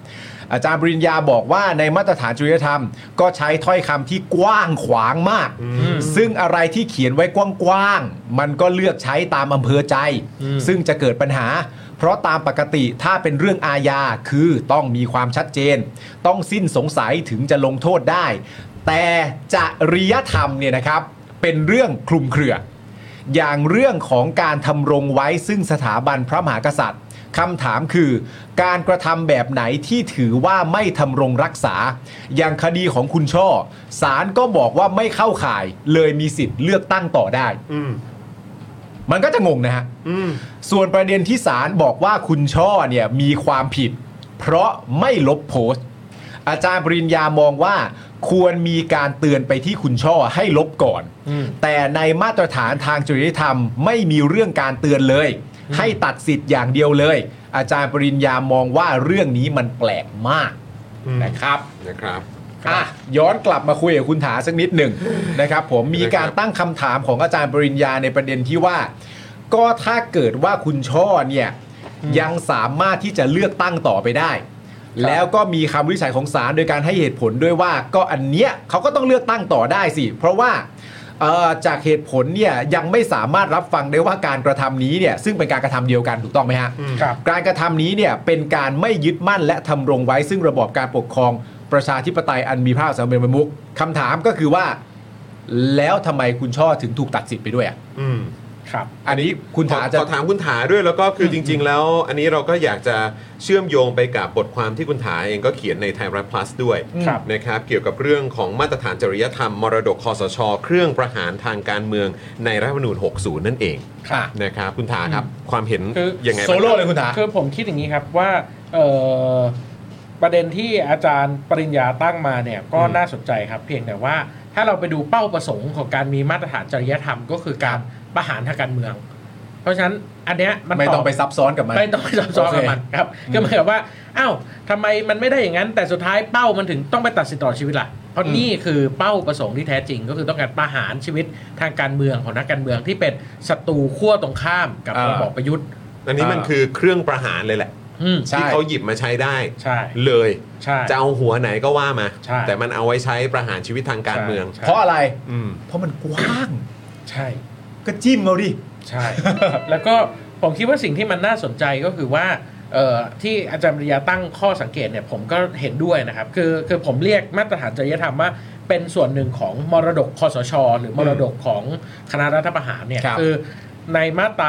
อาจารย์ปริญญาบอกว่าในมาตรฐานจริยธรรมก็ใช้ถ้อยคำที่กว้างขวางมากซึ่งอะไรที่เขียนไว้กว้างๆมันก็เลือกใช้ตามอำเภอใจซึ่งจะเกิดปัญหาเพราะตามปกติถ้าเป็นเรื่องอาญาคือต้องมีความชัดเจนต้องสิ้นสงสัยถึงจะลงโทษได้แต่จริยธรรมเนี่ยนะครับเป็นเรื่องคลุมเครืออย่างเรื่องของการทำรงไว้ซึ่งสถาบันพระมหากษัตริย์คำถามคือการกระทำแบบไหนที่ถือว่าไม่ทำรงรักษาอย่างคดีของคุณช่อศาลก็บอกว่าไม่เข้าข่ายเลยมีสิทธิ์เลือกตั้งต่อได้มันก็จะงงนะฮะส่วนประเด็นที่ศาลบอกว่าคุณช่อเนี่ยมีความผิดเพราะไม่ลบโพสต์อาจารย์ปริญญามองว่าควรมีการเตือนไปที่คุณช่อให้ลบก่อนแต่ในมาตรฐานทางจริยธรรมไม่มีเรื่องการเตือนเลยให้ตัดสิทธิ์อย่างเดียวเลยอาจารย์ปริญญามองว่าเรื่องนี้มันแปลกมากนะครับย้อนกลับมาคุยกับคุณถาสักนิดหนึ่งนะครับผมมีการตั้งคำถามของอาจารย์ปริญญาในประเด็นที่ว่าก็ถ้าเกิดว่าคุณช่อเนี่ยยังสามารถที่จะเลือกตั้งต่อไปได้แล้วก็มีคำวินิจฉัยของศาลโดยการให้เหตุผลด้วยว่าก็อันเนี้ยเขาก็ต้องเลือกตั้งต่อได้สิเพราะว่าจากเหตุผลเนี่ยยังไม่สามารถรับฟังได้ว่าการกระทำนี้เนี่ยซึ่งเป็นการกระทำเดียวกันถูกต้องไหมฮะการกระทำนี้เนี่ยเป็นการไม่ยึดมั่นและทำรงไว้ซึ่งระบอบการปกครองประชาธิปไตยอันมีพระมหากษัตริย์เป็นประมุขคำถามก็คือว่าแล้วทำไมคุณช่อถึงถูกตัดสิทธิ์ไปด้วยครับอันนี้คุณถาจะถามคุณถาด้วยแล้วก็คือจริงๆแล้วอันนี้เราก็อยากจะเชื่อมโยงไปกับบทความที่คุณถาเองก็เขียนในไทยรัฐ plus ด้วยนะครับเกี่ยวกับเรื่องของมาตรฐานจริยธรรมมรดกคสช.เครื่องประหารทางการเมืองในรัฐธรรมนูญ60นั่นเองนะครับคุณถาครับความเห็นยังไงโซโล่เลยคุณถาคือผมคิดอย่างนี้ครับว่าประเด็นที่อาจารย์ปริญญาตั้งมาเนี่ยก็น่าสนใจครับเพียงแต่ว่าถ้าเราไปดูเป้าประสงค์ของการมีมาตรฐานจริยธรรมก็คือการประหารทางการเมืองเพราะฉะนั้นอันเนี้ยมันไม่ต้องไปซับซ้อนกับมันไม่ต้องไปซับซ้อนกับมันครับก็หมายความว่าอ้าวทำไมมันไม่ได้อย่างนั้นแต่สุดท้ายเป้ามันถึงต้องไปตัดสินต่อชีวิตล่ะเพราะนี่คือเป้าประสงค์ที่แท้จริงก็คือต้องการประหารชีวิตทางการเมืองของนักการเมืองที่เป็นศัตรูขั้วตรงข้ามกับระบอบประยุทธ์อันนี้มันคือเครื่องประหารเลยแหละที่เขาหยิบมาใช้ได้เลยจะเอาหัวไหนก็ว่ามาแต่มันเอาไว้ใช้ประหารชีวิตทางการเมืองเพราะอะไรเพราะมันกว้างใช่ก็จิ้มเอาดิใช่ แล้วก็ผมคิดว่าสิ่งที่มันน่าสนใจก็คือว่าที่อาจารย์ปริญญาตั้งข้อสังเกตเนี่ยผมก็เห็นด้วยนะครับคือผมเรียกมาตรฐานจริยธรรมว่าเป็นส่วนหนึ่งของมรดกคสช.หรือมรดกของคณะรัฐประหารเนี่ยคือในมาตรา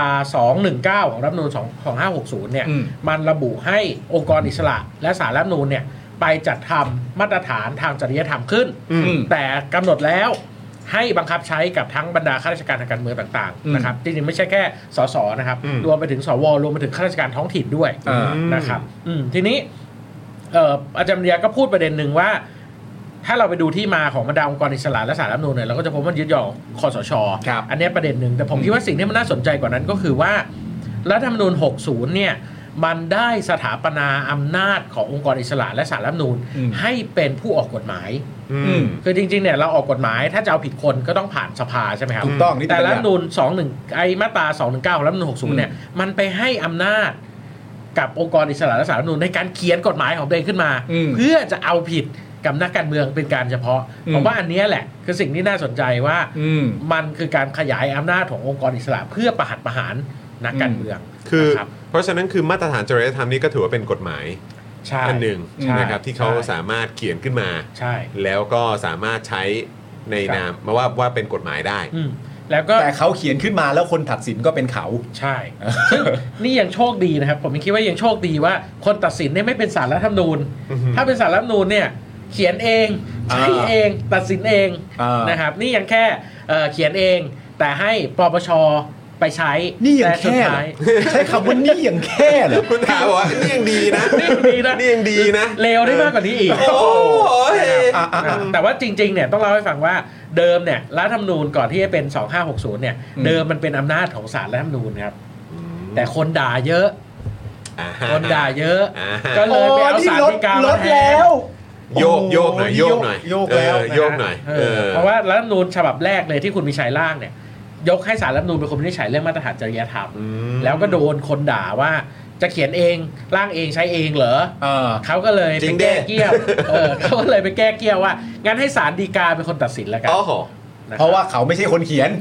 219ของรัฐธรรมนูญ2560เนี่ยมันระบุให้องค์กรอิสระและศาลรัฐธรรมนูญเนี่ยไปจัดทำมาตรฐานทางจริยธรรมขึ้นแต่กำหนดแล้วให้บังคับใช้กับทั้งบรรดาข้าราชการทางการเมืองต่างๆนะครับจริงๆไม่ใช่แค่สสนะครับรวมไปถึงสวรวมไปถึงข้าราชการท้องถิ่นด้วยนะครับทีนี้อาจารย์ปริญญาก็พูดประเด็นหนึ่งว่าถ้าเราไปดูที่มาของบรรดาองค์กรอิสระและศาลรัฐธรรมนูญเนี่ยเราก็จะพบว่ายึดโยงคสช.อันนี้ประเด็นหนึ่งแต่ผมคิดว่าสิ่งที่มันน่าสนใจกว่านั้นก็คือว่ารัฐธรรมนูญ60เนี่ยมันได้สถาปนาอำนาจขององค์กรอิสระและศาลรัฐธรรมนูญให้เป็นผู้ออกกฎหมายคือจริงๆเนี่ยเราออกกฎหมายถ้าจะเอาผิดคนก็ต้องผ่านสภาใช่ไหมครับถูกต้องแต่รัฐธรรมนูญ21ไอ้มาตรา219ของรัฐธรรมนูญ60เนี่ยมันไปให้อำนาจกับองค์กรอิสระและศาลรัฐธรรมนูญในการเขียนกฎหมายของตัวเองขึ้นมาเพื่อจะเอาผิดกับนักการเมืองเป็นการเฉพาะผมว่าอันนี้แหละคือสิ่งที่น่าสนใจว่ามันคือการขยายอำนาจขององค์กรอิสระเพื่อประหารนักการเมืองคือเพราะฉะนั้นคือมาตรฐานจริยธรรมนี้ก็ถือว่าเป็นกฎหมายอันหนึ่งนะครับที่เขาสามารถเขียนขึ้นมาแล้วก็สามารถใช้ในนามมาว่าเป็นกฎหมายได้แล้วก็แต่เขาเขียนขึ้นมาแล้วคนตัดสินก็เป็นเขาใช่ซึ่งนี่ยังโชคดีนะครับผมคิดว่ายังโชคดีว่าคนตัดสินเนี่ยไม่เป็นศาลรัฐธรรมนูญถ้าเป็นศาลรัฐธรรมนูญเนี่ยเขียนเองใช้เองตัดสินเองนะครับนี่ยังแค่เขียนเองแต่ให้ปปช.ไปใช้นี่ยังแค่ใช้คำว่านี่ยังแค่เหรอคุณถามว่านี่ยังดีนะนี่ยังดีนะนี่ยังดีนะเลวได้มากกว่านี้อีกแต่ว่าจริงๆเนี่ยต้องเล่าให้ฟังว่าเดิมเนี่ยรัฐธรรมนูญก่อนที่จะเป็น2560เนี่ยเดิมมันเป็นอำนาจของศาลรัฐธรรมนูญครับแต่คนด่าเยอะคนด่าเยอะก็เลยไปเอาศาลฎีกามาแทนโยกหน่อยโยกแล้วโยกหน่อยเพราะว่ารัฐธรรมนูญฉบับแรกเลยที่คุณมีชัยร่างเนี่ยยกให้ศาลรัฐธรรมนูญเป็นคนวินิจฉัยเรื่องมาตรฐานจริยธรรมแล้วก็โดนคนด่าว่าจะเขียนเองร่างเองใช้เองเหรอเขาก็เลยไปแก้เกี้ยวเขาก็เลยไปแก้เกี้ยวว่างั้นให้ศาลฎีกาเป็นคนตัดสินแล้วกันเพราะว่าเขาไม่ใช่คนเขียน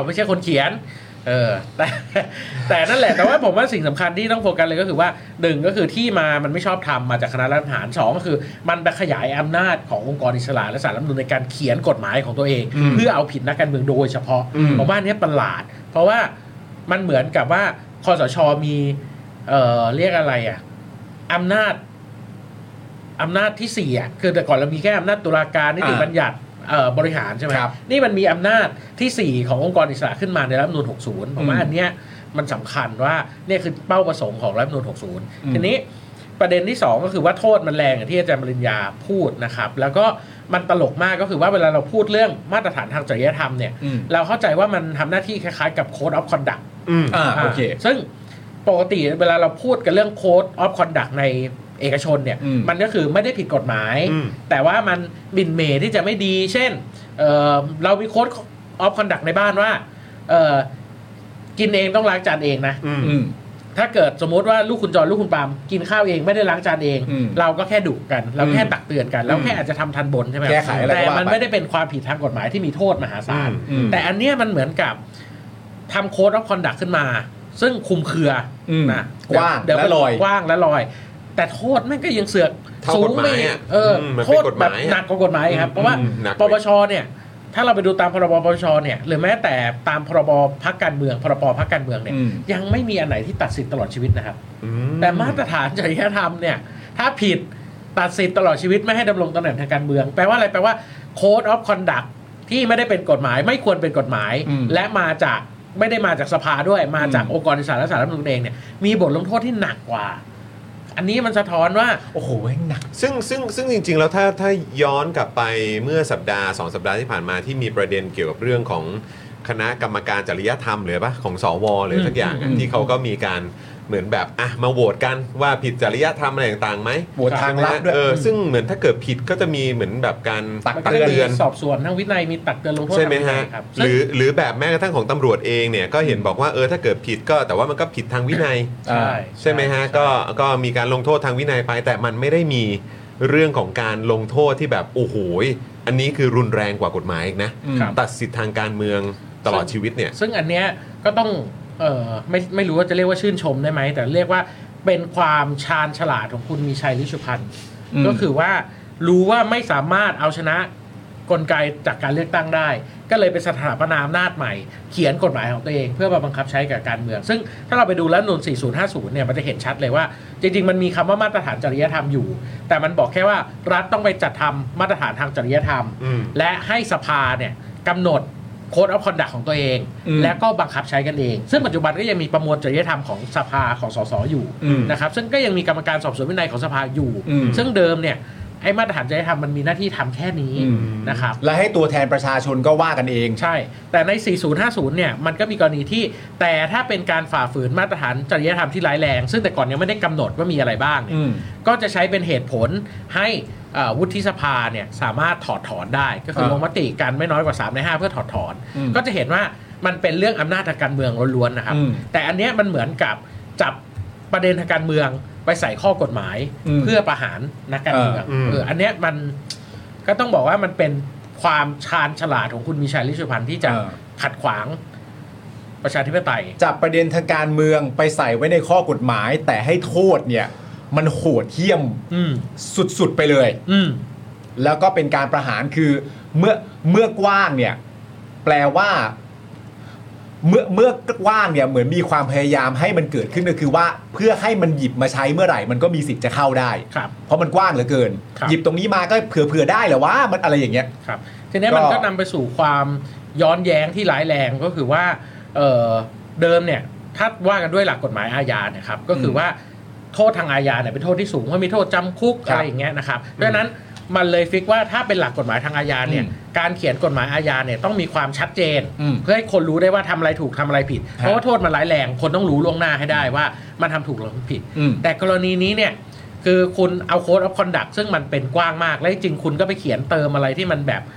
แต่นั่นแหละแต่ว่าผมว่าสิ่งสำคัญที่ต้องโฟกัสเลยก็คือว่า1ก็คือที่มันไม่ชอบทำมาจากคณะรัฐประหาร2ก็คือมันไปขยายอำนาจขององค์กรอิสระและศาลรัฐธรรมนูญในการเขียนกฎหมายของตัวเองเพื่อเอาผิดนักการเมืองโดยเฉพาะผมว่านี้ประหลาดเพราะว่ามันเหมือนกับว่าคสช.มีเรียกอะไรอำนาจที่4คือแต่ก่อนเรามีแค่อำนาจตุลาการนิติบัญญัติบริหารใช่ไหมนี่มันมีอำนาจที่4ขององค์กรอิสระขึ้นมาในรัฐธรรมนูญ60ผมว่าอันเนี้ยมันสำคัญว่าเนี่ยคือเป้าประสงค์ของรัฐธรรมนูญ60ทีนี้ประเด็นที่2ก็คือว่าโทษมันแรงอย่างที่อาจารย์ปริญญาพูดนะครับแล้วก็มันตลกมากก็คือว่าเวลาเราพูดเรื่องมาตรฐานทางจริยธรรมเนี่ยเราเข้าใจว่ามันทำหน้าที่คล้ายๆกับ Code of Conduct โอเคซึ่งปกติเวลาเราพูดกันเรื่อง Code of Conduct ในเอกชนเนี่ยมันก็คือไม่ได้ผิดกฎหมายแต่ว่ามันบินเมที่จะไม่ดีเช่นเรามี Code of Conduct ในบ้านว่ากินเองต้องล้างจานเองนะถ้าเกิดสมมติว่าลูกคุณจรลูกคุณปาล์มกินข้าวเองไม่ได้ล้างจานเองเราก็แค่ดุกันเราแค่ตักเตือนกันแล้วแค่อาจจะทำทันบนใช่ไหมแต่มันไม่ได้เป็นความผิดทางกฎหมายที่มีโทษมหาศาลแต่อันเนี้ยมันเหมือนกับทำ Code of Conduct ขึ้นมาซึ่งคุมเครือนะกว้างและลอยกว้างและลอยแต่โทษแม่งก็ยังเสือกสูงไปโทษแบบหนักกว่ากฎหมายครับเพราะว่าปปชเนี่ยถ้าเราไปดูตามพรบปปชเนี่ยหรือแม้แต่ตามพรบพรรคการเมืองพรบพรรคการเมืองเนี่ยยังไม่มีอันไหนที่ตัดสิทธิ์ตลอดชีวิตนะครับแต่มาตรฐานจริยธรรมเนี่ยถ้าผิดตัดสิทธิ์ตลอดชีวิตไม่ให้ดำรงตำแหน่งทางการเมืองแปลว่าอะไรแปลว่า Code of Conduct ที่ไม่ได้เป็นกฎหมายไม่ควรเป็นกฎหมายและไม่ได้มาจากสภาด้วยมาจากองค์กรอิสระและศาลรัฐธรรมนูญเองเนี่ยมีบทลงโทษที่หนักกว่าอันนี้มันสะท้อนว่าโอ้โหหนักซึ่งจริงๆแล้วถ้าย้อนกลับไปเมื่อสัปดาห์2สัปดาห์ที่ผ่านมาที่มีประเด็นเกี่ยวกับเรื่องของคณะกรรมการจริยธรรมหรือปะของสวหรือสักอย่างที่เขาก็มีการเหมือนแบบมาโหวตกันว่าผิดจริยธรรมอะไรต่างๆไหมโหวตทางลับด้วยซึ่งเหมือนถ้าเกิดผิดก็จะมีเหมือนแบบการตักเตือนสอบสวนทางวินัยมีตักเตือนลงโทษใช่ไหมฮะหรือแบบแม้กระทั่งของตำรวจเองเนี่ยก็เห็นบอกว่าถ้าเกิดผิดก็แต่ว่ามันก็ผิดทางวินัยใช่ไหมฮะก็มีการลงโทษทางวินัยไปแต่มันไม่ได้มีเรื่องของการลงโทษที่แบบโอ้โหอันนี้คือรุนแรงกว่ากฎหมายอีกนะตัดสิทธิทางการเมืองตลอดชีวิตเนี่ยซึ่งอันเนี้ยก็ต้องไม่รู้ว่าจะเรียกว่าชื่นชมได้ไหมแต่เรียกว่าเป็นความชาญฉลาดของคุณมีชัยฤชุพันธ์ก็คือว่ารู้ว่าไม่สามารถเอาชนะกลไกจากการเลือกตั้งได้ก็เลยเป็นสถาปนาอำนาจใหม่เขียนกฎหมายของตัวเองเพื่อมาบังคับใช้กับการเมืองซึ่งถ้าเราไปดูรัฐธรรมนูญ4050เนี่ยมันจะเห็นชัดเลยว่าจริงๆมันมีคำว่ามาตรฐานจริยธรรมอยู่แต่มันบอกแค่ว่ารัฐต้องไปจัดทำมาตรฐานทางจริยธรรมและให้สภาเนี่ยกำหนดCode of Conduct ของตัวเองแล้วก็บังคับใช้กันเองซึ่งปัจจุบันก็ยังมีประมวลจริยธรรมของสภาของสสอยู่นะครับซึ่งก็ยังมีกรรมการสอบสวนวินัยของสภาอยู่ซึ่งเดิมเนี่ยไอ้มาตรฐานจริยธรรมมันมีหน้าที่ทำแค่นี้นะครับและให้ตัวแทนประชาชนก็ว่ากันเองใช่แต่ใน4050เนี่ยมันก็มีกรณีที่แต่ถ้าเป็นการฝ่าฝืนมาตรฐานจริยธรรมที่ร้ายแรงซึ่งแต่ก่อนยังไม่ได้กำหนดว่ามีอะไรบ้างก็จะใช้เป็นเหตุผลให้วุฒิสภาเนี่ยสามารถถอดถอนได้ก็คือลงมติกันไม่น้อยกว่า3 ใน 5เพื่อถอดถอนก็จะเห็นว่ามันเป็นเรื่องอำนาจทางการเมืองล้วนๆนะครับแต่อันเนี้ยมันเหมือนกับจับประเด็นทางการเมืองไปใส่ข้อกฎหมายเพื่อประหารนักการเมืองอันเนี้ยมันก็ต้องบอกว่ามันเป็นความชาญฉลาดของคุณมีชัยฤชุพันธ์ที่จะขัดขวางประชาธิปไตยจับประเด็นทางการเมืองไปใส่ไว้ในข้อกฎหมายแต่ให้โทษเนี่ยมันโหดเหี้ยมสุดๆไปเลยแล้วก็เป็นการประหารคือเมื่อกว้างเนี่ยแปลว่าเมื่อกว้างเนี่ยเหมือนมีความพยายามให้มันเกิดขึ้นก็คือว่าเพื่อให้มันหยิบมาใช้เมื่อไหร่มันก็มีสิทธิ์จะเข้าได้เพราะมันกว้างเหลือเกินหยิบตรงนี้มาก็เผื่อได้แหละว่ามันอะไรอย่างเงี้ยครับทีนี้มันก็นำไปสู่ความย้อนแย้งที่ร้ายแรงก็คือว่าเดิมเนี่ยถ้าว่ากันด้วยหลักกฎหมายอาญาเนี่ยครับก็คือว่าโทษทางอาญาเนี่ยเป็นโทษที่สูงเพราะมีโทษจำคุกอะไรอย่างเงี้ยนะครับเพราะฉะนั้นมันเลยฟิกว่าถ้าเป็นหลักกฎหมายทางอาญาเนี่ยการเขียนกฎหมายอาญาเนี่ยต้องมีความชัดเจนเพื่อให้คนรู้ได้ว่าทำอะไรถูกทำอะไรผิดเพราะว่าโทษมันร้ายแรงคนต้องรู้ล่วงหน้าให้ได้ว่ามันทำถูกหรือผิดแต่กรณีนี้เนี่ยคือคุณเอา Code of Conduct ซึ่งมันเป็นกว้างมากและจริงคุณก็ไปเขียนเติมอะไรที่มันแบบ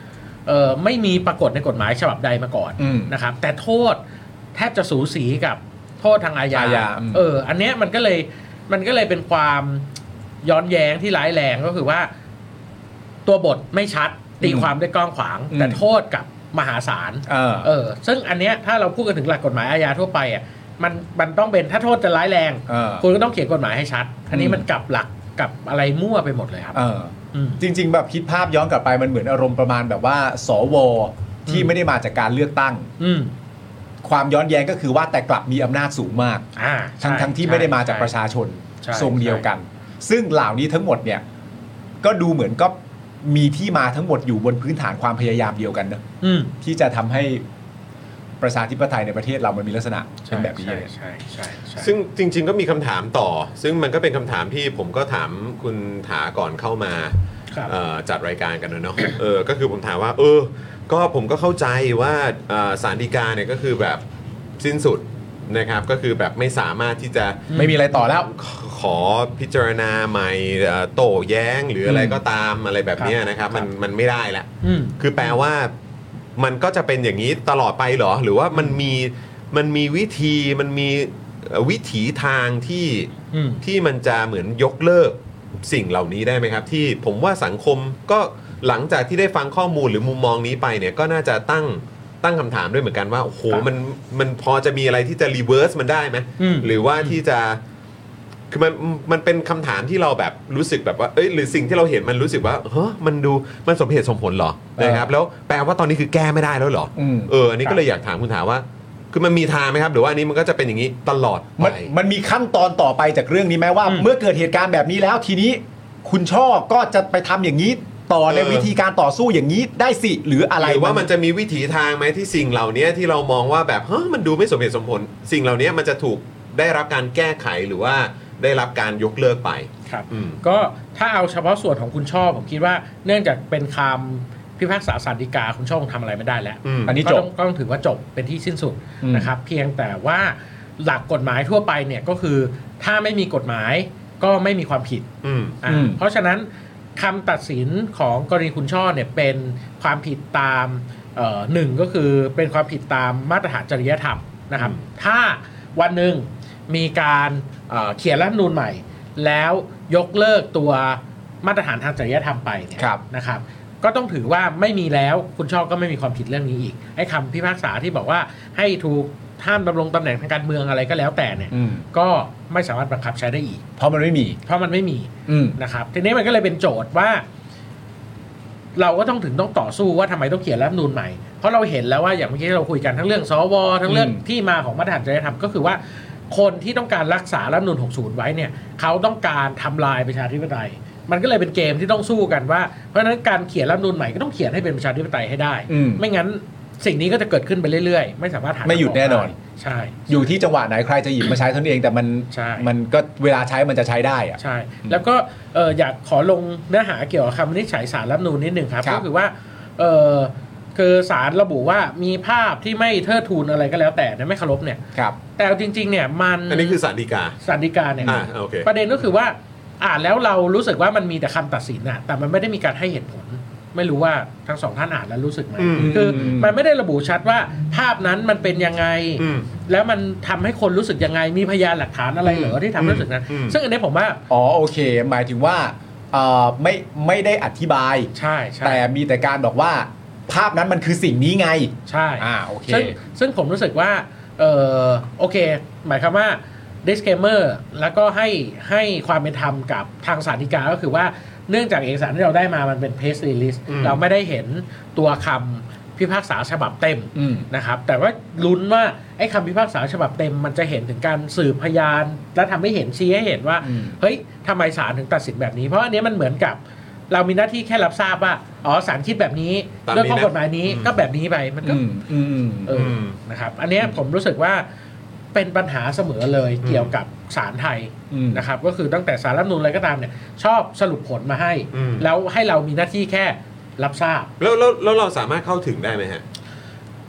ไม่มีปรากฏในกฎหมายฉบับใดมาก่อนนะครับแต่โทษแทบจะสูสีกับโทษทางอาญาอันเนี้ยมันก็เลยเป็นความย้อนแย้งที่ร้ายแรงก็คือว่าตัวบทไม่ชัดตีความได้กว้างขวางแต่โทษกับมหาศาลซึ่งอันเนี้ยถ้าเราพูดกันถึงหลักกฎหมายอาญาทั่วไปอ่ะมันต้องเป็นถ้าโทษจะร้ายแรงคุณก็ต้องเขียนกฎหมายให้ชัดอันนี้มันกลับหลักกับอะไรมั่วไปหมดเลยครับจริงๆแบบคิดภาพย้อนกลับไปมันเหมือนอารมณ์ประมาณแบบว่าสวที่ไม่ได้มาจากการเลือกตั้งความย้อนแย้งก็คือว่าแต่กลับมีอำนาจสูงมากทั้งที่ไม่ได้มาจากประชาชนทรงเดียวกันซึ่งเหล่านี้ทั้งหมดเนี่ยก็ดูเหมือนก็มีที่มาทั้งหมดอยู่บนพื้นฐานความพยายามเดียวกันนะที่จะทำให้ประชาธิปไตยในประเทศเรามันมีลักษณะเป็นแบบนี้ใช่ซึ่งจริงๆก็มีคำถามต่อซึ่งมันก็เป็นคำถามที่ผมก็ถามคุณถาก่อนเข้ามาจัดรายการกันเนาะก็คือผมถามว่าก็ผมก็เข้าใจว่าศาลฎีกาเนี่ยก็คือแบบสิ้นสุดนะครับก็คือแบบไม่สามารถที่จะไม่มีอะไรต่อแล้วขอพิจารณาใหม่โต้แย้งหรืออะไรก็ตามอะไรแบบนี้นะครับมันไม่ได้แล้วคือแปลว่ามันก็จะเป็นอย่างนี้ตลอดไปเหรอหรือว่ามันมีวิธีมันมีวิถีทางที่มันจะเหมือนยกเลิกสิ่งเหล่านี้ได้ไหมครับที่ผมว่าสังคมก็หลังจากที่ได้ฟังข้อมูลหรือมุมมองนี้ไปเนี่ยก็น่าจะตั้งคำถามด้วยเหมือนกันว่าโอ้โหมันพอจะมีอะไรที่จะรีเวิร์สมันได้ไหมหรือว่าที่จะคือมันเป็นคำถามที่เราแบบรู้สึกแบบว่าหรือสิ่งที่เราเห็นมันรู้สึกว่ามันสมเหตุสมผลเหรอนะครับแล้วแปลว่าตอนนี้คือแก้ไม่ได้แล้วเหรออันนี้ก็เลยอยากถามคุณถามว่าคือมันมีทางไหมครับหรือว่าอันนี้มันก็จะเป็นอย่างนี้ตลอดไปมันมีขั้นตอนต่อไปจากเรื่องนี้ไหมว่าเมื่อเกิดเหตุการณ์แบบนี้แล้วทีนี้คุณช่อก็จะไปทำอย่างนี้ต่อในวิธีการต่อสู้อย่างนี้ได้สิหรืออะไรหรือว่ามันจะมีวิถีทางไหมที่สิ่งเหล่านี้ที่เรามองว่าแบบมันดูไม่สมเหตุสมผลสิ่งเหล่านี้มันจะถูกได้รับการแก้ไขหรือว่าได้รับการยกเลิกไปครับก็ถ้าเอาเฉพาะส่วนของคุณช่อผมคิดว่าเนื่องจากเป็นคำพิพากษาศาลฎีกาคุณช่อคงทำอะไรไม่ได้แล้วอันนี้ก็ต้องถือว่าจบเป็นที่สิ้นสุดนะครับเพียงแต่ว่าหลักกฎหมายทั่วไปเนี่ยก็คือถ้าไม่มีกฎหมายก็ไม่มีความผิดเพราะฉะนั้นคำตัดสินของกรณีคุณช่อเนี่ยเป็นความผิดตามหนึ่งก็คือเป็นความผิดตามมาตรฐานจริยธรรมนะครับถ้าวันหนึ่งมีการเขียนรัฐธรรมนูญใหม่แล้วยกเลิกตัวมาตรฐานทางจริยธรรมไปเนี่ยนะครับก็ต้องถือว่าไม่มีแล้วคุณช่อก็ไม่มีความผิดเรื่องนี้อีกไอ้คำพิพากษาที่บอกว่าให้ถูกห้ามดำรงตำแหน่งทางการเมืองอะไรก็แล้วแต่เนี่ยก็ไม่สามารถบังคับใช้ได้อีกเพราะมันไม่มีนะครับทีนี้มันก็เลยเป็นโจทย์ว่าเราก็ต้องต่อสู้ว่าทำไมต้องเขียนรัฐธรรมนูญใหม่เพราะเราเห็นแล้วว่าอย่างเมื่อกี้เราคุยกันทั้งเรื่องสวทั้งเรื่องที่มาของมาตรฐานจริยธรรมก็คือว่าคนที่ต้องการรักษารัฐธรรมนูญ60ไว้เนี่ยเขาต้องการทำลายประชาธิปไตยมันก็เลยเป็นเกมที่ต้องสู้กันว่าเพราะฉะนั้นการเขียนรัฐธรรมนูญใหม่ก็ต้องเขียนให้เป็นประชาธิปไตยให้ได้ไม่งั้นสิ่งนี้ก็จะเกิดขึ้นไปเรื่อยๆไม่สามารถไม่หยุดแน่นอนใช่อยู่ที่จังหวะไหนใครจะหยิบมาใช้เท่านั้นเองแต่มันก็เวลาใช้มันจะใช้ได้อะใช่แล้วก็อยากขอลงเนื้อหาเกี่ยวกับคำวินิจฉัยศาลรัฐธรรมนูญนิดนึงครับก็คือว่าคือศาลระบุว่ามีภาพที่ไม่เทิดทูนอะไรก็แล้วแต่ไม่เคารพเนี่ยแต่จริงๆเนี่ยมันอันนี้คือศาลฎีกาเนี่ยประเด็นก็คือว่าอ่านแล้วเรารู้สึกว่ามันมีแต่คำตัดสินน่ะแต่มันไม่ได้มีการให้เหตุผลไม่รู้ว่าทั้งสองท่านอ่านแล้วรู้สึกไหมคือมันไม่ได้ระบุชัดว่าภาพนั้นมันเป็นยังไงแล้วมันทำให้คนรู้สึกยังไงมีพยานหลักฐานอะไรเหรอที่ทำให้รู้สึกนั้นซึ่งอันนี้ผมว่าโอเคหมายถึงว่าไม่ได้อธิบายใช่แต่มีแต่การบอกว่าภาพนั้นมันคือสิ่งนี้ไงใช่โอเคซึ่งผมรู้สึกว่าโอเคหมายความว่า disclaimer แล้วก็ให้ความเป็นธรรมกับทางศาลฎีกาก็คือว่าเนื่องจากเอกสารที่เราได้มามันเป็น press release เราไม่ได้เห็นตัวคำพิพากษาฉบับเต็มนะครับแต่ว่าลุ้นว่าไอ้คำพิพากษาฉบับเต็มมันจะเห็นถึงการสืบพยานและทำให้เห็นชี้ให้เห็นว่าเฮ้ยทำไมศาลถึงตัดสินแบบนี้เพราะอันนี้มันเหมือนกับเรามีหน้าที่แค่รับทราบว่าศาลคิดแบบนี้ด้วยข้อกฎหมายนี้ก็แบบนี้ไปมันก็นะครับอันนี้ผมรู้สึกว่าเป็นปัญหาเสมอเลยเกี่ยวกับศาลไทยนะครับก็คือตั้งแต่ศาลรัฐธรรมนูญอะไรก็ตามเนี่ยชอบสรุปผลมาให้แล้วให้เรามีหน้าที่แค่รับทราบแล้วเราสามารถเข้าถึงได้ไหมฮะ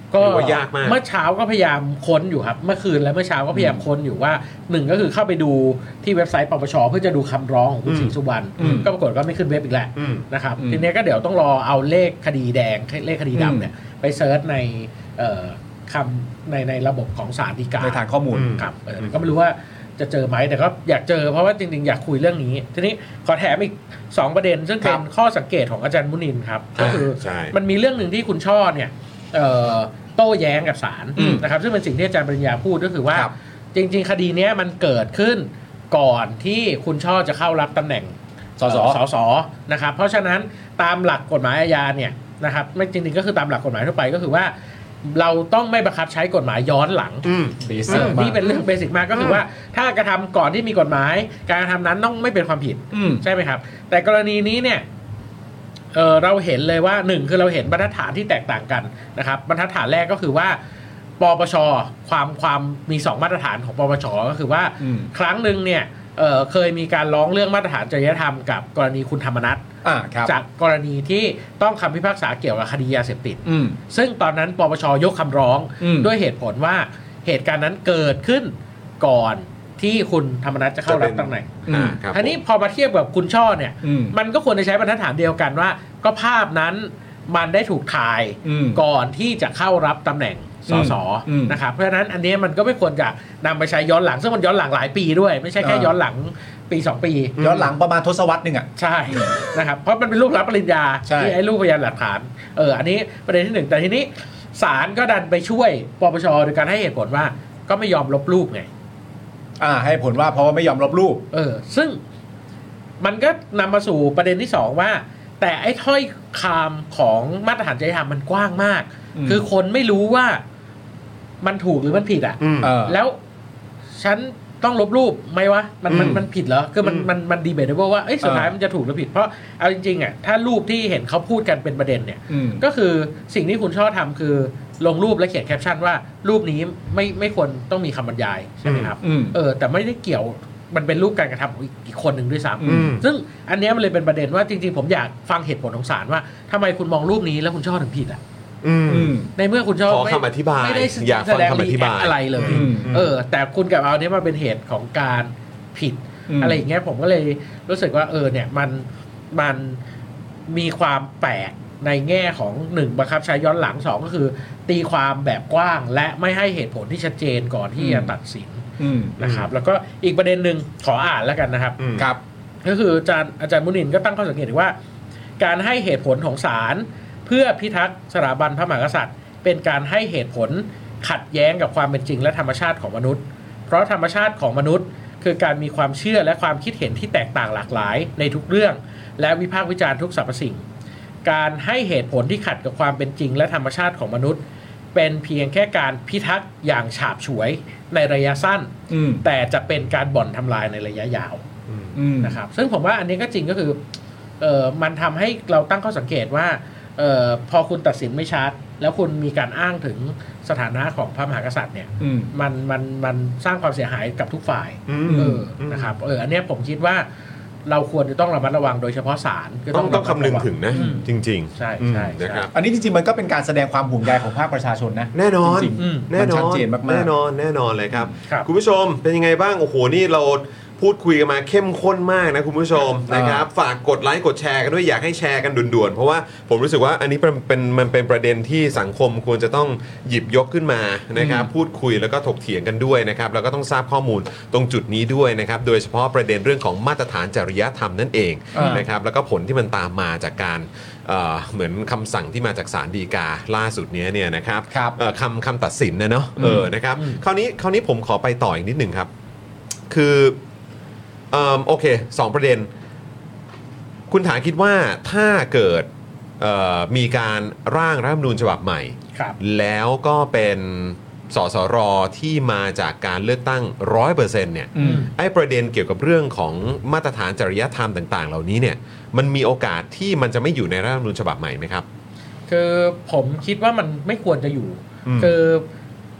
ก็หรือว่ายากมากเมื่อเช้าก็พยายามค้นอยู่ครับเมื่อคืนและเมื่อเช้าก็พยายามค้นอยู่ว่าหนึ่งก็คือเข้าไปดูที่เว็บไซต์ปปชเพื่อจะดูคำร้องของคุณศรีสุวรรณก็ปรากฏว่าไม่ขึ้นเว็บอีกแล้วนะครับทีนี้ก็เดี๋ยวต้องรอเอาเลขคดีแดงเลขคดีดำเนี่ยไปเซิร์ชในคำในระบบของศาลฎีกาในฐานข้อมูลครับก็ไม่รู้ว่าจะเจอไหมแต่ก็อยากเจอเพราะว่าจริงๆอยากคุยเรื่องนี้ทีนี้ขอแถมอีก2ประเด็นซึ่งเป็นข้อสังเกตของอาจารย์มุนินครับก็คือมันมีเรื่องหนึ่งที่คุณช่อเนี่ยโต้แย้งกับศาลนะครับซึ่งเป็นสิ่งที่อาจารย์ปริญญาพูดก็คือว่าจริงๆคดีนี้มันเกิดขึ้นก่อนที่คุณช่อจะเข้ารับตำแหน่งสสนะครับเพราะฉะนั้นตามหลักกฎหมายอาญาเนี่ยนะครับไม่จริงๆก็คือตามหลักกฎหมายทั่วไปก็คือว่าเราต้องไม่บังคับใช้กฎหมายย้อนหลังนี่เป็นเรื่องเบสิกมากก็คือว่าถ้ากระทำก่อนที่มีกฎหมายการกระทำนั้นต้องไม่เป็นความผิดใช่ไหมครับแต่กรณีนี้เนี่ยเราเห็นเลยว่า1คือเราเห็นบรรทัดฐานที่แตกต่างกันนะครับบรรทัดฐานแรกก็คือว่าปปชความมี2มาตรฐานของปปชก็คือว่าครั้งหนึ่งเนี่ยเคยมีการร้องเรื่องมาตรฐานจริยธรรมกับกรณีคุณธรรมนัสจากกรณีที่ต้องคำพิพากษาเกี่ยวกับคดียาเสพติดซึ่งตอนนั้นปปชยกคำร้องด้วยเหตุผลว่าเหตุการณ์นั้นเกิดขึ้นก่อนที่คุณธรรมนัสจะเข้ารับตำแหน่งทีนี้พอมาเทียบกับคุณช่อเนี่ยมันก็ควรจะใช้บรรทัดฐานเดียวกันว่าก็ภาพนั้นมันได้ถูกถ่ายก่อนที่จะเข้ารับตำแหน่งสสนะครับเพราะฉะนั้นอันนี้มันก็ไม่ควรจะนำไปใช้ย้อนหลังซึ่งมันย้อนหลังหลายปีด้วยไม่ใช่แค่ย้อนหลังปี2ปีย้อนหลังประมาณทศวรรษนึงอ่ะใช่นะครับเพราะมันเป็นรูปรับปริญญาที่ไอ้รูปพยานหลักฐานอันนี้ประเด็นที่1แต่ทีนี้ศาลก็ดันไปช่วยปปชโดยการให้เหตุผลว่าก็ไม่ยอมลบรูปไงให้ผลว่าเพราะว่าไม่ยอมลบรูปซึ่งมันก็นำมาสู่ประเด็นที่2ว่าแต่ไอ้ถ้อยคำของมาตรฐานจริยธรรมมันกว้างมากคือคนไม่รู้ว่ามันถูกหรือมันผิดแล้วฉันต้องลบรูปไหมวะมันผิดเหรอคือมันดีเบตได้ว่าสุดท้ายมันจะถูกหรือผิดเพราะเอาจริงๆถ้ารูปที่เห็นเขาพูดกันเป็นประเด็นเนี่ยก็คือสิ่งที่คุณช่อทำคือลงรูปและเขียนแคปชั่นว่ารูปนี้ไม่ควรต้องมีคำบรรยายใช่ไหมครับแต่ไม่ได้เกี่ยวมันเป็นรูปการกระทำของอีกคนหนึ่งด้วยซ้ำซึ่งอันนี้มันเลยเป็นประเด็นว่าจริงๆผมอยากฟังเหตุผลของศาลว่าทำไมคุณมองรูปนี้แล้วคุณช่อถึงผิดในเมื่อคุณชอบคำอธิบายไม่ได้อยากฟังคำอธิบายอะไรเลยแต่คุณกับเอาเนี้ยมาเป็นเหตุของการผิดอะไรอย่างเงี้ยผมก็เลยรู้สึกว่าเนี่ยมันมีความแปลกในแง่ของ1บังคับใช้ย้อนหลัง2ก็คือตีความแบบกว้างและไม่ให้เหตุผลที่ชัดเจนก่อนที่จะตัดสินนะครับแล้วก็อีกประเด็นหนึ่งขออ่านแล้วกันนะครับครับก็คืออาจารย์มุนินก็ตั้งข้อสังเกตว่าการให้เหตุผลของศาลเพื่อพิทักษ์สถาบันพระมหากษัตริย์เป็นการให้เหตุผลขัดแย้งกับความเป็นจริงและธรรมชาติของมนุษย์เพราะธรรมชาติของมนุษย์คือการมีความเชื่อและความคิดเห็นที่แตกต่างหลากหลายในทุกเรื่องและวิพากษ์วิจารณ์ทุกสรรพสิ่งการให้เหตุผลที่ขัดกับความเป็นจริงและธรรมชาติของมนุษย์เป็นเพียงแค่การพิทักษ์อย่างฉาบฉวยในระยะสั้นแต่จะเป็นการบ่อนทำลายในระยะยาวนะครับซึ่งผมว่าอันนี้ก็จริงก็คือมันทำให้เราตั้งข้อสังเกตว่าพอคุณตัดสินไม่ชัดแล้วคุณมีการอ้างถึงสถานะของพระมหากษัตริย์เนี่ยมันสร้างความเสียหายกับทุกฝ่ายนะครับอันนี้ผมคิดว่าเราควรจะต้องระมัดระวังโดยเฉพาะศาลต้องคำนึงถึงนะจริงๆใช่ใช่นะครับอันนี้จริงๆมันก็เป็นการแสดงความห่วงใยของภาคประชาชนนะแน่นอนแน่นอนชัดเจนมากๆแน่นอนเลยครับคุณผู้ชมเป็นยังไงบ้างโอ้โหนี่เราพูดคุยกันมาเข้มข้นมากนะคุณผู้ชมนะครับฝากกดไลค์กดแชร์กันด้วยอยากให้แชร์กันด่วนๆเพราะว่าผมรู้สึกว่าอันนี้มันเป็นประเด็นที่สังคมควรจะต้องหยิบยกขึ้นมานะครับพูดคุยแล้วก็ถกเถียงกันด้วยนะครับแล้วก็ต้องทราบข้อมูลตรงจุดนี้ด้วยนะครับโดยเฉพาะประเด็นเรื่องของมาตรฐานจริยธรรมนั่นเองนะครับแล้วก็ผลที่มันตามมาจากการเหมือนคำสั่งที่มาจากศาลฎีกาล่าสุดนี้เนี่ยนะครับคำตัดสินนะเนาะนะครับคราวนี้ผมขอไปต่ออีกนิดหนึ่งครับคือโอเค2ประเด็นคุณถาคิดว่าถ้าเกิดมีการร่างรัฐธรรมนูญฉบับใหม่แล้วก็เป็นสสรที่มาจากการเลือกตั้ง 100% เนี่ยไอ้ประเด็นเกี่ยวกับเรื่องของมาตรฐานจริยธรรมต่างๆเหล่านี้เนี่ยมันมีโอกาสที่มันจะไม่อยู่ในรัฐธรรมนูญฉบับใหม่ไหมครับคือผมคิดว่ามันไม่ควรจะอยู่คือ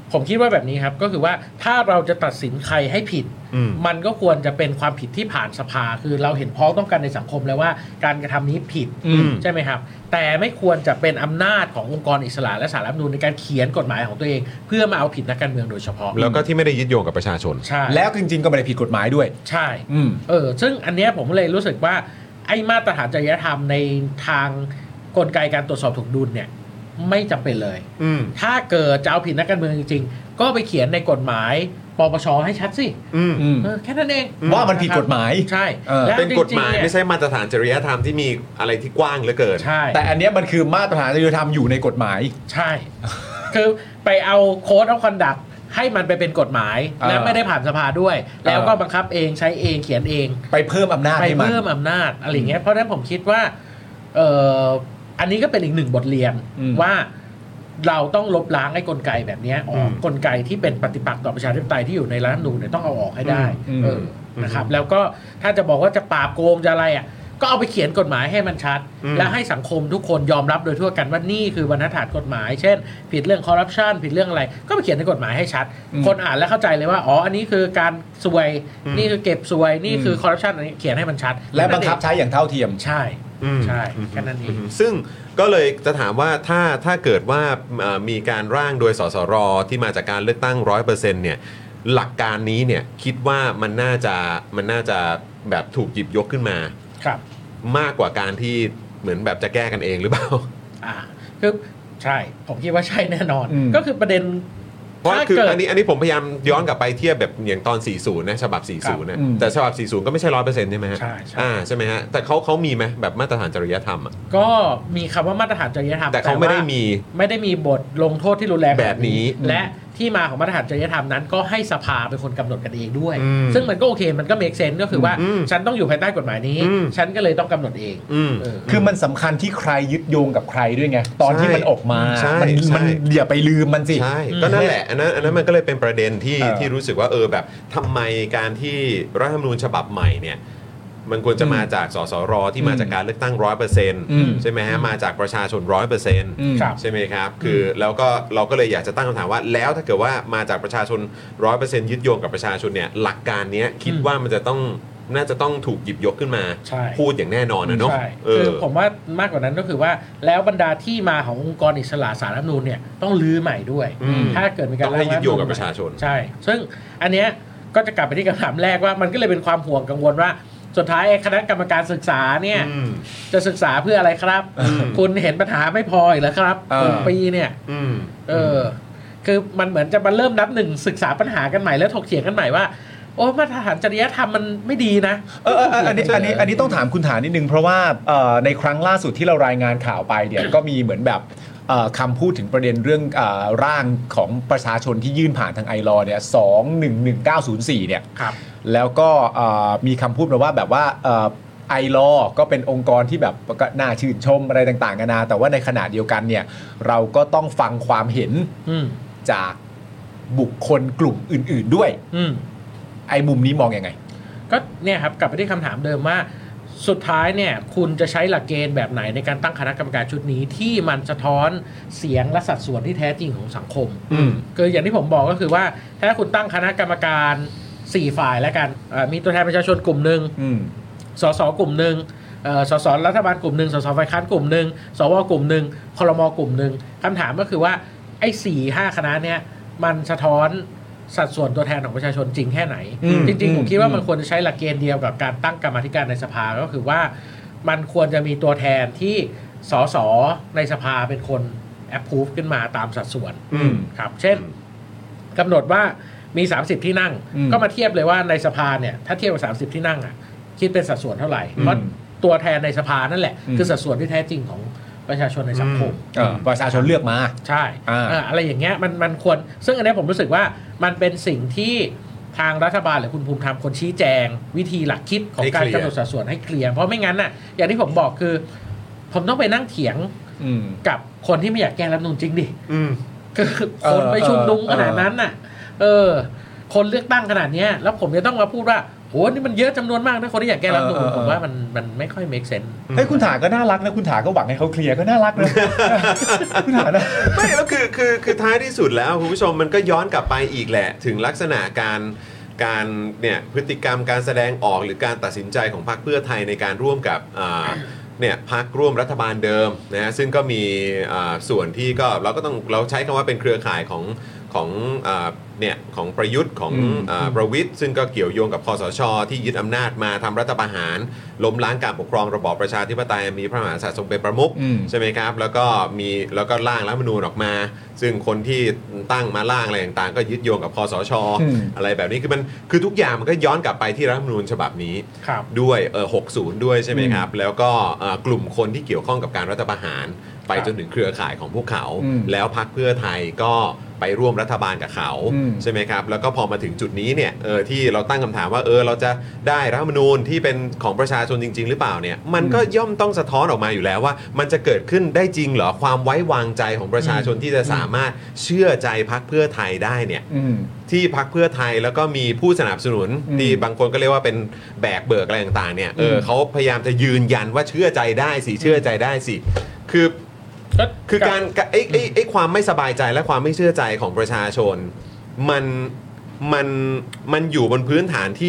ผมคิดว่าแบบนี้ครับก็คือว่าถ้าเราจะตัดสินใครให้ผิดมันก็ควรจะเป็นความผิดที่ผ่านสภาคือเราเห็นพ้องต้องกันในสังคมแล้วว่าการกระทำนี้ผิดใช่ไหมครับแต่ไม่ควรจะเป็นอำนาจขององค์กรอิสระและศาลรัฐธรรมนูญในการเขียนกฎหมายของตัวเองเพื่อมาเอาผิดนักการเมืองโดยเฉพาะแล้วก็ที่ไม่ได้ยึดโยงกับประชาชนใช่แล้วจริงๆก็ไม่ได้ผิดกฎหมายด้วยใช่ซึ่งอันเนี้ยผมเลยรู้สึกว่าไอ้มาตรฐานจริยธรรมในทางกลไกการตรวจสอบถ่วงดุลเนี่ยไม่จำเป็นเลยถ้าเกิดจะเอาผิดนักการเมืองจริงๆก็ไปเขียนในกฎหมายปปชให้ชัดสิแค่นั้นเองว่ามันผิดกฎหมายใช่เป็นกฎหมายไม่ใช่มาตรฐานจริยธรรมที่มีอะไรที่กว้างเหลือเกินใช่แต่อันเนี้ยมันคือมาตรฐานจริยธรรมอยู่ในกฎหมายใช่คือไปเอาโค้ดออฟคอนดักต์ให้มันไปเป็นกฎหมายแล้วไม่ได้ผ่านสภาด้วยแล้วก็บังคับเองใช้เองเขียนเองไปเพิ่มอำนาจไปเพิ่มอำนาจอะไรเงี้ยเพราะฉะนั้นผมคิดว่าอันนี้ก็เป็นอีกหนึ่งบทเรียนว่าเราต้องลบล้างไอ้กลไกแบบนี้ออกกลไกที่เป็นปฏิปักษ์ต่อประชาธิปไตยที่อยู่ในรัฐธรรมนูญเนี่ยต้องเอาออกให้ได้นะครับแล้วก็ถ้าจะบอกว่าจะปราบโกงจะอะไรอ่ะก็เอาไปเขียนกฎหมายให้มันชัดและให้สังคมทุกคนยอมรับโดยทั่วกันว่านี่คือบรรทัดฐานกฎหมายเช่นผิดเรื่องคอร์รัปชันผิดเรื่องอะไรก็ไปเขียนในกฎหมายให้ชัดคนอ่านแล้วเข้าใจเลยว่าอ๋ออันนี้คือการซวยนี่คือเก็บซวยนี่คือคอร์รัปชันอันนี้เขียนให้มันชัดและบังคับใช้อย่างเท่าเทียมใช่ใช่แค่นั้นเองซึ่งก็เลยจะถามว่าถ้าเกิดว่ามีการร่างโดยสสรที่มาจากการเลือกตั้ง 100% เนี่ยหลักการนี้เนี่ยคิดว่ามันน่าจะแบบถูกหยิบยกขึ้นมาครับมากกว่าการที่เหมือนแบบจะแก้กันเองหรือเปล่าคือใช่ผมคิดว่าใช่แน่นอนก็คือประเด็นเพราะคืออันนี้ผมพยายามย้อนกลับไปเทียบแบบอย่างตอน40นะฉบับ40นะแต่ฉบับ40ก็ไม่ใช่ 100% ใช่ไหมฮะใช่ไหมฮะแต่เขามีไหมแบบมาตรฐานจริยธรรมก็มีคำว่ามาตรฐานจริยธรรมแต่เขาไม่ได้มีบทลงโทษที่รุนแรงแบบนี้และที่มาของมาตรฐานจริยธรรมนั้นก็ให้สภาเป็นคนกำหนดกันเองด้วยซึ่งมันก็โอเคมันก็เมคเซนส์ก็คือว่าฉันต้องอยู่ภายใต้กฎหมายนี้ฉันก็เลยต้องกำหนดเองคือมันสำคัญที่ใครยึดโยงกับใครด้วยไงตอนที่มันออกมามันอย่าไปลืมมันสิใช่ก็นั่นแหละอันนั้นมันก็เลยเป็นประเด็นที่รู้สึกว่าแบบทำไมการที่รัฐธรรมนูญฉบับใหม่เนี่ยมันควรจะมาจากสสรที่มาจากการเลือกตั้ง 100% ใช่ไหมฮะมาจากประชาชน 100% ใช่ไหมครับคือแล้วก็เราก็เลยอยากจะตั้งคำถามว่าแล้วถ้าเกิดว่ามาจากประชาชน 100% ยึดโยงกับประชาชนเนี่ยหลักการนี้คิดว่ามันจะต้องน่าจะต้องถูกหยิบยกขึ้นมาพูดอย่างแน่นอนนะเนาะคือผมว่ามากกว่านั้นก็คือว่าแล้วบรรดาที่มาขององค์กรอิสระศาลรัฐธรรมนูญเนี่ยต้องรื้อใหม่ด้วยถ้าเกิดมีการต้องให้ยึดโยงกับประชาชนใช่ซึ่งอันเนี้ยก็จะกลับไปที่คำถามแรกว่ามันก็เลยเป็นความห่วงกังวลว่าสุดท้ายคณะกรรมการศึกษาเนี่ยจะศึกษาเพื่ออะไรครับคุณเห็นปัญหาไม่พออีกแล้วครับปีเนี่ยคือมันเหมือนจะมาเริ่มนับหนึ่งศึกษาปัญหากันใหม่แล้วถกเถียงกันใหม่ว่าโอ้มาตรฐานจริยธรรมมันไม่ดีนะอันนี้ต้องถามคุณฐานนิดนึงเพราะว่าในครั้งล่าสุดที่เรารายงานข่าวไปเนี่ยก็มีเหมือนแบบคำพูดถึงประเด็นเรื่องร่างของประชาชนที่ยื่นผ่านทางไอลอเนี่ย211904เนี่ยแล้วก็มีคำพูดมาว่าแบบว่าไอลอก็เป็นองค์กรที่แบบก็น่าชื่นชมอะไรต่างๆกันานาแต่ว่าในขณะเดียวกันเนี่ยเราก็ต้องฟังความเห็นจากบุคคลกลุ่มอื่นๆด้วยไอ้มุมนี้มองยังไงก็เนี่ยครับกลับไปที่คำถามเดิมว่าสุดท้ายเนี่ยคุณจะใช้หลักเกณฑ์แบบไหนในการตั้งคณะกรรมการชุดนี้ที่มันสะท้อนเสียงและสัดส่วนที่แท้จริงของสังคมคืออย่างที่ผมบอกก็คือว่าถ้าคุณตั้งคณะกรรมการ4ฝ่ายแล้วกันมีตัวแทนประชาชนกลุ่มนึงสสกลุ่มนึงสสรัฐบาลกลุ่มนึงสสฝ่ายค้านกลุ่มนึงสวกลุ่มนึงครมกลุ่มนึงคำถามก็คือว่าไอ้4-5คณะเนี้ยมันสะท้อนสัดส่วนตัวแทนของประชาชนจริงแค่ไหนจริงๆผมคิดว่ามันควรจะใช้หลักเกณฑ์เดียวกับการตั้งกรรมาธิการในสภาก็คือว่ามันควรจะมีตัวแทนที่สสในสภาเป็นคนแอปพูฟขึ้นมาตามสัดส่วนครับเช่นกำหนดว่ามี30ที่นั่งก็มาเทียบเลยว่าในสภาเนี่ยถ้าเทียบกับ30ที่นั่งอ่ะคิดเป็นสัดส่วนเท่าไหร่เพราะตัวแทนในสภานั่นแหละคือสัดส่วนที่แท้จริงของประชาชนในสังคมประชาชนเลือกมาใช่อะไรอย่างเงี้ยมันควรซึ่งอันนี้ผมรู้สึกว่ามันเป็นสิ่งที่ทางรัฐบาลหรือคุณภูมิธรรมคนชี้แจงวิธีหลักคิดของการกำหนดสัดส่วนให้เคลียร์เพราะไม่งั้นน่ะอย่างที่ผมบอกคือผมต้องไปนั่งเถียงกับคนที่ไม่อยากแก้รัฐธรรมนูญจริงดิคือคนไปชุมนุมขนาดนั้นน่ะคนเลือกตั้งขนาดนี้แล้วผมจะต้องมาพูดว่าโอ้นี่มันเยอะจำนวนมากนะคนที่อยากแก้รัฐธรรมนูญผมว่ามันไม่ค่อย make sense เฮ้ยคุณถาก็น่ารักนะคุณถาก็หวังให้เขาเคลียร์ก็น่ารักนะคุณถานะไม่แล้วคือท้ายที่สุดแล้วคุณผู้ชมมันก็ย้อนกลับไปอีกแหละถึงลักษณะการเนี่ยพฤติกรรมการแสดงออกหรือการตัดสินใจของพรรคเพื่อไทยในการร่วมกับเนี่ยพรรคร่วมรัฐบาลเดิมนะซึ่งก็มีส่วนที่ก็เราใช้คำว่าเป็นเครือข่ายของเนี่ยของประยุทธ์ของประวิทย์ซึ่งก็เกี่ยวโยงกับคสช.ที่ยึดอำนาจมาทำรัฐประหารล้มล้างการปกครองระบอบประชาธิปไตยมีพระมหากษัตริย์ทรงเป็นประมุขใช่ไหมครับแล้วก็ร่างรัฐธรรมนูญออกมาซึ่งคนที่ตั้งมาร่างอะไรต่างๆก็ยึดโยงกับคสช.อะไรแบบนี้คือทุกอย่างมันก็ย้อนกลับไปที่รัฐธรรมนูญฉบับนี้ด้วย60ด้วยใช่ไหมครับแล้วก็กลุ่มคนที่เกี่ยวข้องกับการรัฐประหารไปจนถึงเครือข่ายของพวกเขาแล้วพรรคเพื่อไทยก็ไปร่วมรัฐบาลกับเขาใช่ไหมครับแล้วก็พอมาถึงจุดนี้เนี่ยที่เราตั้งคำถามว่าเราจะได้รัฐธรรมนูญที่เป็นของประชาชนจริงๆหรือเปล่าเนี่ยมันก็ย่อมต้องสะท้อนออกมาอยู่แล้วว่ามันจะเกิดขึ้นได้จริงเหรอความไว้วางใจของประชาชนที่จะสามารถเชื่อใจพรรคเพื่อไทยได้เนี่ยที่พรรคเพื่อไทยแล้วก็มีผู้สนับสนุนที่บางคนก็เรียกว่าเป็นแบกเบิกอะไรต่างๆเนี่ยเขาพยายามจะยืนยันว่าเชื่อใจได้สิคือการไอ้ความไม่สบายใจและความไม่เชื่อใจของประชาชนมันอยู่บนพื้นฐาน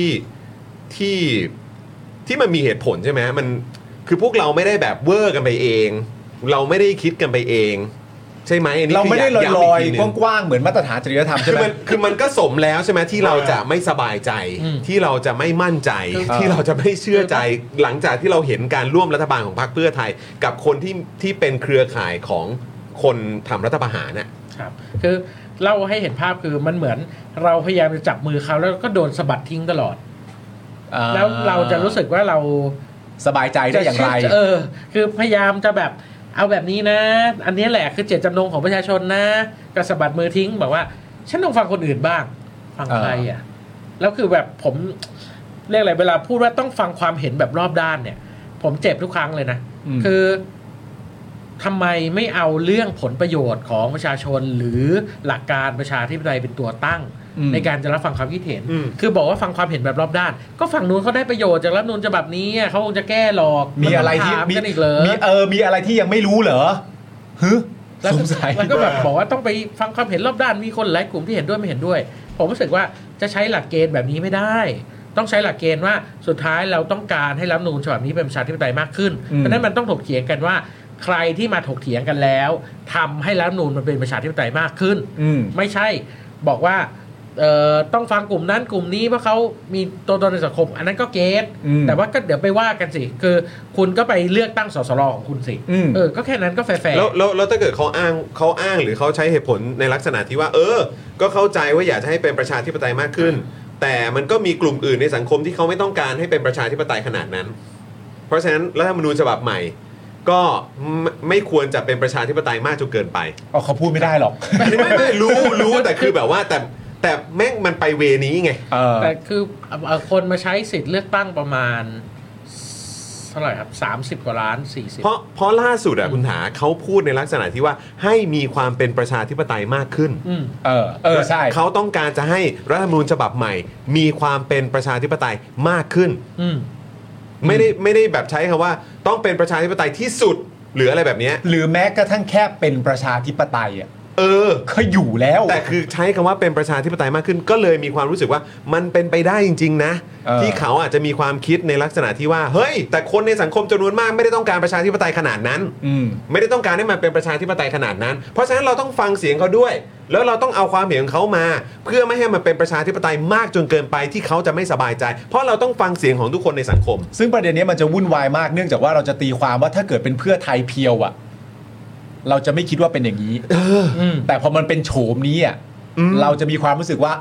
ที่มันมีเหตุผลใช่ไหมมันคือพวกเราไม่ได้แบบเวอร์กันไปเองเราไม่ได้คิดกันไปเองใช่ไหมอันนี้เราไม่ได้ลอยๆกว้างๆเหมือนมาตรฐานจริยธรรมใช่ไหมคือมันก็สมแล้วใช่ไหมที่เราจะไม่สบายใจที่เราจะไม่มั่นใจที่เราจะไม่เชื่อใจหลังจากที่เราเห็นการร่วมรัฐบาลของพรรคเพื่อไทยกับคนที่เป็นเครือข่ายของคนทำรัฐประหารน่ะครับคือเล่าให้เห็นภาพคือมันเหมือนเราพยายามจะจับมือเขาแล้วก็โดนสะบัดทิ้งตลอดแล้วเราจะรู้สึกว่าเราสบายใจได้อย่างไรคือพยายามจะแบบเอาแบบนี้นะอันนี้แหละคือเจตจำนงของประชาชนนะกระสะบัดมือทิ้งบอกว่าฉันต้องฟังคนอื่นบ้างฟังใครอ่ะแล้วคือแบบผมเรียกอะไรเวลาพูดว่าต้องฟังความเห็นแบบรอบด้านเนี่ยผมเจ็บทุกครั้งเลยนะคือทำไมไม่เอาเรื่องผลประโยชน์ของประชาชนหรือหลักการประชาธิปไตยเป็นตัวตั้งในการจะรับฟังความคิดเห็นคือบอกว่าฟังความเห็นแบบรอบด้านก็ฝั่งนู้นเขาได้ประโยชน์จากรัฐธรรมนูญฉบับนี้เขาคงจะแก้หรอกมีอะไรที่มีอะไรที่ยังไม่รู้เหรอสงสัยแล้วก็แบบบอกว่าต้องไปฟังความเห็นรอบด้านมีคนหลายกลุ่มที่เห็นด้วยไม่เห็นด้วยผมรู้สึกว่าจะใช้หลักเกณฑ์แบบนี้ไม่ได้ต้องใช้หลักเกณฑ์ว่าสุดท้ายเราต้องการให้รัฐธรรมนูญฉบับนี้เป็นประชาธิปไตยมากขึ้นเพราะนั้นมันต้องถกเถียงกันว่าใครที่มาถกเถียงกันแล้วทำให้รัฐธรรมนูญมันเป็นประชาธิปไตยมากขึ้นไม่ใช่บอกว่าต้องฟังกลุ่มนั้นกลุ่มนี้เพราะเขามีตัวตนในสังคมอันนั้นก็เกตแต่ว่าก็เดี๋ยวไปว่ากันสิคือคุณก็ไปเลือกตั้งสสรของคุณสิก็แค่นั้นก็แฟร์แล้วถ้าเกิดเขาอ้างหรือเขาใช้เหตุผลในลักษณะที่ว่าก็เข้าใจว่าอยากจะให้เป็นประชาธิปไตยมากขึ้นแต่มันก็มีกลุ่มอื่นในสังคมที่เขาไม่ต้องการให้เป็นประชาธิปไตยขนาดนั้นเพราะฉะนั้นรัฐธรรมนูญฉบับใหม่ก็ไม่ควรจะเป็นประชาธิปไตยมากจนเกินไปเขาพูดไม่ได้หรอกไม่รู้แต่คือแบบว่าแต่แม่งมันไปเวนี้ไงแต่คือคนมาใช้สิทธิ์เลือกตั้งประมาณเท่าไหร่ครับ30 กว่าล้าน40 เพราะล่าสุดคุณถาเขาพูดในลักษณะที่ว่าให้มีความเป็นประชาธิปไตยมากขึ้นใช่เขาต้องการจะให้รัฐธรรมนูญฉบับใหม่มีความเป็นประชาธิปไตยมากขึ้นไม่ได้แบบใช้คำว่าต้องเป็นประชาธิปไตยที่สุดหรืออะไรแบบนี้หรือแม้กระทั่งแค่เป็นประชาธิปไตยก็อยู่แล้วแต่คือใช้คำว่าเป็นประชาธิปไตยมากขึ้นก็เลยมีความรู้สึกว่ามันเป็นไปได้จริงๆนะที่เขาอาจจะมีความคิดในลักษณะที่ว่าเฮ้ยแต่คนในสังคมจำนวนมากไม่ได้ต้องการประชาธิปไตยขนาดนั้นไม่ได้ต้องการให้มันเป็นประชาธิปไตยขนาดนั้นเพราะฉะนั้นเราต้องฟังเสียงเขาด้วยแล้วเราต้องเอาความเห็นของเขามาเพื่อไม่ให้มันเป็นประชาธิปไตยมากจนเกินไปที่เขาจะไม่สบายใจเพราะเราต้องฟังเสียงของทุกคนในสังคมซึ่งประเด็นนี้มันจะวุ่นวายมากเนื่องจากว่าเราจะตีความว่าถ้าเกิดเป็นเพื่อไทยเพียวเราจะไม่คิดว่าเป็นอย่างนี้แต่พอมันเป็นโฉมนี้เราจะมีความรู้สึกว่า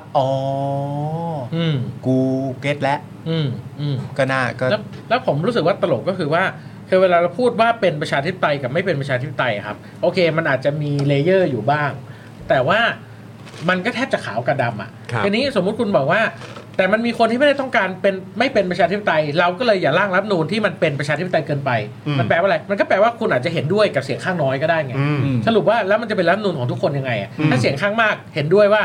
กูเก็ตแล้วก็น่าก็แล้วผมรู้สึกว่าตลกก็คือว่าคือเวลาเราพูดว่าเป็นประชาธิปไตยกับไม่เป็นประชาธิปไตยครับโอเคมันอาจจะมีเลเยอร์อยู่บ้างแต่ว่ามันก็แทบจะขาวกับดำทีนี้สมมุติคุณบอกว่าแต่มันมีคนที่ไม่ได้ต้องการเป็นไม่เป็นประชาธิปไตยเราก็เลยอย่าร่างรัฐธรรมนูญที่มันเป็นประชาธิปไตยเกินไปมันแปลว่าอะไรมันก็แปลว่าคุณอาจจะเห็นด้วยกับเสียงข้างน้อยก็ได้ไงสรุปว่าแล้วมันจะเป็นรัฐธรรมนูญของทุกคนยังไงถ้าเสียงข้างมากเห็นด้วยว่า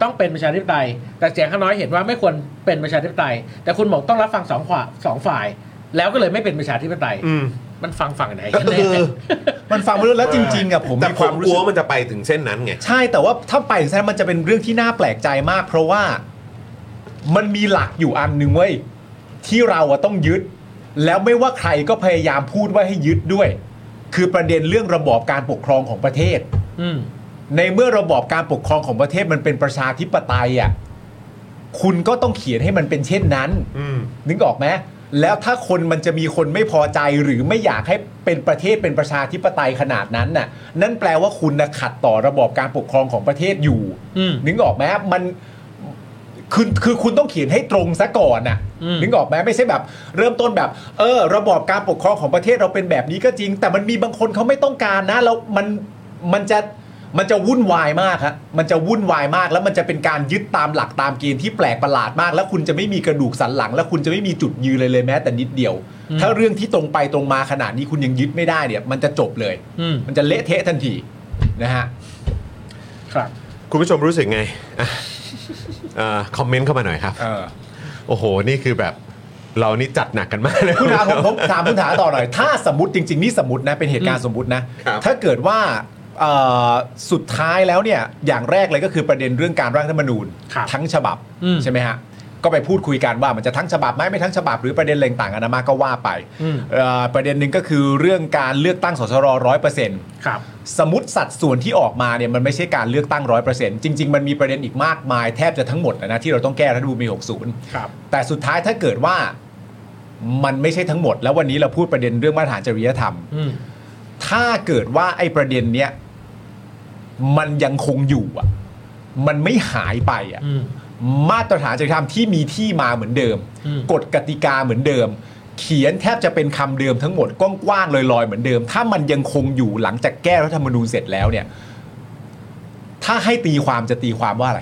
ต้องเป็นประชาธิปไตยแต่เสียงข้างน้อยเห็นว่าไม่ควรเป็นประชาธิปไตยแต่คุณบอกต้องรับฟังสองฝ่ายแล้วก็เลยไม่เป็นประชาธิปไตยมันฟังฝั่งไหนกันแน่มันฟังไม่รู้แล้วจริงๆอ่ะผมมีความรู้สึกว่ามันจะไปถึงเส้นนั้นไงใช่แต่ว่าถ้าไปถึงเส้นนั้นมันจะเป็นเรื่องที่น่าแปลกใจมากเพราะว่ามันมีหลักอยู่อันนึงเว้ยที่เราต้องยึดแล้วไม่ว่าใครก็พยายามพูดว่าให้ยึดด้วยคือประเด็นเรื่องระบอบการปกครองของประเทศในเมื่อระบอบการปกครองของประเทศมันเป็นประชาธิปไตยอ่ะคุณก็ต้องเขียนให้มันเป็นเช่นนั้นนึกออกไหมแล้วถ้าคนมันจะมีคนไม่พอใจหรือไม่อยากให้เป็นประเทศเป็นประชาธิปไตยขนาดนั้นน่ะนั่นแปลว่าคุณขัดต่อระบอบการปกครองของประเทศอยู่นึกออกไหมมันคือคุณต้องเขียนให้ตรงซะก่อนน่ะนึกออกไหมไม่ใช่แบบเริ่มต้นแบบระบอบการปกครองของประเทศเราเป็นแบบนี้ก็จริงแต่มันมีบางคนเขาไม่ต้องการนะแล้วมันจะวุ่นวายมากครับมันจะวุ่นวายมากแล้วมันจะเป็นการยึดตามหลักตามเกณฑ์ที่แปลกประหลาดมากแล้วคุณจะไม่มีกระดูกสันหลังแล้วคุณจะไม่มีจุดยืนเลยแม้แต่นิดเดียวถ้าเรื่องที่ตรงไปตรงมาขนาดนี้คุณยังยึดไม่ได้เนี่ยมันจะจบเลยมันจะเละเทะทันทีนะฮะครับคุณผู้ชมรู้สึกไงคอมเมนต์เข้ามาหน่อยครับโอ้โหนี่คือแบบเรานี่จัดหนักกันมากเลยคุณถามผมถามคุณถามต่อหน่อยถ้าสมมติจริงๆนี่สมมตินะเป็นเหตุการณ์สมมตินะถ้าเกิดว่าสุดท้ายแล้วเนี่ยอย่างแรกเลยก็คือประเด็นเรื่องการร่างรัฐธรรมนูญทั้งฉบับใช่ไหมฮะก็ไปพูดคุยกันว่ามันจะทั้งฉบับไหมไม่ทั้งฉบับหรือประเด็นอะไรต่างๆนานาก็ว่าไปประเด็นหนึ่งก็คือเรื่องการเลือกตั้งสสร100% ครับสมมติสัดส่วนที่ออกมาเนี่ยมันไม่ใช่การเลือกตั้ง 100% จริงๆมันมีประเด็นอีกมากมายแทบจะทั้งหมดนะที่เราต้องแก้รัฐธรรมนูญปี 60 ครับแต่สุดท้ายถ้าเกิดว่ามันไม่ใช่ทั้งหมดแล้ววันนี้เราพูดประเด็นเรื่องมาตรฐานจริยธรรมถ้าเกิดว่าไอ้ประเด็นเนี้ยมันยังคงอยู่อ่ะมันไม่หายไปอ่ะมาตรฐานจริยธรรมที่มีที่มาเหมือนเดิมกฎกติกาเหมือนเดิมเขียนแทบจะเป็นคำเดิมทั้งหมดกว้างๆลอยๆเหมือนเดิมถ้ามันยังคงอยู่หลังจากแก้รัฐธรรมนูญเสร็จแล้วเนี่ยถ้าให้ตีความจะตีความว่าอะไร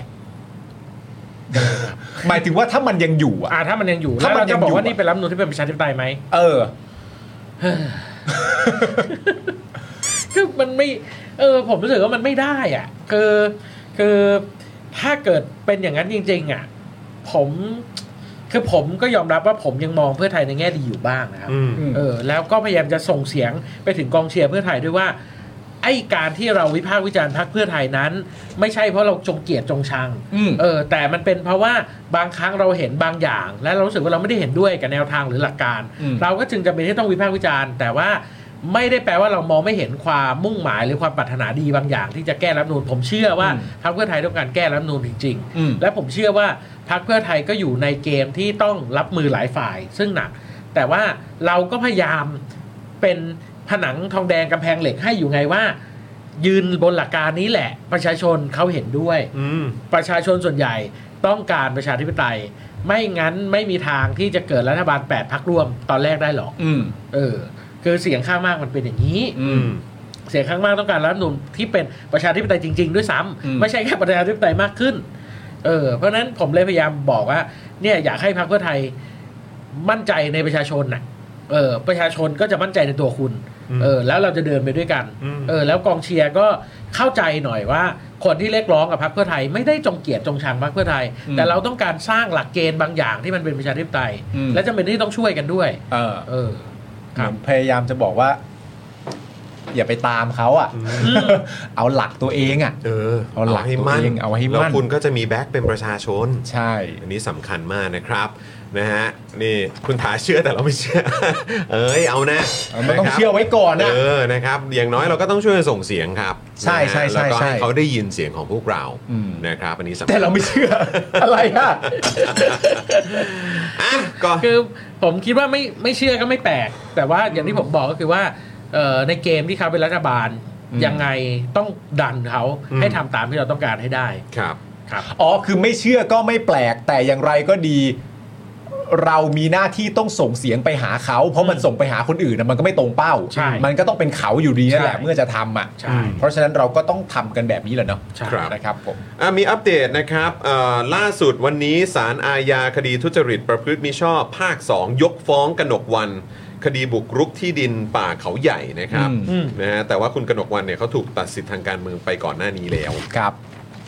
หมายถึงว่าถ้ามันยังอยู่อ่ะถ้ามันยังอยู่แล้วเราจะบอกว่านี่เป็นรัฐธรรมนูญที่เป็นประชาธิปไตยไหมคือมันไม่ผมรู้สึกว่ามันไม่ได้อ่ะคือถ้าเกิดเป็นอย่างนั้นจริงๆอ่ะผมก็ยอมรับว่าผมยังมองเพื่อไทยในแง่ดีอยู่บ้างนะครับแล้วก็พยายามจะส่งเสียงไปถึงกองเชียร์เพื่อไทยด้วยว่าไอ้การที่เราวิพากษ์วิจารณ์พรรคเพื่อไทยนั้นไม่ใช่เพราะเราจงเกลียดจงชังแต่มันเป็นเพราะว่าบางครั้งเราเห็นบางอย่างและเรารู้สึกว่าเราไม่ได้เห็นด้วยกับแนวทางหรือหลักการเราก็จึงจำเป็นที่ต้องวิพากษ์วิจารณ์แต่ว่าไม่ได้แปลว่าเรามองไม่เห็นความมุ่งหมายหรือความปรารถนาดีบางอย่างที่จะแก้รัฐธรรมนูญผมเชื่อว่าพรรคเพื่อไทยต้องการแก้รัฐธรรมนูญจริงๆและผมเชื่อว่าพรรคเพื่อไทยก็อยู่ในเกมที่ต้องรับมือหลายฝ่ายซึ่งหนักแต่ว่าเราก็พยายามเป็นผนังทองแดงกำแพงเหล็กให้อยู่ไงว่ายืนบนหลักการนี้แหละประชาชนเขาเห็นด้วยประชาชนส่วนใหญ่ต้องการประชาธิปไตยไม่งั้นไม่มีทางที่จะเกิดรัฐบาล8พรรคร่วมตอนแรกได้หรอกคือเสียงข้างมากมันเป็นอย่างนี้เสียงข้างมากต้องการรัฐธรรมนูญที่เป็นประชาธิปไตยจริงๆด้วยซ้ำไม่ใช่แค่ประชาธิปไตยมากขึ้นเพราะฉะนั้นผมเลยพยายามบอกว่าเนี่ยอยากให้พรรคเพื่อไทยมั่นใจในประชาชนน่ะประชาชนก็จะมั่นใจในตัวคุณแล้วเราจะเดินไปด้วยกันแล้วกองเชียร์ก็เข้าใจหน่อยว่าคนที่เรียกร้องกับพรรคเพื่อไทยไม่ได้จงเกลียดจงชังพรรคเพื่อไทยแต่เราต้องการสร้างหลักเกณฑ์บางอย่างที่มันเป็นประชาธิปไตยและจำเป็นที่ต้องช่วยกันด้วยพยายามจะบอกว่าอย่าไปตามเขาอ่ะเอาหลักตัวเองอ่ะเอาหลักให้มั่นแล้วคุณก็จะมีแบ็คเป็นประชาชนใช่อันนี้สำคัญมากนะครับนะฮะนี่คุณถาเชื่อแต่เราไม่เชื่อเอานะมันต้องเชื่อไว้ก่อนนะนะครับอย่างน้อยเราก็ต้องช่วยส่งเสียงครับใช่ใช่แล้วก็ให้เขาได้ยินเสียงของพวกเรานะครับอันนี้สำคัญแต่เราไม่เชื่ออะไรอ่ะก็คือผมคิดว่าไม่เชื่อก็ไม่แปลกแต่ว่าอย่างที่ผมบอกก็คือว่าในเกมที่เขาเป็นรัฐบาลยังไงต้องดันเขาให้ทำตามที่เราต้องการให้ได้ครับคือไม่เชื่อก็ไม่แปลกแต่อย่างไรก็ดีเรามีหน้าที่ต้องส่งเสียงไปหาเขาเพราะมันส่งไปหาคนอื่นมันก็ไม่ตรงเป้ามันก็ต้องเป็นเขาอยู่ดีนั่นแหละเมื่อจะทำอ่ะเพราะฉะนั้นเราก็ต้องทำกันแบบนี้แหละเนาะนะครับผมมีอัปเดตนะครับล่าสุดวันนี้ศาลอาญาคดีทุจริตประพฤติมิชอบภาค2ยกฟ้องกนกวรรณคดีบุกรุกที่ดินป่าเขาใหญ่นะครับนะฮะแต่ว่าคุณกนกวรรณเนี่ยเขาถูกตัดสิทธิ์ทางการเมืองไปก่อนหน้านี้แล้วครับ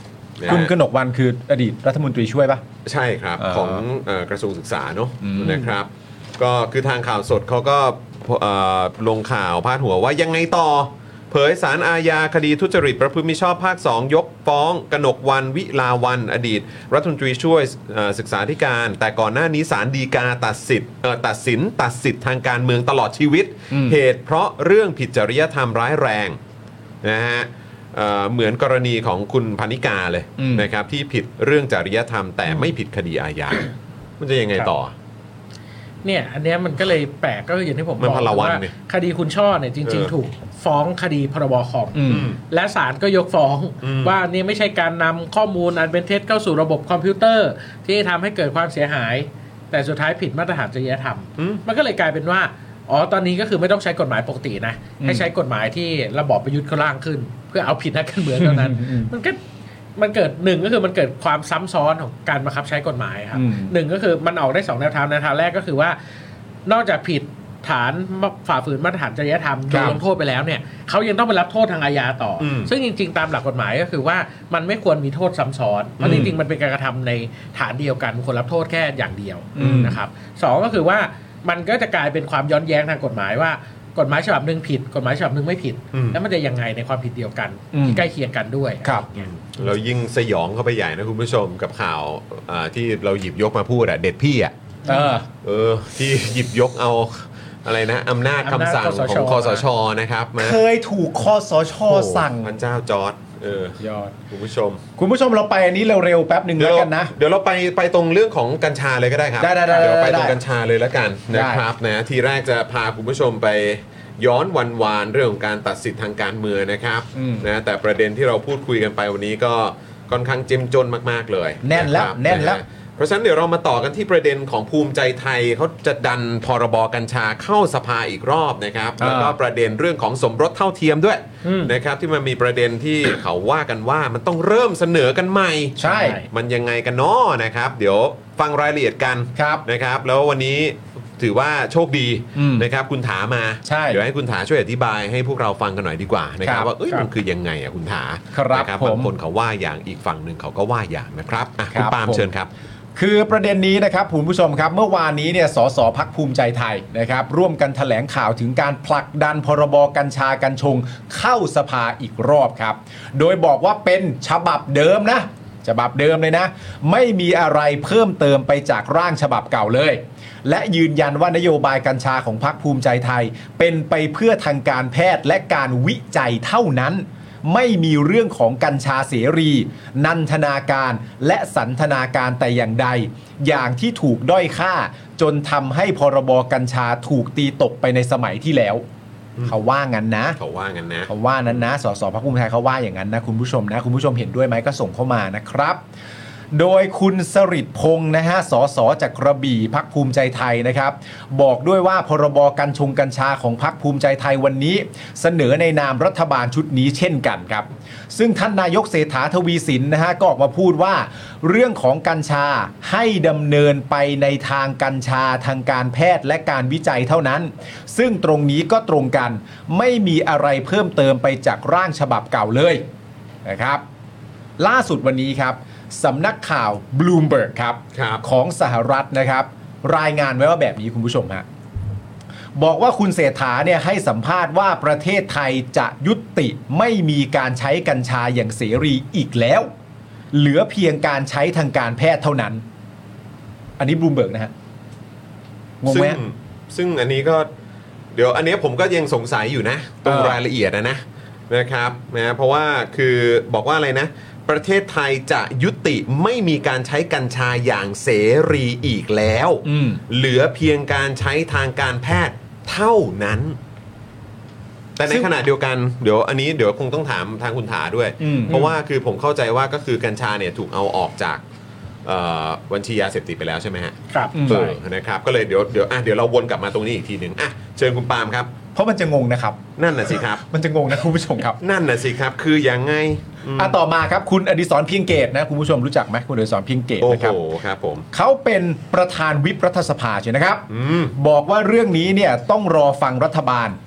คุณกนกวรรณคืออดีตรัฐมนตรีช่วยปะใช่ครับของกระทรวงศึกษาเนาะนะครับก็คือทางข่าวสดเขาก็ลงข่าวพาดหัวว่ายังไงต่อเผยศาลอาญาคดีทุจริตประพฤติมิชอบภาค 2 ยกฟ้องกนกวรรณวิลาวัลย์อดีตรัฐมนตรีช่วยศึกษาธิการแต่ก่อนหน้านี้ศาลฎีกาตัดสิทธิ์ทางการเมืองตลอดชีวิตเหตุเพราะเรื่องผิดจริยธรรมร้ายแรงนะฮะเหมือนกรณีของคุณพนิกาเลยนะครับที่ผิดเรื่องจริยธรรมแต่ไม่ผิดคดีอาญามันจะยังไงต่อเนี่ยอันเนี้ยมันก็เลยแปลกก็อย่างที่ผมบอกว่าคดีคุณช่อเนี่ยจริงๆถูกฟ้องคดีพรบคอมและศาลก็ยกฟ้องว่านี่ไม่ใช่การนำข้อมูลอันเป็นเท็จเข้าสู่ระบบคอมพิวเตอร์ที่ทำให้เกิดความเสียหายแต่สุดท้ายผิดมาตรฐานจริยธรรมมันก็เลยกลายเป็นว่าตอนนี้ก็คือไม่ต้องใช้กฎหมายปกตินะให้ใช้กฎหมายที่ระบอบประยุทธ์เขาร่างขึ้นเพื่อเอาผิดนักการเมืองเท่านั้นมันเกิดหนึ่งก็คือมันเกิดความซ้ำซ้อนของการบังคับใช้กฎหมายครับหนึ่งก็คือมันออกได้2แนวทางแนวทางแรกก็คือว่านอกจากผิดฐานฝ่าฝืนมาตรฐานจริยธรรมโดนลงโทษไปแล้วเนี่ยเขายังต้องไปรับโทษทางอาญาต่อซึ่งจริงๆตามหลักกฎหมายก็คือว่ามันไม่ควรมีโทษซ้ำซ้อนเพราะจริงๆมันเป็นการกระทำในฐานเดียวกันควรรับโทษแค่อย่างเดียวนะครับสองก็คือว่ามันก็จะกลายเป็นความย้อนแย้งทางกฎหมายว่ากฎหมายฉบับหนึ่งผิดกฎหมายฉบับหนึ่งไม่ผิดแล้วมันจะยังไงในความผิดเดียวกันที่ใกล้เคียงกันด้วยครับเรายิ่งสยองเข้าไปใหญ่นะคุณผู้ชมกับข่าวที่เราหยิบยกมาพูดเด็ดพี่ที่หยิบยกเอาอะไรนะอำนาจคำสั่งของคสชนะครับเคยถูกคสชสั่งพระเจ้าจอร์จยอดคุณผู้ชมเราไปอันนี้เร็วๆแป๊บหนึ่งแล้วกันนะเดี๋ยวเราไปตรงเรื่องของกัญชาเลยก็ได้ครับเดี๋ยวไปตรงกัญชาเลยแล้วกันนะครับนะทีแรกจะพาคุณผู้ชมไปย้อนวานเรื่องของการตัดสิทธิ์ทางการเมืองนะครับนะแต่ประเด็นที่เราพูดคุยกันไปวันนี้ก็ค่อนข้างเจ้มจนมากๆเลยแน่นแล้วเพราะฉะนั้นเดี๋ยวเรามาต่อกันที่ประเด็นของภูมิใจไทยเขาจะดันพรบกัญชาเข้าสภาอีกรอบนะครับแล้วก็ประเด็นเรื่องของสมรสเท่าเทียมด้วยนะครับที่มันมีประเด็นที่เขาว่ากันว่ามันต้องเริ่มเสนอกันใหม่ใช่มันยังไงกันเนาะนะครับเดี๋ยวฟังรายละเอียดกันนะครับแล้ววันนี้ถือว่าโชคดีนะครับคุณถามาเดี๋ยวให้คุณถาช่วยอธิบายให้พวกเราฟังกันหน่อยดีกว่านะครับว่ามันคือยังไงคุณถานะครับบางคนเขาว่าอย่างอีกฝั่งหนึ่งเขาก็ว่าอย่างนะครับคุณปาล์มเชิญครับคือประเด็นนี้นะครับคุณผู้ชมครับเมื่อวานนี้เนี่ยสสพรรคภูมิใจไทยนะครับร่วมกันแถลงข่าวถึงการผลักดันพรบกัญชากัญชงเข้าสภาอีกรอบครับโดยบอกว่าเป็นฉบับเดิมเลยนะไม่มีอะไรเพิ่มเติมไปจากร่างฉบับเก่าเลยและยืนยันว่านโยบายกัญชาของพรรคภูมิใจไทยเป็นไปเพื่อทางการแพทย์และการวิจัยเท่านั้นไม่มีเรื่องของกัญชาเสรีนันทนาการและสันทนาการแต่อย่างใดอย่างที่ถูกด้อยค่าจนทำให้พรบกัญชาถูกตีตกไปในสมัยที่แล้วเขาว่างั้นนะเขาว่านั้นนะสสพรรคภูมิใจไทยเขาว่าอย่างนั้นนะคุณผู้ชมเห็นด้วยไหมก็ส่งเข้ามานะครับโดยคุณสฤษดิ์พงษ์นะฮะสสจากกระบี่พรรคภูมิใจไทยนะครับบอกด้วยว่าพรบกัญชาของพรรคภูมิใจไทยวันนี้เสนอในนามรัฐบาลชุดนี้เช่นกันครับซึ่งท่านนายกเศรษฐาทวีสินนะฮะก็ออกมาพูดว่าเรื่องของกัญชาให้ดำเนินไปในทางกัญชาทางการแพทย์และการวิจัยเท่านั้นซึ่งตรงนี้ก็ตรงกันไม่มีอะไรเพิ่มเติมไปจากร่างฉบับเก่าเลยนะครับล่าสุดวันนี้ครับสำนักข่าว Bloomberg ครับของสหรัฐนะครับรายงานไว้ว่าแบบนี้คุณผู้ชมฮะบอกว่าคุณเศรษฐาเนี่ยให้สัมภาษณ์ว่าประเทศไทยจะยุติไม่มีการใช้กัญชาอย่างเสรีอีกแล้วเหลือเพียงการใช้ทางการแพทย์เท่านั้นอันนี้ Bloomberg นะฮะงงไหมซึ่งอันนี้ก็เดี๋ยวอันนี้ผมก็ยังสงสัยอยู่นะตรงรายละเอียดนะครับนะเพราะว่าคือบอกว่าอะไรนะประเทศไทยจะยุติไม่มีการใช้กัญชาอย่างเสรีอีกแล้วเหลือเพียงการใช้ทางการแพทย์เท่านั้นแต่ในขณะเดียวกันเดี๋ยวคงต้องถามทางคุณถาด้วยเพราะว่าคือผมเข้าใจว่าก็คือกัญชาเนี่ยถูกเอาออกจากบัญชียาเสพติดไปแล้วใช่ไหมฮะครับนะครับก็เลยเดี๋ยวเราวนกลับมาตรงนี้อีกทีหนึ่งเชิญคุณปาล์มครับเพราะมันจะงงนะครับนั่นน่ะสิครับมันจะงงนะคุณผู้ชมครับนั่นน่ะสิครับคือยังไงต่อมาครับคุณอดิศรเพียงเกตนะคุณผู้ชมรู้จักไหมคุณอดิศรเพียงเกตนะครับโอ้โหครับผมเขาเป็นประธานวิปรัฐสภาใช่ไหมครับบอกว่าเรื่องนี้เนี่ยต้องรอฟังรัฐบาล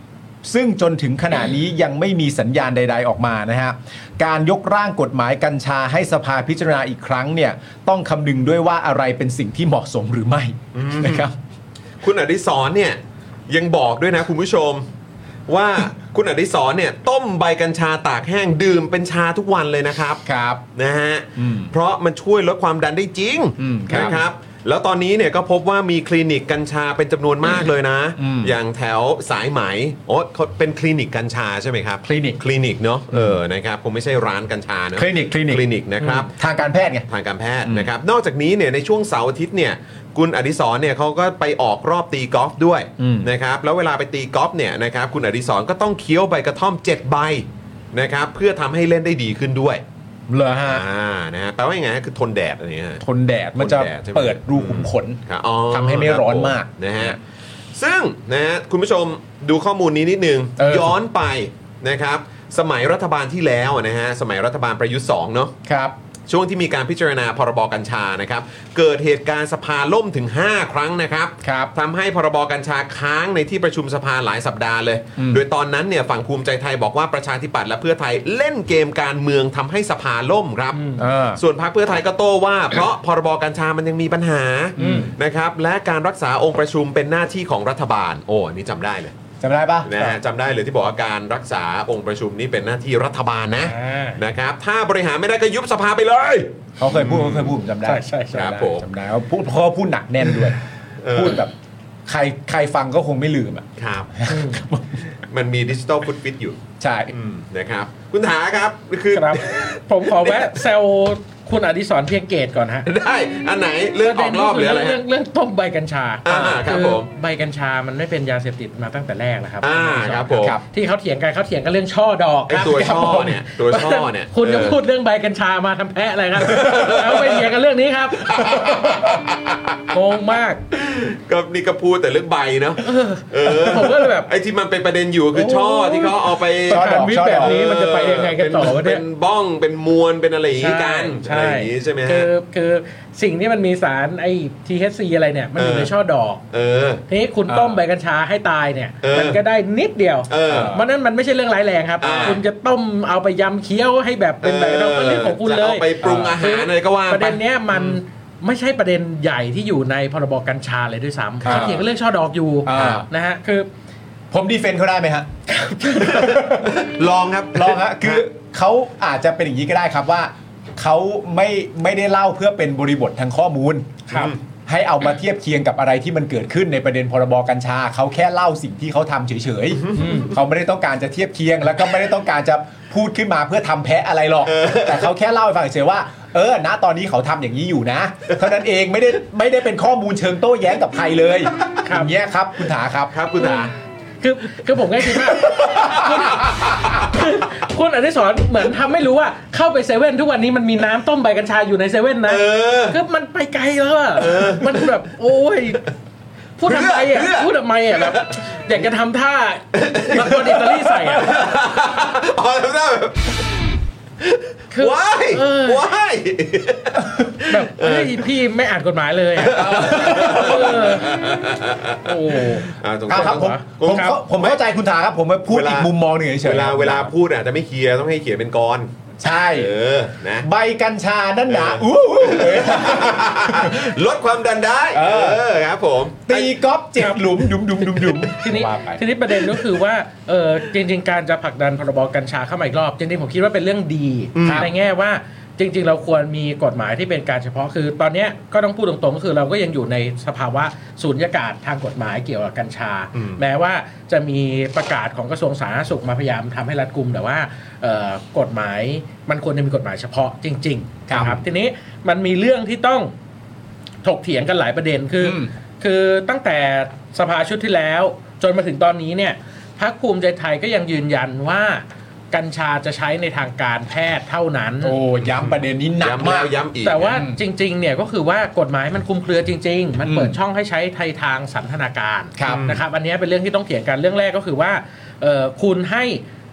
ซึ่งจนถึงขณะนี้ยังไม่มีสัญญาณใดๆออกมานะฮะการยกร่างกฎหมายกัญชาให้สภาพิจารณาอีกครั้งเนี่ยต้องคำนึงด้วยว่าอะไรเป็นสิ่งที่เหมาะสมหรือไม่นะครับคุณอดิศรเนี่ยยังบอกด้วยนะคุณผู้ชมว่าคุณอดิศรเนี่ยต้มใบกัญชาตากแห้งดื่มเป็นชาทุกวันเลยนะครับครับนะฮะเพราะมันช่วยลดความดันได้จริงนะครับแล้วตอนนี้เนี่ยก็พบว่ามีคลินิกกัญชาเป็นจำนวนมากเลยนะอย่างแถวสายไหมโอ้เขาเป็นคลินิกกัญชาใช่ไหมครับคลินิกเนาะนะครับคงไม่ใช่ร้านกัญชาเนาะคลินิกนะครับทางการแพทย์ไงทางการแพทย์นะครับนอกจากนี้เนี่ยในช่วงเสาร์อาทิตย์เนี่ยคุณอดิศรเนี่ยเขาก็ไปออกรอบตีกอล์ฟด้วยนะครับแล้วเวลาไปตีกอล์ฟเนี่ยนะครับคุณอดิศรก็ต้องเคี้ยวใบกระท่อม7ใบนะครับเพื่อทำให้เล่นได้ดีขึ้นด้วยเหรอฮะนะฮะแปลว่าอย่างไงคือทนแดดอะไรเงี้ยทนแดดมันจะเปิดรูขุมขนทำให้ไม่ร้อนมากนะฮะซึ่งนะฮะคุณผู้ชมดูข้อมูลนี้นิดนึงย้อนไปนะครับสมัยรัฐบาลที่แล้วนะฮะสมัยรัฐบาลประยุทธ์2เนาะครับช่วงที่มีการพิจารณาพรบกัญชานะครับเกิดเหตุการณ์สภาล่มถึง5ครั้งนะครับทำให้พรบกัญชาค้างในที่ประชุมสภาหลายสัปดาห์เลยโดยตอนนั้นเนี่ยฝั่งภูมิใจไทยบอกว่าประชาธิปัตย์และเพื่อไทยเล่นเกมการเมืองทำให้สภาล่มครับส่วนพรรคเพื่อไทยก็โต้ว่าเพราะพรบกัญชามันยังมีปัญหานะครับและการรักษาองค์ประชุมเป็นหน้าที่ของรัฐบาลโอ้นี่จำได้เลยจำได้ปะจำได้เลยที่บอกว่าการรักษาองค์ประชุมนี้เป็นหน้าที่รัฐบาลนะครับถ้าบริหารไม่ได้ก็ยุบสภาไปเลยเขาเคยพูดจำได้ใช่ครับผมจำได้เขาพูดหนักแน่นด้วยพูดแบบใครฟังก็คงไม่ลืมอ่ะครับมันมีดิจิตอลฟุตฟิตอยู่ใช่นะครับคุณถาครับคือผมขอแวะแซวคุณอดิศรเพียงเกตก่อนฮะได้อันไหนเรื่องออกรอบหรืออะไรเรื่องต้มใบกัญชาครับผมใบกัญชามันไม่เป็นยาเสพติดมาตั้งแต่แรกนะครับครับผมที่เขาเถียงกันเรื่องช่อดอกตัวช่อเนี่ยคุณจะพูดเรื่องใบกัญชามาทำแพะอะไรครับแล้วไปเถียงกันเรื่องนี้ครับงงมากก็นี่ก็พูดแต่เรื่องใบเนาะผมก็เลยแบบไอ้ที่มันเป็นประเด็นอยู่คือช่อที่เขาเอาไปการวิแบบนี้มันจะไปยังไงกันต่อเป็นบ้องเป็นมวลเป็นอะไรอย่างนี้กันอะไรอย่างนี้ใช่ไหมคือสิ่งที่มันมีสารไอ้ THC อะไรเนี่ยมันอยู่ในช่อดอกทีนี้คุณต้มใบกัญชาให้ตายเนี่ยมันก็ได้นิดเดียวมันนั้นมันไม่ใช่เรื่องร้ายแรงครับคุณจะต้มเอาไปยำเคี้ยวให้แบบเป็นแบบเราก็เรื่องของคุณเลยเอาไปปรุงอาหารอะไรก็ว่าประเด็นเนี้ยมันไม่ใช่ประเด็นใหญ่ที่อยู่ในพรบกัญชาเลยด้วยซ้ำเขาเถียงกันเรื่องช่อดอกอยู่นะฮะคือผมดีเฟนต์เขาได้ไหมฮะลองครับลองฮะคือเขาอาจจะเป็นอย่างนี้ก็ได้ครับว่าเขาไม่ได้เล่าเพื่อเป็นบริบททางข้อมูลให้เอามาเทียบเคียงกับอะไรที่มันเกิดขึ้นในประเด็นพรบกัญชาเขาแค่เล่าสิ่งที่เขาทำเฉยๆเขาไม่ได้ต้องการจะเทียบเคียงแล้วก็ไม่ได้ต้องการจะพูดขึ้นมาเพื่อทำแพ้อะไรหรอกแต่เขาแค่เล่าให้ฟังเฉยๆว่าณตอนนี้เขาทำอย่างนี้อยู่นะเท่านั้นเองไม่ได้เป็นข้อมูลเชิงโต้แย้งกับใครเลยอย่างเงี้ยครับคุณถาครับคุณถาคือผมก็คิดว่าคุณอดิศรเหมือนทำไม่รู้ว่าเข้าไปเซเว่นทุกวันนี้มันมีน้ำต้มใบกัญชาอยู่ในเซเว่นนะคือมันไปไกลแล้วอ่ะมันแบบโอ้ยพูดทำไมอ่ะแบบอยากจะทำท่าละครอิตาลีใส่อ่ะทำท่าแบบว้ายแบบพี่ไม่อ่านกฎหมายเลยโอ้ครับผมเข้าใจคุณถาครับผมมาพูดอีกมุมมองหนึ่งเฉยๆเวลาพูดอาจจะไม่เคลียร์ต้องให้เขียนเป็นกรใช่นะใบกัญชานั่นหนาลดความดันได้ครับผมตีก๊อฟ7หลุมดุมทีนี้ประเด็นก็คือว่าจริงๆการจะผลักดันพรบกัญชาเข้ามาอีกรอบจริงๆผมคิดว่าเป็นเรื่องดีในแง่ว่าจริงๆเราควรมีกฎหมายที่เป็นการเฉพาะคือตอนนี้ก็ต้องพูดตรงๆก็คือเราก็ยังอยู่ในสภาวะสูญญากาศทางกฎหมายเกี่ยวกับกัญชาแม้ว่าจะมีประกาศของกระทรวงสาธารณสุขมาพยายามทำให้รัดกุมแต่ว่ากฎหมายมันควรจะมีกฎหมายเฉพาะจริงๆครับทีนี้มันมีเรื่องที่ต้องถกเถียงกันหลายประเด็นคือตั้งแต่สภาชุดที่แล้วจนมาถึงตอนนี้เนี่ยพรรคภูมิใจไทยก็ยังยืนยันว่ากัญชาจะใช้ในทางการแพทย์เท่านั้นย้ำประเด็นนี้หนักมากย้ำอีกแต่ว่าจริงๆเนี่ยก็คือว่ากฎหมายมันคลุมเครือจริงๆมันเปิดช่องให้ใช้ทางสันทนาการนะครับอันนี้เป็นเรื่องที่ต้องเถียงกันเรื่องแรกก็คือว่าคุณให้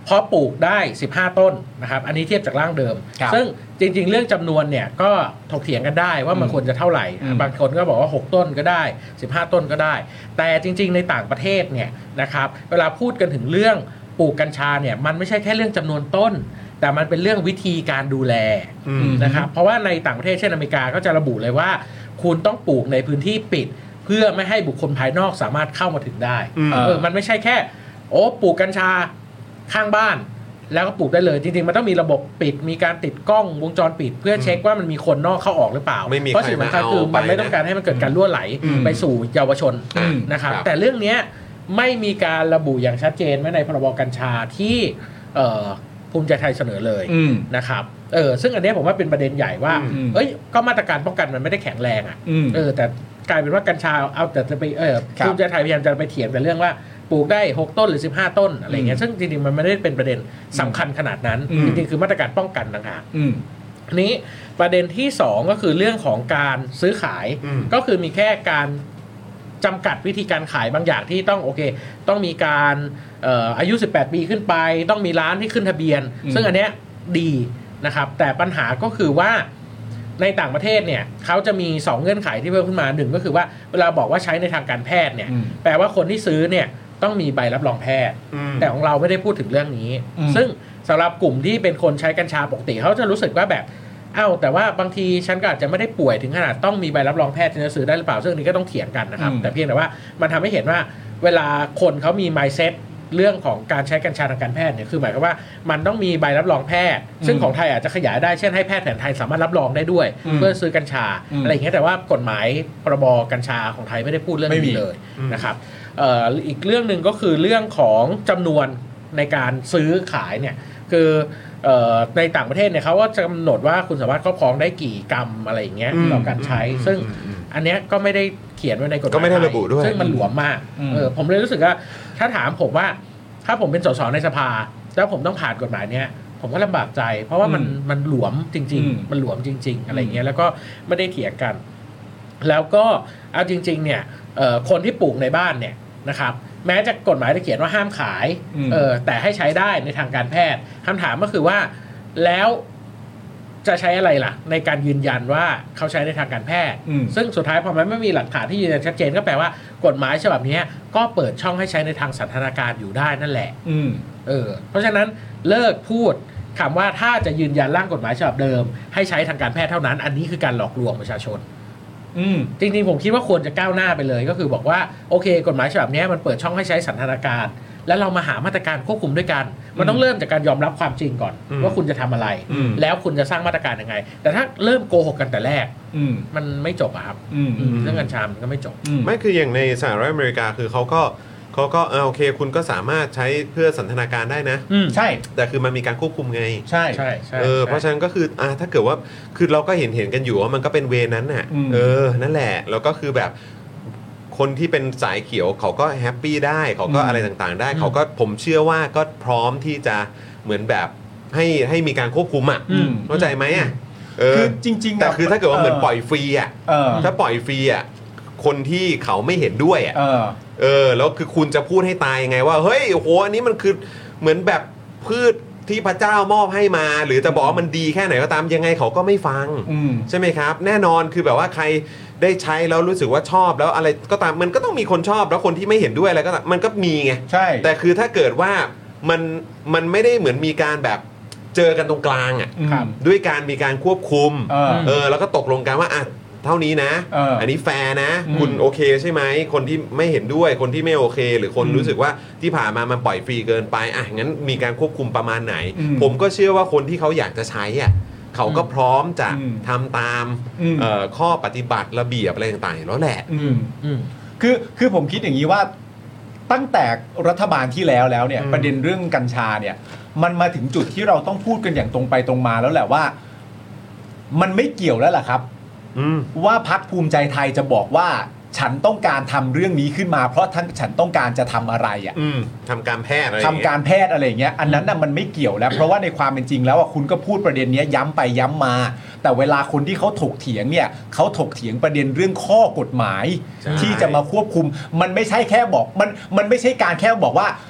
พอปลูกได้15ต้นนะครับอันนี้เทียบจากร่างเดิมซึ่งจริงๆเรื่องจำนวนเนี่ยก็ถกเถียงกันได้ว่ามันควรจะเท่าไหร่บางคนก็บอกว่า6ต้นก็ได้15ต้นก็ได้แต่จริงๆในต่างประเทศเนี่ยนะครับเวลาพูดกันถึงเรื่องปลูกกัญชาเนี่ยมันไม่ใช่แค่เรื่องจำนวนต้นแต่มันเป็นเรื่องวิธีการดูแลนะครับเพราะว่าในต่างประเทศเช่นอเมริกาก็จะระบุเลยว่าคุณต้องปลูกในพื้นที่ปิดเพื่อไม่ให้บุคคลภายนอกสามารถเข้ามาถึงได้มันไม่ใช่แค่ปลูกกัญชาข้างบ้านแล้วก็ปลูกได้เลยจริงๆมันต้องมีระบบปิดมีการติดกล้องวงจรปิดเพื่อเช็คว่ามันมีคนนอกเข้าออกหรือเปล่าเพราะสิ่งสำคัญคือมันไม่ต้องการให้มันเกิดการรั่วไหลไปสู่เยาวชนนะครับแต่เรื่องนี้ไม่มีการระบุอย่างชัดเจนไว้ในพรบกัญชาที่ภูมิใจไทยเสนอเลยนะครับซึ่งอันนี้ผมว่าเป็นประเด็นใหญ่ว่าก็มาตรการป้องกันมันไม่ได้แข็งแรงแต่กลายเป็นว่ากัญชาเอาแต่จะไปภูมิใจไทยพยายามจะไปเถียงแต่เรื่องว่าปลูกได้6ต้นหรือ15ต้นอะไรเงี้ยซึ่งจริงๆมันไม่ได้เป็นประเด็นสำคัญขนาดนั้นจริงๆคือมาตรการป้องกันต่างหากนี้ประเด็นที่2ก็คือเรื่องของการซื้อขายก็คือมีแค่การจำกัดวิธีการขายบางอย่างที่ต้องมีการอายุ18ปีขึ้นไปต้องมีร้านที่ขึ้นทะเบียนซึ่งอันเนี้ยดีนะครับแต่ปัญหาก็คือว่าในต่างประเทศเนี่ยเขาจะมี2เงื่อนไขที่เพิ่มขึ้นมา1ก็คือว่าเวลาบอกว่าใช้ในทางการแพทย์เนี่ยแปลว่าคนที่ซื้อเนี่ยต้องมีใบรับรองแพทย์แต่ของเราไม่ได้พูดถึงเรื่องนี้ซึ่งสำหรับกลุ่มที่เป็นคนใช้กัญชาปกติเขาจะรู้สึกว่าแบบแต่ว่าบางทีฉันก็อาจจะไม่ได้ป่วยถึงขนาดต้องมีใบรับรองแพทย์จะซื้อได้หรือเปล่าซึ่งนี้ก็ต้องเถียงกันนะครับแต่เพียงแต่ว่ามันทำให้เห็นว่าเวลาคนเขามี mindset เรื่องของการใช้กัญชาทางการแพทย์เนี่ยคือหมายความว่ามันต้องมีใบรับรองแพทย์ซึ่งของไทยอาจจะขยายได้เช่นให้แพทย์แผนไทยสามารถรับรองได้ด้วยเพื่อซื้อกัญชาอะไรอย่างเงี้ยแต่ว่ากฎหมายพรบกัญชาของไทยไม่ได้พูดเรื่องนี้เลยนะครับอีกเรื่องนึงก็คือเรื่องของจำนวนในการซื้อขายเนี่ยคือในต่างประเทศเนี่ยเขาก็จะกำหนดว่าคุณสามารถครอบครองได้กี่กรัมอะไรอย่างเงี้ยต่อการใช้ซึ่งอันเนี้ยก็ไม่ได้เขียนไว้ในกฎหมายก็ไม่ได้ระบุด้วยซึ่งมันหลวมมากผมเลยรู้สึกว่าถ้าถามผมว่าถ้าผมเป็นสสในสภาแล้วผมต้องผ่านกฎหมายเนี้ยผมก็ลำบากใจเพราะว่ามันหลวมจริงๆมันหลวมจริงๆอะไรเงี้ยแล้วก็ไม่ได้เถียงกันแล้วก็เอาจริงๆเนี่ยคนที่ปลูกในบ้านเนี่ยนะครับแม้จะกฎหมายจะเขียนว่าห้ามขายแต่ให้ใช้ได้ในทางการแพทย์คำถามก็คือว่าแล้วจะใช้อะไรล่ะในการยืนยันว่าเขาใช้ในทางการแพทย์ซึ่งสุดท้ายพอมันไม่มีหลักฐานที่ยืนยันชัดเจนก็แปลว่ากฎหมายฉบับนี้ก็เปิดช่องให้ใช้ในทางสันทนาการอยู่ได้นั่นแหละเพราะฉะนั้นเลิกพูดคำว่าถ้าจะยืนยันร่างกฎหมายฉบับเดิมให้ใช้ทางการแพทย์เท่านั้นอันนี้คือการหลอกลวงประชาชนจริงๆผมคิดว่าควรจะก้าวหน้าไปเลยก็คือบอกว่าโอเคกฎหมายฉบับนี้มันเปิดช่องให้ใช้สันทนาการแล้วเรามาหามาตรการควบคุมด้วยกันมันต้องเริ่มจากการยอมรับความจริงก่อนว่าคุณจะทำอะไรแล้วคุณจะสร้างมาตรการยังไงแต่ถ้าเริ่มโกหกกันแต่แรกมันไม่จบอะครับเรื่องกัญชามันก็ไม่จบไม่คืออย่างในสหรัฐอเมริกาคือเขาก็โอเคคุณก็สามารถใช้เพื่อสันทนาการได้นะใช่แต่คือมันมีการควบคุมไงใช่เพราะฉะนั้นก็คือถ้าเกิดว่าคือเราก็เห็นกันอยู่ว่ามันก็เป็นเวนั้นน่ะนั่นแหละแล้วก็คือแบบคนที่เป็นสายเขียวเขาก็แฮปปี้ได้เขาก็อะไรต่างๆได้เขาก็ผมเชื่อว่าก็พร้อมที่จะเหมือนแบบให้มีการควบคุมอ่ะเข้าใจไหมอ่ะคือจริงๆแต่คือถ้าเกิดว่าเหมือนปล่อยฟรีอ่ะถ้าปล่อยฟรีอ่ะคนที่เขาไม่เห็นด้วยอ่ะแล้วคือคุณจะพูดให้ตายยังไงว่าเฮ้ยโอ้โหอันนี้มันคือเหมือนแบบพืชที่พระเจ้ามอบให้มาหรือจะบอกว่ามันดีแค่ไหนก็ตามยังไงเขาก็ไม่ฟังใช่ไหมครับแน่นอนคือแบบว่าใครได้ใช้แล้วรู้สึกว่าชอบแล้วอะไรก็ตามมันก็ต้องมีคนชอบแล้วคนที่ไม่เห็นด้วยอะไรก็ตามมันก็มีไงใช่แต่คือถ้าเกิดว่ามันไม่ได้เหมือนมีการแบบเจอกันตรงกลางอ่ะด้วยการมีการควบคุมแล้วก็ตกลงกันว่าเท่านี้นะอันนี้แฟร์นะคุณโอเคใช่ไหมคนที่ไม่เห็นด้วยคนที่ไม่โอเคหรือคนรู้สึกว่าที่ผ่านมามันปล่อยฟรีเกินไปงั้นมีการควบคุมประมาณไหนผมก็เชื่อว่าคนที่เขาอยากจะใช้เขาก็พร้อมจะทำตามข้อปฏิบัติระเบียบอะไรต่างๆแล้วแหละคือผมคิดอย่างนี้ว่าตั้งแต่รัฐบาลที่แล้วเนี่ยประเด็นเรื่องกัญชาเนี่ยมันมาถึงจุดที่เราต้องพูดกันอย่างตรงไปตรงมาแล้วแหละว่ามันไม่เกี่ยวแล้วล่ะครับว่าพรรคภูมิใจไทยจะบอกว่าฉันต้องการทำเรื่องนี้ขึ้นมาเพราะฉันต้องการจะทำอะไรทำการแพทย์อะไรทำการแพทย์อะไรอย่างเงี้ยอันนั้นน่ะมันไม่เกี่ยวแล้วเพราะว่าในความเป็นจริงแล้วคุณก็พูดประเด็นนี้ย้ำไปย้ำมาแต่เวลาคนที่เขาถกเถียงเนี่ยเขาถกเถียงประเด็นเรื่องข้อกฎหมายที่จะมาควบคุมมันไม่ใช่แค่บอกมันไม่ใช่การแค่บอกว่า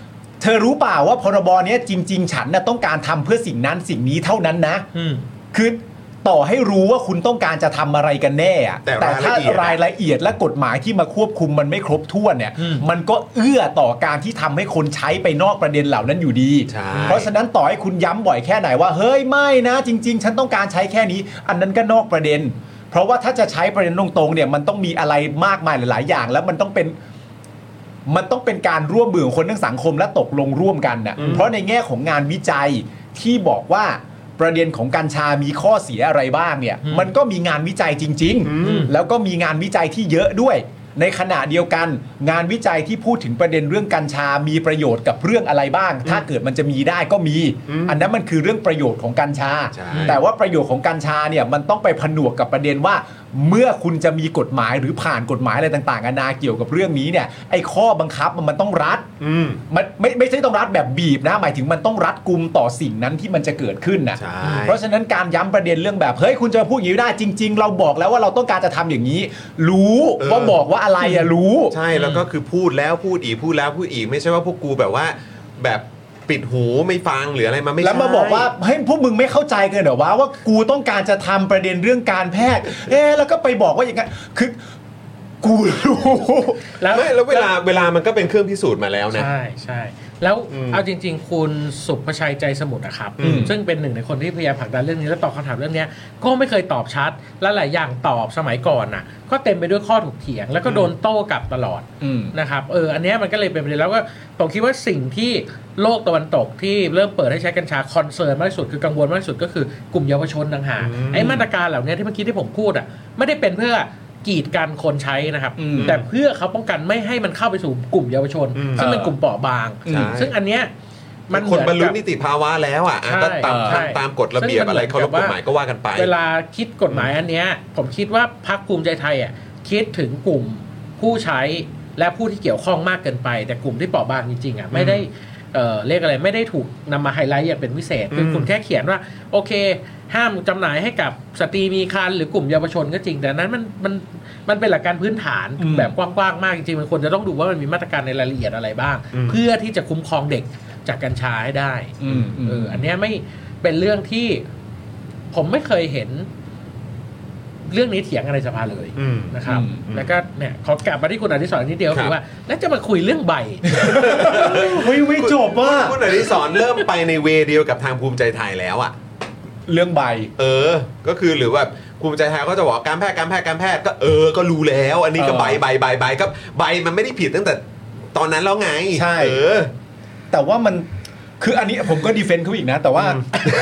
เธอรู้เปล่าว่าพรบเนี้ยจริงๆฉันน่ะต้องการทำเพื่อสิ่งนั้นสิ่งนี้เท่านั้นนะคือต่อให้รู้ว่าคุณต้องการจะทำอะไรกันแน่แต่ถ้ารายละเอียดและกฎหมายที่มาควบคุมมันไม่ครบถ้วนเนี่ยมันก็เอื้อต่อการที่ทำให้คนใช้ไปนอกประเด็นเหล่านั้นอยู่ดีเพราะฉะนั้นต่อให้คุณย้ำบ่อยแค่ไหนว่าเฮ้ยไม่นะจริงๆฉันต้องการใช้แค่นี้อันนั้นก็นอกประเด็นเพราะว่าถ้าจะใช้ประเด็นตรงๆเนี่ยมันต้องมีอะไรมากมายหลายๆอย่างแล้วมันต้องเป็นการร่วมมือของคนทั้งสังคมและตกลงร่วมกันน่ะเพราะในแง่ของงานวิจัยที่บอกว่าประเด็นของกัญชามีข้อเสียอะไรบ้างเนี่ยมันก็มีงานวิจัยจริงๆแล้วก็มีงานวิจัยที่เยอะด้วยในขณะเดียวกันงานวิจัยที่พูดถึงประเด็นเรื่องกัญชามีประโยชน์กับเรื่องอะไรบ้างถ้าเกิดมันจะมีได้ก็มีอันนั้นมันคือเรื่องประโยชน์ของกัญชาแต่ว่าประโยชน์ของกัญชาเนี่ยมันต้องไปผนวกกับประเด็นว่าเมื่อคุณจะมีกฎหมายหรือผ่านกฎหมายอะไรต่างๆนานาเกี่ยวกับเรื่องนี้เนี่ยไอ้ข้อบังคับมันต้องรัดมันไม่ใช่ต้องรัดแบบบีบนะหมายถึงมันต้องรัดกุมต่อสิ่งนั้นที่มันจะเกิดขึ้นนะเพราะฉะนั้นการย้ำประเด็นเรื่องแบบเฮ้ยคุณจะพูดอย่างนี้ได้จริงๆเราบอกแล้วว่าเราต้องการจะทำอย่างนี้รู้ว่าบอกว่าอะไรรู้ใช่แล้วก็คือพูดแล้วพูดอีกพูดแล้วพูดอีกไม่ใช่ว่าพวกกูแบบว่าแบบปิดหูไม่ฟังหรืออะไรมาไม่ใช่แล้วมาบอกว่าเฮ้ยพวกมึงไม่เข้าใจกันเหรอว่ากูต้องการจะทำประเด็นเรื่องการแพทย์แล้วก็ไปบอกว่าอย่างนั้นคือกูรู้แล้วเวลามันก็เป็นเครื่องพิสูจน์มาแล้วนะใช่แล้วเอาจริงๆคุณสุภชัยใจสมุทรนะครับซึ่งเป็นหนึ่งในคนที่พยายามผลักดันเรื่องนี้และตอบคำถามเรื่องนี้ก็ไม่เคยตอบชัดและหลายอย่างตอบสมัยก่อนน่ะก็เต็มไปด้วยข้อถกเถียงแล้วก็โดนโต้กลับตลอดนะครับอันนี้มันก็เลยเป็นประเด็นแล้วก็ผมคิดว่าสิ่งที่โลกตะวันตกที่เริ่มเปิดให้ใช้กัญชาคอนเซิร์นมากที่สุดคือกังวลมากที่สุดก็คือกลุ่มเยาวชนต่างหากไอ้มาตรการเหล่านี้ที่เมื่อกี้ที่ผมพูดไม่ได้เป็นเพื่อกีดกันคนใช้นะครับแต่เพื่อเขาป้องกันไม่ให้มันเข้าไปสู่กลุ่มเยาวชนซึ่งเป็นกลุ่มเปราะบางซึ่งอันเนี้ยมันคนบรรลุนิติภาวะแล้วก็ตามกฎระเบียบอะไรเคารพกฎหมายก็ว่ากันไปเวลาคิดกฎหมายอันเนี้ยผมคิดว่าพรรคภูมิใจไทยคิดถึงกลุ่มผู้ใช้และผู้ที่เกี่ยวข้องมากเกินไปแต่กลุ่มที่เปราะบางจริงๆไม่ได้เรียกอะไรไม่ได้ถูกนำมาไฮไลท์อย่างเป็นพิเศษคือคุณแค่เขียนว่าโอเคห้ามจำหน่ายให้กับสตรีมีครรภ์หรือกลุ่มเยาวชนก็จริงแต่นั้นมันเป็นหลักการพื้นฐานแบบกว้างๆมากจริงๆมันควรจะต้องดูว่ามันมีมาตรการในรายละเอียดอะไรบ้างเพื่อที่จะคุ้มครองเด็กจากกัญชาให้ได้อันนี้ไม่เป็นเรื่องที่ผมไม่เคยเห็นเรื่องนี้เถียงกันในสภาเลยนะครับแล้วก็เนี่ยขอกลับมาที่คุณอดิศรนิดเดียวคือว่าแล้วจะมาคุยเรื่องใบไม่จบว่าคุณอดิศรเริ่มไปในเวเดียวกับทางภูมิใจไทยแล้วเรื่องใบก็คือหรือว่าภูมิใจไทยก็จะบอกการแพทย์ก็ก็รู้แล้วอันนี้ก็ใบก็ใบมันไม่ได้ผิดตั้งแต่ตอนนั้นแล้วไงใช่แต่ว่ามันคืออันนี้ผมก็ดีเฟนต์เขาอีกนะแต่ว่า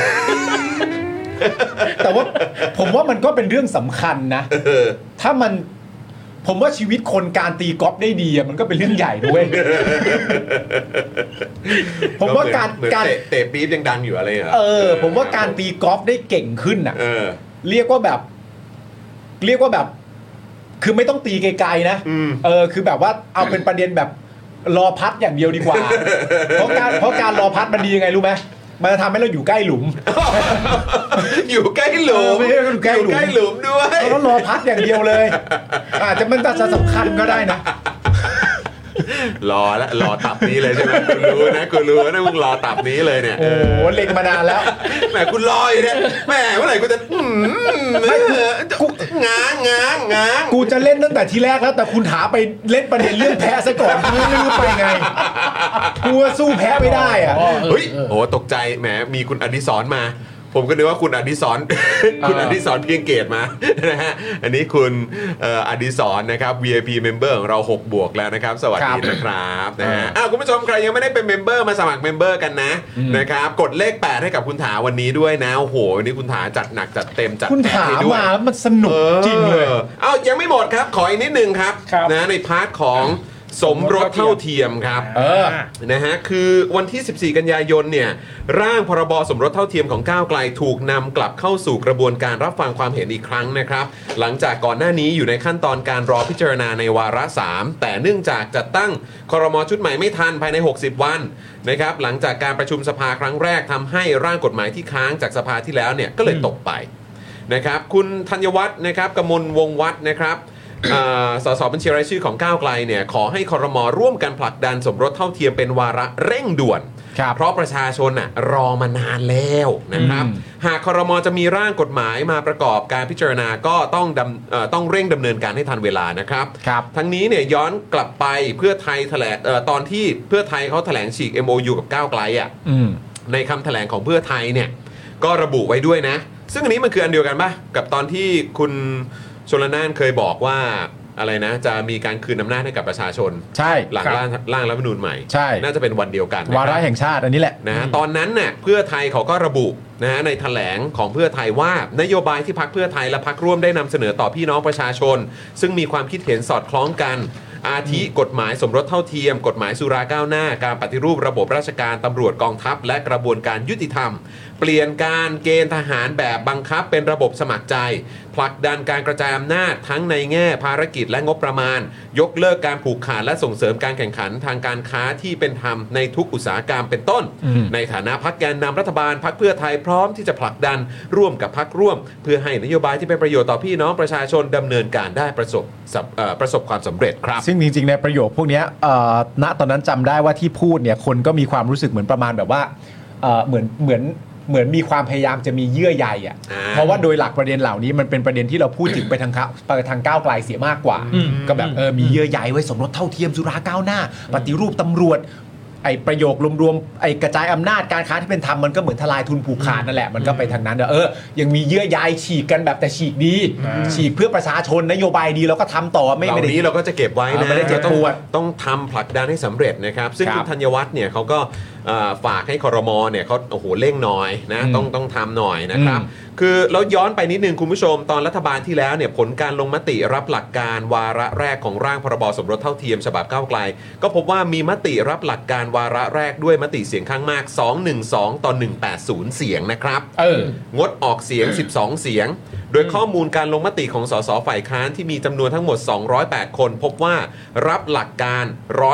ผมว่ามันก็เป็นเรื่องสำคัญนะถ้ามันผมว่าชีวิตคนการตีกอล์ฟได้ดีมันก็เป็นเรื่องใหญ่ด้วยผมว่าการเตะปี๊บยังดังอยู่อะไรผมว่าการตีกอล์ฟได้เก่งขึ้นเรียกว่าแบบคือไม่ต้องตีไกลๆนะคือแบบว่าเอาเป็นประเด็นแบบรอพัดอย่างเดียวดีกว่าเพราะการรอพัดมันดียังไงรู้ไหมมันจะทำให้เราอยู่ใกล้หลุมอยู่ใกล้หลุมอยู่ใกล้หลุมด้วยแล้วรอพัดอย่างเดียวเลยอาจจะมันจะสำคัญก็ได้นะรอตับนี้เลยใช่ไหมคุณรู้นะมึงรอตับนี้เลยเนี่ยโอ้เล็งมานานแล้วแหมคุณรออยู่เนี่ยแหมเมื่อไหร่กูจะง้างกูจะเล่นตั้งแต่ทีแรกแล้วแต่คุณหาไปเล่นประเด็นเรื่องแพ้ซะก่อนกูไม่รู้ไปไงกูสู้แพ้ไม่ได้เฮ้ยโอ้ตกใจแหมมีคุณอดิศรมาผมก็นึกว่าคุณอดิศรเพียงเกตมานะฮะอันนี้คุณอดิศรนะครับ VIP Member ของเรา6บวกแล้วนะครับสวัสดีนะครับนะฮะคุณผู้ชมใครยังไม่ได้เป็นเมมเบอร์มาสมัครเมมเบอร์กันนะครับกดเลข8ให้กับคุณถาวันนี้ด้วยนะโอ้โหวันนี้คุณถาจัดหนักจัดเต็มจัดคุณถามามันสนุกจริงเลยยังไม่หมดครับขออีกนิดนึงครับนะในพาร์ทของสมรสเท่าเทียมครับนะฮะคือวันที่14กันยายนเนี่ยร่างพรบสมรสเท่าเทียมของก้าวไกลถูกนำกลับเข้าสู่กระบวนการรับฟังความเห็นอีกครั้งนะครับหลังจากก่อนหน้านี้อยู่ในขั้นตอนการรอพิจารณาในวาระ3แต่เนื่องจากจัดตั้งครม.ชุดใหม่ไม่ทันภายใน60วันนะครับหลังจากการประชุมสภาครั้งแรกทำให้ร่างกฎหมายที่ค้างจากสภาที่แล้วเนี่ยก็เลยตกไปนะครับคุณธัญวัฒน์นะครับกมลวงศ์วัฒน์นะครับสสบัญชีรายชื่อของก้าวไกลเนี่ยขอให้ครม.ร่วมกันผลักดันสมรสเท่าเทียมเป็นวาระเร่งด่วนเพราะประชาชนรอมานานแล้วนะครับหากครม.จะมีร่างกฎหมายมาประกอบการพิจารณาก็ต้องเร่งดำเนินการให้ทันเวลานะครับทั้งนี้เนี่ยย้อนกลับไปเพื่อไทยแถลงตอนที่เพื่อไทยเขาแถลงฉีก MOU กับก้าวไกลในคำแถลงของเพื่อไทยเนี่ยก็ระบุไว้ด้วยนะซึ่งอันนี้มันคืออันเดียวกันป่ะกับตอนที่คุณชลน่านเคยบอกว่าอะไรนะจะมีการคืนอำนาจให้กับประชาชนใช่หลังร่างรัฐธรรมนูญใหม่ใช่น่าจะเป็นวันเดียวกันวาระแห่งชาติอันนี้แหละนะตอนนั้นเนี่ยเพื่อไทยเขาก็ระบุนะในแถลงของเพื่อไทยว่านโยบายที่พรรคเพื่อไทยและพรรคร่วมได้นำเสนอต่อพี่น้องประชาชนซึ่งมีความคิดเห็นสอดคล้องกันอาทิกฎหมายสมรสเท่าเทียมกฎหมายสุราก้าวหน้าการปฏิรูประบบราชการตำรวจกองทัพและกระบวนการยุติธรรมเปลี่ยนการเกณฑ์ทหารแบบบังคับเป็นระบบสมัครใจผลักดันการกระจายอำนาจทั้งในแง่ภารกิจและงบประมาณยกเลิกการผูกขาดและส่งเสริมการแข่งขันทางการค้าที่เป็นธรรมในทุกอุตสาหกรรมเป็นต้นในฐานะพรรคแกนนำรัฐบาลพรรคเพื่อไทยพร้อมที่จะผลักดันร่วมกับพรรคร่วมเพื่อให้นโยบายที่เป็นประโยชน์ต่อพี่น้องประชาชนดำเนินการได้ประสบความสำเร็จครับซึ่งจริงๆในประโยคพวกนี้ณตอนนั้นจำได้ว่าที่พูดเนี่ยคนก็มีความรู้สึกเหมือนประมาณแบบว่าเหมือนมีความพยายามจะมีเยื่อใยอ่ะเพราะว่าโดยหลักประเด็นเหล่านี้มันเป็นประเด็นที่เราพูดถึงไปทางก้าวไกลเสียมากกว่าก็แบบมีเยื่อใยไว้สมรสเท่าเทียมสุราก้าวหน้าปฏิรูปตำรวจไอ้ประโยครวมๆไอ้กระจายอำนาจการค้าที่เป็นธรรมมันก็เหมือนทลายทุนผูกขาดนั่นแหละมันก็ไปทางนั้นยังมีเยื่อใยฉีกกันแบบแต่ฉีกดีฉีกเพื่อประชาชนนโยบายดีเราก็ทำต่อไม่ได้นี้เราก็จะเก็บไว้นะไม่ได้เจ็บปวดต้องทำผลักดันให้สำเร็จนะครับซึ่งคุณธัญวัฒน์เนี่ยเขาก็ฝากให้ครม.เนี่ยเขาโอ้โหเร่งหน่อยนะต้องทำหน่อยนะครับคือเราย้อนไปนิดนึงคุณผู้ชมตอนรัฐบาลที่แล้วเนี่ยผลการลงมติรับหลักการวาระแรกของร่างพรบสมรสเท่าเทียมฉบับก้าวไกลก็พบว่ามีมติรับหลักการวาระแรกด้วยมติเสียงข้างมาก212ต่อ180เสียงนะครับงดออกเสียง12เสียงโดยข้อมูลการลงมติของสสฝ่ายค้านที่มีจำนวนทั้งหมด208คนพบว่ารับหลักการ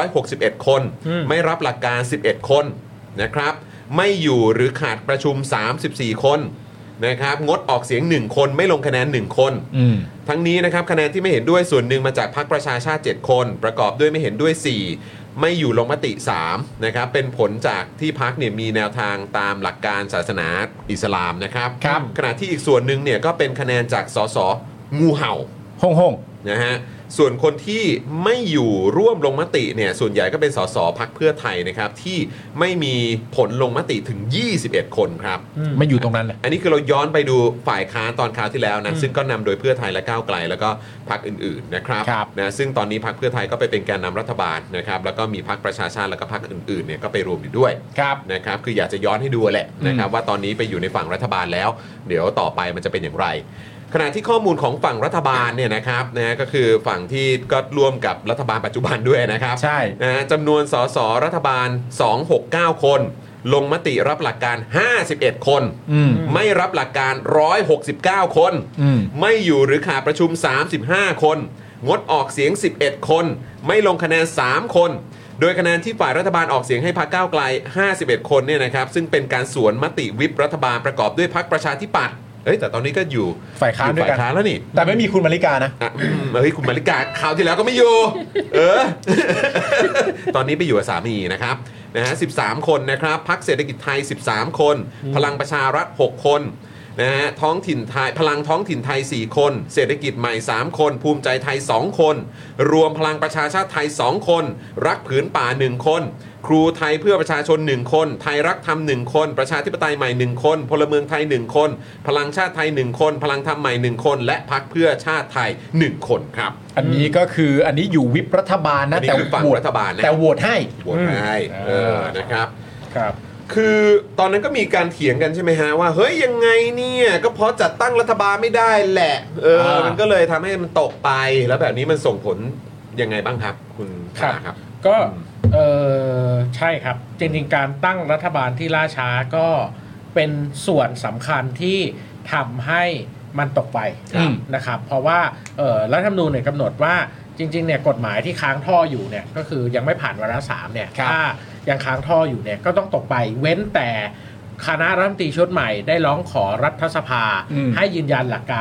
161คนไม่รับหลักการ11คนนะครับไม่อยู่หรือขาดประชุม34คนนะครับงดออกเสียง1คนไม่ลงคะแนน1คนทั้งนี้นะครับคะแนนที่ไม่เห็นด้วยส่วนหนึ่งมาจากพรรคประชาชาติ7คนประกอบด้วยไม่เห็นด้วย4ไม่อยู่ลงมติ3นะครับเป็นผลจากที่พรรคเนี่ยมีแนวทางตามหลักการศาสนาอิสลามนะครับขณะที่อีกส่วนหนึ่งเนี่ยก็เป็นคะแนนจากสสงูเห่าฮ่องนะฮะส่วนคนที่ไม่อยู่ร่วมลงมติเนี่ยส่วนใหญ่ก็เป็นสสพรรคเพื่อไทยนะครับที่ไม่มีผลลงมติถึง21คนครับไม่อยู่ตรงนั้นเลยอันนี้คือเราย้อนไปดูฝ่ายค้านตอนคราวที่แล้วนะซึ่งก็นำโดยเพื่อไทยและก้าวไกลแล้วก็พรรคอื่นๆนะครับนะซึ่งตอนนี้พรรคเพื่อไทยก็ไปเป็นแกนนำรัฐบาลนะครับแล้วก็มีพรรคประชาชาติแล้วก็พรรคอื่นๆเนี่ยก็ไปรวมอยู่ด้วยนะครับคืออยากจะย้อนให้ดูแหละนะครับว่าตอนนี้ไปอยู่ในฝั่งรัฐบาลแล้วเดี๋ยวต่อไปมันจะเป็นอย่างไรขณะที่ข้อมูลของฝั่งรัฐบาลเนี่ยนะครับนะก็คือฝั่งที่ก็ร่วมกับรัฐบาลปัจจุบันด้วยนะครับใช่นะจำนวนสสรัฐบาล269คนลงมติรับหลักการ51คนไม่รับหลักการ169คนไม่อยู่หรือขาดประชุม35คนงดออกเสียง11คนไม่ลงคะแนน3คนโดยคะแนนที่ฝ่ายรัฐบาลออกเสียงให้พรรคก้าวไกล51คนเนี่ยนะครับซึ่งเป็นการสวนมติวิปรัฐบาลประกอบด้วยพรรคประชาธิปัตย์แต่ตอนนี้ก็อยู่ฝ่ายค้านด้วยกันแล้วนี่แต่ไม่มีคุณมาริกานะคุณมาริกาคราวที่แล้วก็ไม่อยู่ตอนนี้ไปอยู่กับสามีนะครับนะฮะ13คนนะครับพรรคเศรษฐกิจไทย13คนพลังประชารัฐ6คนนะฮะท้องถิ่นไทยพลังท้องถิ่นไทย4คนเศรษฐกิจใหม่3คนภูมิใจไทย2คนรวมพลังประชาชาติไทย2คนรักผืนป่า1คนครูไทยเพื่อประชาชน1คนไทยรักธรรม1คนประชาธิปไตยใหม่1คนพลเมืองไทย1คนพลังชาติไทย1คนพลังธรรมใหม่1คนและพรรคเพื่อชาติไทย1คนครับอันนี้ก็คืออันนี้อยู่วิปรัฐบาลนะแต่ฝั่งรัฐบาลนะแต่โหวตให้นะครับครับคือตอนนั้นก็มีการเถียงกันใช่ไหมฮะว่าเฮ้ยยังไงเนี่ยก็เพราะจัดตั้งรัฐบาลไม่ได้แหละมันก็เลยทำให้มันตกไปแล้วแบบนี้มันส่งผลยังไงบ้างครับคุณครับก็ใช่ครับจริงๆการตั้งรัฐบาลที่ล่าช้าก็เป็นส่วนสำคัญที่ทำให้มันตกไปนะครับเพราะว่ารัฐธรรมนูญเนี่ยกำหนดว่าจริงๆเนี่ยกฎหมายที่ค้างท่ออยู่เนี่ยก็คือยังไม่ผ่านวาระ3เนี่ยถ้ายังค้างท่ออยู่เนี่ยก็ต้องตกไปเว้นแต่คณะรัฐมนตรีชุดใหม่ได้ร้องขอรัฐสภาให้ยืนยันหลักการ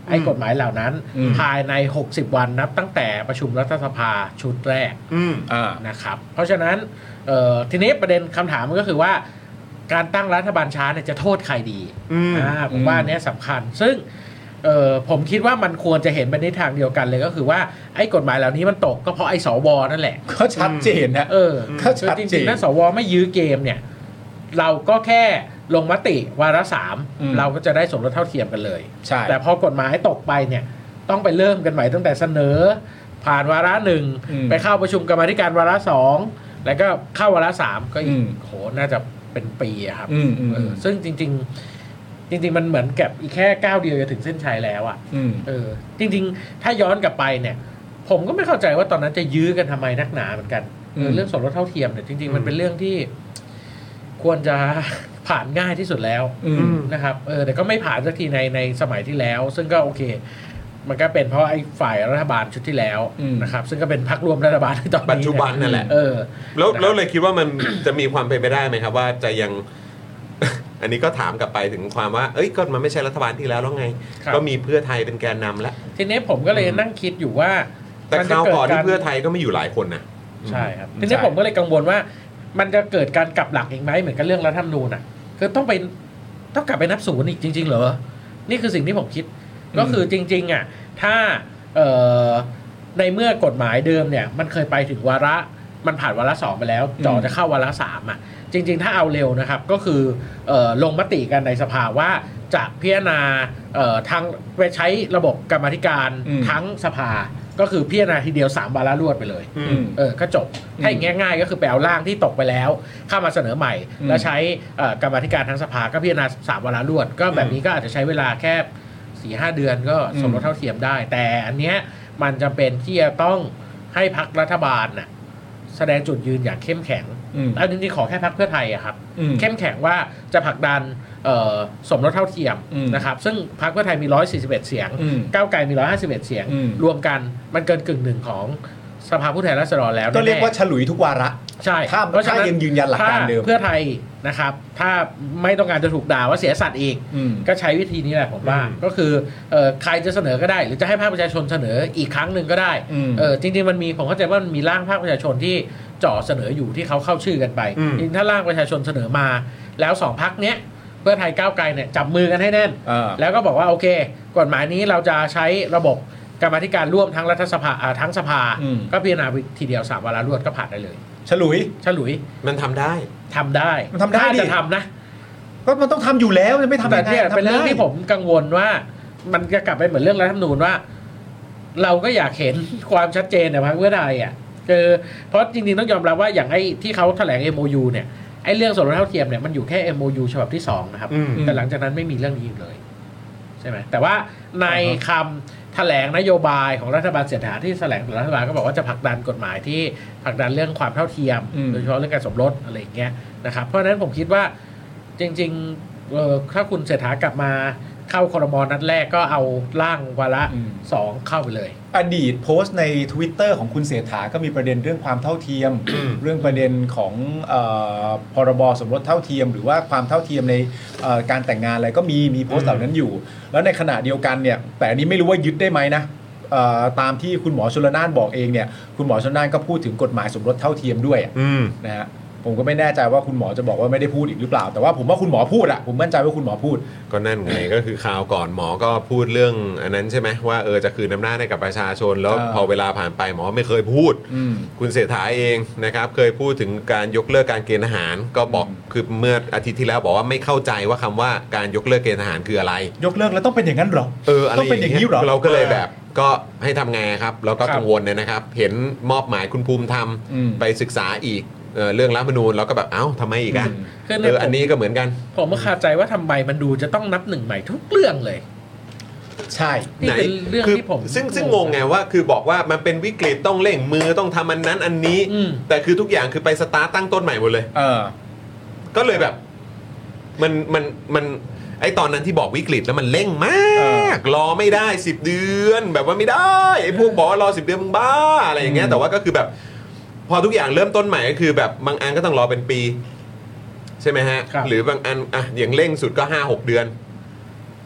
ไอ้กฎหมายเหล่านั้นภายใน60วันนับตั้งแต่ประชุมรัฐสภาชุดแรกนะครับเพราะฉะนั้นทีนี้ประเด็นคำถามมันก็คือว่าการตั้งรัฐบาลช้าเนี่ยจะโทษใครดีผมว่าอันนี้สำคัญซึ่งผมคิดว่ามันควรจะเห็นไปในทางเดียวกันเลยก็คือว่าไอ้กฎหมายเหล่านี้มันตกก็เพราะไอ้สวนั่นแหละก็ชัดเจนนะก็ชัดเจนถ้าสวไม่ยื้อเกมเนี่ยเราก็แค่ลงมติวาระ3เราก็จะได้สมรสเท่าเทียมกันเลยแต่พอกฎหมายตกไปเนี่ยต้องไปเริ่มกันใหม่ตั้งแต่เสนอผ่านวาระ1ไปเข้าประชุมกรรมาธิการวาระ2แล้วก็เข้าวาระ3ก็อีกโหน่าจะเป็นปีครับซึ่งจริงมันเหมือนกับอีกแค่ก้าวเดียวจะถึงเส้นชัยแล้วอ่ะจริงๆถ้าย้อนกลับไปเนี่ยผมก็ไม่เข้าใจว่าตอนนั้นจะยื้อกันทำไมนักหนาเหมือนกันเรื่องสมรสเท่าเทียมเนี่ยจริงๆมันเป็นเรื่องที่ควรจะผ่านง่ายที่สุดแล้วนะครับแต่ก็ไม่ผ่านสักทีในสมัยที่แล้วซึ่งก็โอเคมันก็เป็นเพราะไอ้ฝ่ายรัฐบาลชุดที่แล้วนะครับซึ่งก็เป็นพรรคร่วมรัฐบาลในตอนนี้ปัจจุบันนั่นแหละแล้วเลยคิดว่ามันจะมีความเป็นไปได้ไหมครับว่าจะยังอันนี้ก็ถามกลับไปถึงความว่าก็มันไม่ใช่รัฐบาลที่แล้วไงก็มีเพื่อไทยเป็นแกนนำแล้วทีนี้ผมก็เลยนั่งคิดอยู่ว่าแต่คราวก่อนที่เพื่อไทยก็ไม่อยู่หลายคนนะใช่ครับทีนี้ผมก็เลยกังวลว่ามันจะเกิดการกลับหลักอีกไหมเหมือนกับเรื่องรัฐธรรมนูญอ่ะคือต้องกลับไปนับศูนย์อีกจริงๆเหรอนี่คือสิ่งที่ผมคิดก็คือจริงๆอ่ะถ้าในเมื่อกฎหมายเดิมเนี่ยมันเคยไปถึงวาระมันผ่านวาระ2ไปแล้วจ่อจะเข้าวาระ3อ่ะจริงๆถ้าเอาเร็วนะครับก็คือลงมติกันในสภาว่าจะพิจารณาทั้งไปใช้ระบบกรรมาธิการทั้งสภาก็คือพิจารณาทีเดียว3วาระรวดไปเลยก็จบถ้าอย่างง่ายๆก็คือไปเอาร่างที่ตกไปแล้วเข้ามาเสนอใหม่แล้วใช้กรรมาธิการทั้งสภาก็พิจารณา3วาระรวดก็แบบนี้ก็อาจจะใช้เวลาแค่ 4-5 เดือนก็สมรสเท่าเทียมได้แต่อันเนี้ยมันจะเป็นที่จะต้องให้พรรครัฐบาลน่ะแสดงจุดยืนอย่างเข้มแข็งอันนี้ขอแค่พรรคเพื่อไทยอะครับเข้มแข็งว่าจะผลักดันสมรสเท่าเทียมนะครับซึ่งพรรคเพื่อไทยมี141เสียงก้าวไกลมี151เสียงรวมกันมันเกินกึ่งหนึ่งของสภาผู้แทนราษฎรแล้วก็เรียกว่าฉลุยทุกวาระใช่เพราะฉะนั้นยืนยันหลักการเดิมเพื่อไทยนะครับถ้าไม่ต้องการจะถูกด่าว่าเสียสัตว์อีกก็ใช้วิธีนี้แหละผมว่าก็คือใครจะเสนอก็ได้หรือจะให้ภาคประชาชนเสนออีกครั้งหนึ่งก็ได้จริงๆมันมีผมเข้าใจว่ามันมีร่างภาคประชาชนที่จ่อเสนออยู่ที่เขาเข้าชื่อกันไปจริงถ้าร่างประชาชนเสนอมาแล้ว2พรรคเนี้ยเพื่อไทยก้าวไกลเนี่ยจับมือกันให้แน่นแล้วก็บอกว่าโอเคกฎหมายนี้เราจะใช้ระบบกรรมาธิการร่วมทั้งรัฐสภาทั้งสภาก็พิจารณาทีเดียว3วาระรวดก็ผ่านได้เลยฉลุยมันทำได้ถ้าจะทำนะก็มันต้องทำอยู่แล้วจะไม่ทำแต่เนี่ยเป็นเรื่องที่ผมกังวลว่ามันจะกลับไปเหมือนเรื่องรัฐธรรมนูญว่าเราก็อยากเห็นความชัดเจนในพรรคเพื่อไทยอ่ะคือเพราะจริงๆต้องยอมรับว่าอย่างไอ้ที่เขาแถลง MOU เนี่ยไอ้เรื่องสมรสเท่าเทียมเนี่ยมันอยู่แค่ MOU ฉบับที่2นะครับแต่หลังจากนั้นไม่มีเรื่องนี้อีกเลยใช่ไหมแต่ว่าในคำแถลงนโยบายของรัฐบาลเศรษฐาที่แถลงของรัฐบาลก็บอกว่าจะผลักดันกฎหมายที่ผลักดันเรื่องความเท่าเทียมโดยเฉพาะเรื่องการสมรสอะไรอย่างเงี้ยนะครับเพราะฉะนั้นผมคิดว่าจริงๆถ้าคุณเศรษฐากลับมาเข้าครม.นัดแรกก็เอาร่างวาระ2เข้าไปเลยอดีตโพสต์ใน Twitter ของคุณเศรษฐาก็มีประเด็นเรื่องความเท่าเทียม เรื่องประเด็นของพรบสมรสเท่าเทียมหรือว่าความเท่าเทียมในการแต่งงานอะไรก็มีโพสต์เหล่านั้นอยู่แล้วในขณะเดียวกันเนี่ยแต่อันนี้ไม่รู้ว่ายึดได้ไหมนะตามที่คุณหมอชลน่านบอกเองเนี่ยคุณหมอชลน่านก็พูดถึงกฎหมายสมรสเท่าเทียมด้วยนะฮะผมก็ไม่แน่ใจว่าคุณหมอจะบอกว่าไม่ได้พูดอีกหรือเปล่าแต่ว่าผมว่าคุณหมอพูดอะผมมั่นใจว่าคุณหมอพูดก็นั่นไงก็คือข่าวก่อนหมอก็พูดเรื่องอันนั้นใช่ไหมว่าจะคืนอำนาจให้กับประชาชนแล้วพอเวลาผ่านไปหมอไม่เคยพูดคุณเศรษฐาเองนะครับเคยพูดถึงการยกเลิกการเกณฑ์ทหารก็บอกคือเมื่ออาทิตย์ที่แล้วบอกว่าไม่เข้าใจว่าคำว่าการยกเลิกเกณฑ์ทหารคืออะไรยกเลิกแล้วต้องเป็นอย่างนั้นหรอต้องเป็นอย่างนี้หรอเราก็เลยแบบก็ให้ทำไงครับแล้วก็กังวลนะครับเห็นมอบหมายคุณภูมิธรรมไปศึกษาอีกเรื่องรัฐธรรมนูญเราก็แบบทำไมอีกอ่ะอันนี้ก็เหมือนกันผมก็คาใจว่าทำไมมันดูจะต้องนับหนึ่งใหม่ทุกเรื่องเลยใช่นี่เป็นเรื่องที่ผมซึ่งงงไงว่าคือบอกว่ามันเป็นวิกฤตต้องเร่งมือต้องทำอันนั้นอันนี้แต่คือทุกอย่างคือไปสตาร์ตตั้งต้นใหม่หมดเลยก็เลยแบบมันไอตอนนั้นที่บอกวิกฤตแล้วมันเร่งมากรอไม่ได้10เดือนแบบว่าไม่ได้ไอพวกบอกว่ารอ10เดือนมึงบ้าอะไรอย่างเงี้ยแต่ว่าก็คือแบบพอทุกอย่างเริ่มต้นใหม่ก็คือแบบบางอันก็ต้องรอเป็นปีใช่ไหมฮะหรือบางอันอย่างเร่งสุดก็ 5-6 เดือน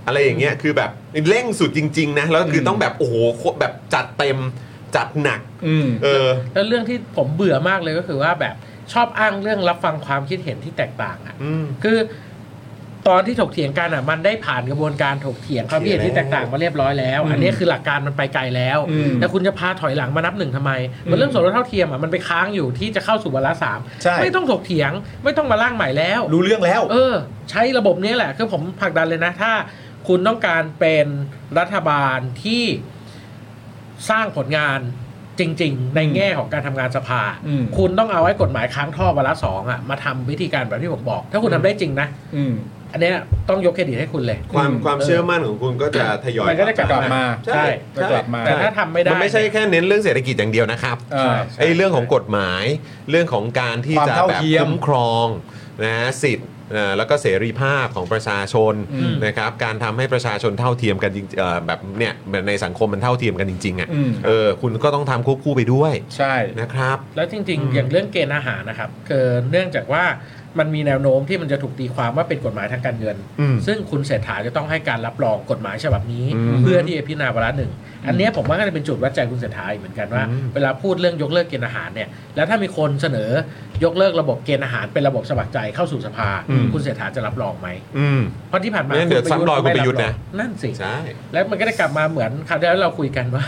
อะไรอย่างเงี้ยคือแบบเร่งสุดจริงๆนะแล้วคือต้องแบบโอ้โหแบบจัดเต็มจัดหนักแล้วเรื่องที่ผมเบื่อมากเลยก็คือว่าแบบชอบอ้างเรื่องรับฟังความคิดเห็นที่แตกต่างอ่ะคือตอนที่ถกเถียงกันอ่ะมันได้ผ่านกระบวนการถกเถียงความคิดเห็นที่แตกต่างมาเรียบร้อยแล้วอันนี้คือหลักการมันไปไกลแล้วแต่คุณจะพาถอยหลังมานับหนึ่งทำไมมันเรื่องสมรสเท่าเทียมอ่ะมันไปค้างอยู่ที่จะเข้าสู่วาระ3ไม่ต้องถกเถียงไม่ต้องมาร่างใหม่แล้วรู้เรื่องแล้วใช้ระบบนี้แหละคือผมผลักดันเลยนะถ้าคุณต้องการเป็นรัฐบาลที่สร้างผลงานจริงๆในแง่ของการทำงานสภาคุณต้องเอาไว้กฎหมายค้างท่อวาระ2อ่ะมาทำวิธีการแบบที่ผมบอกถ้าคุณทำได้จริงนะอันนี้ต้องยกเครดิตให้คุณเลยความเชื่อมั่นของคุณก็จะทยอยมันก็จะกลับมาใช่กลับมาแต่ถ้าทำไม่ได้มันไม่ใช่แค่เน้นเรื่องเศรษฐกิจอย่างเดียวนะครับไอ้เรื่องของกฎหมายเรื่องของการที่จะแบบคุ้มครองนะสิทธิ์แล้วก็เสรีภาพของประชาชนนะครับการทำให้ประชาชนเท่าเทียมกันจริงแบบเนี่ยในสังคมมันเท่าเทียมกันจริงๆอ่ะคุณก็ต้องทำควบคู่ไปด้วยใช่นะครับแล้วจริงๆอย่างเรื่องเกณฑ์อาหารนะครับคือเนื่องจากว่ามันมีแนวโน้มที่มันจะถูกตีความว่าเป็นกฎหมายทางการเงินซึ่งคุณเศรษฐาจะต้องให้การรับรองกฎหมายฉบับนี้เพื่อที่จะพิจารณาวาระ 1อันนี้ผมว่าก็จะเป็นจุดวัดใจคุณเศรษฐาเหมือนกันว่าเวลาพูดเรื่องยกเลิกเกณฑ์อาหารเนี่ยแล้วถ้ามีคนเสนอยกเลิกระบบเกณฑ์อาหารเป็นระบบสมัครใจเข้าสู่สภาคุณเศรษฐาจะรับรองไหมเพราะที่ผ่านมาเดี๋ยวซ้ำรอยคุณประยุทธ์นะนั่นสิใช่แล้วมันก็ได้กลับมาเหมือนคราวที่แล้วเราคุยกันว่า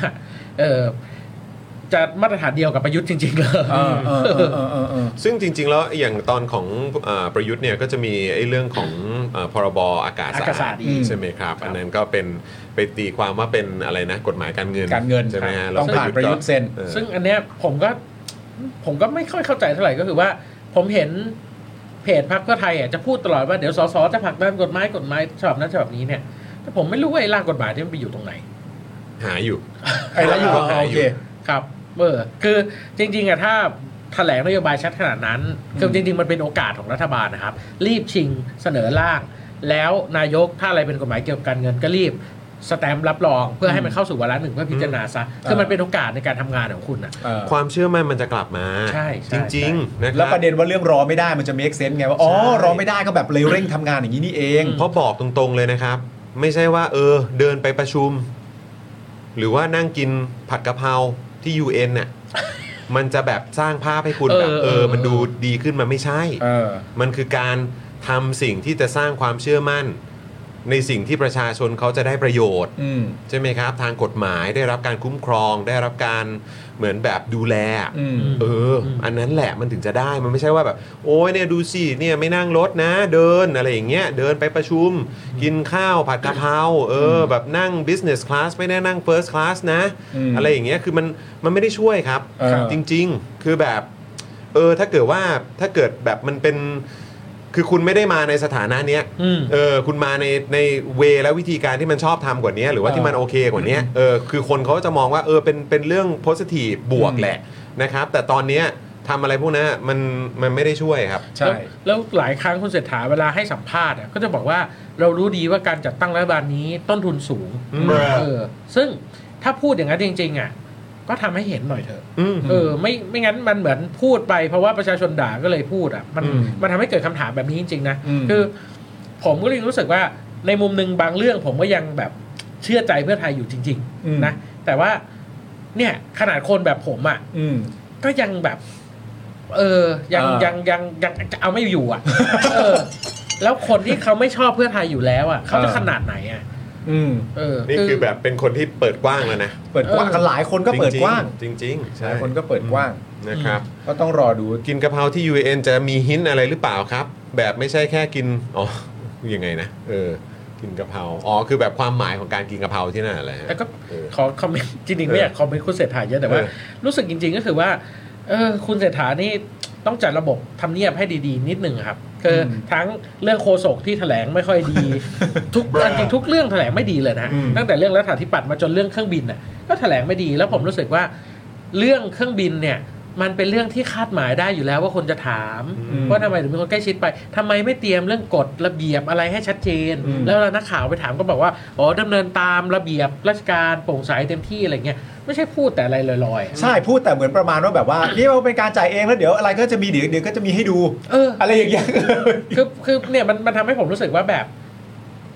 จะมาตรฐานเดียวกับประยุทธ์จริงๆเลยซึ่งจริงๆแล้วอย่างตอนของประยุทธ์เนี่ยก็จะมีไอ้เรื่องของพรบอากาศสะอาดใช่ไหมครับอันนั้นก็เป็นไปตีความว่าเป็นอะไรนะกฎหมายการเงินใช่ไหมฮะต้องผ่านประยุทธ์เซ็นซึ่งอันเนี้ยผมก็ไม่ค่อยเข้าใจเท่าไหร่ก็คือว่าผมเห็นเพจพรรคเพื่อไทยจะพูดตลอดว่าเดี๋ยวสสจะผลักดันกฎหมายฉบับนั้นฉบับนี้เนี่ยแต่ผมไม่รู้ว่าไอ้ร่างกฎหมายที่มันไปอยู่ตรงไหนหาอยู่ไอ้แล้วอยู่โอเคครับคือจริงๆถ้าแถลงนโยบายชัดขนาดนั้นคือจริงๆมันเป็นโอกาสของรัฐบาลนะครับรีบชิงเสนอร่างแล้วนายกถ้าอะไรเป็นกฎหมายเกี่ยวกับการเงินก็รีบสแตมป์รับรองเพื่อให้มันเข้าสู่วาระ 1เพื่อพิจารณาซะคือมันเป็นโอกาสในการทำงานของคุณความเชื่อมั่นมันจะกลับมาใช่จริงๆนะครับแล้วประเด็นว่าเรื่องรอไม่ได้มันจะ make sense ไงว่ารอไม่ได้ก็แบบเลยเร่งทำงานอย่างนี้นี่เองเพราะบอกตรงๆเลยนะครับไม่ใช่ว่าเดินไปประชุมหรือว่านั่งกินผัดกะเพราที่ UN น่ะมันจะแบบสร้างภาพให้คุณแบบมันดูดีขึ้นมันไม่ใช่มันคือการทำสิ่งที่จะสร้างความเชื่อมั่นในสิ่งที่ประชาชนเขาจะได้ประโยชน์ใช่ไหมครับทางกฎหมายได้รับการคุ้มครองได้รับการเหมือนแบบดูแลอันนั้นแหละมันถึงจะได้มันไม่ใช่ว่าแบบโอ้ยเนี่ยดูสิเนี่ยไม่นั่งรถนะเดินอะไรอย่างเงี้ยเดินไปประชุมกินข้าวผัดกะเพราแบบนั่ง business class ไม่ได้นั่ง first class นะอะไรอย่างเงี้ยคือมันไม่ได้ช่วยครับจริงๆคือแบบถ้าเกิดแบบมันเป็นคือคุณไม่ได้มาในสถานะเนี้ยคุณมาในเวและวิธีการที่มันชอบทำกว่านี้หรือว่าที่มันโอเคกว่านี้คือคนเขาจะมองว่าเป็นเรื่อง positive บวกแหละนะครับแต่ตอนเนี้ยทำอะไรพวกนั้นมันไม่ได้ช่วยครับใช่แล้วหลายครั้งคุณเศรษฐาเวลาให้สัมภาษณ์ก็จะบอกว่าเรารู้ดีว่าการจัดตั้งรัฐบาลนี้ต้นทุนสูงซึ่งถ้าพูดอย่างนั้นจริงๆก็ทำให้เห็นหน่อยเถอะไม่งั้นมันเหมือนพูดไปเพราะว่าประชาชนด่าก็เลยพูดมันทำให้เกิดคำถามแบบนี้จริงๆนะคือผมก็เลยรู้สึกว่าในมุมนึงบางเรื่องผมก็ยังแบบเชื่อใจเพื่อไทยอยู่จริงๆนะแต่ว่าเนี่ยขนาดคนแบบผมก็ยังแบบยังจะเอาไม่อยู่แล้วคนที่เขาไม่ชอบเพื่อไทยอยู่แล้วเขาจะขนาดไหนนี่คือแบบเป็นคนที่เปิดกว้างแล้วนะเปิดกว้างกันหลายคนก็เปิดกว้างจริงๆหลายคนก็เปิดกว้างนะครับก็ต้องรอดูกินกะเพราที่ UN จะมีหินอะไรหรือเปล่าครับแบบไม่ใช่แค่กินยังไงนะกินกะเพราคือแบบความหมายของการกินกะเพราที่นั่นอะไรแต่ก็ขอคอมเมนต์จริงๆไม่อยากคอมเมนต์คุณเศรษฐาเยอะแต่ว่ารู้สึกจริงๆก็คือว่าคุณเศรษฐานี่ต้องจัดระบบทำเนียบให้ดีๆนิดนึงครับคือทั้งเรื่องโฆษกที่แถลงไม่ค่อยดีทุกจริงทุกเรื่องแถลงไม่ดีเลยนะตั้งแต่เรื่องรัฐาธิปัตย์มาจนเรื่องเครื่องบินก็แถลงไม่ดีแล้วผมรู้สึกว่าเรื่องเครื่องบินเนี่ยมันเป็นเรื่องที่คาดหมายได้อยู่แล้วว่าคนจะถามว่าทำไมถึงมีคนใกล้ชิดไปทำไมไม่เตรียมเรื่องกฎระเบียบอะไรให้ชัดเจนแล้วนักข่าวไปถามก็บอกว่าดำเนินตามระเบียบราชการโปร่งใสเต็มที่อะไรเงี้ยไม่ใช่พูดแต่อะไรลอยๆใช่พูดแต่เหมือนประมาณว่าแบบว่านี่มันเป็นการจ่ายเองแล้วเดี๋ยวอะไรก็จะมีเดี๋ยวก็จะมีให้ดูอะไรอย่างเงี้ยคือเนี่ยมันทำให้ผมรู้สึกว่าแบบ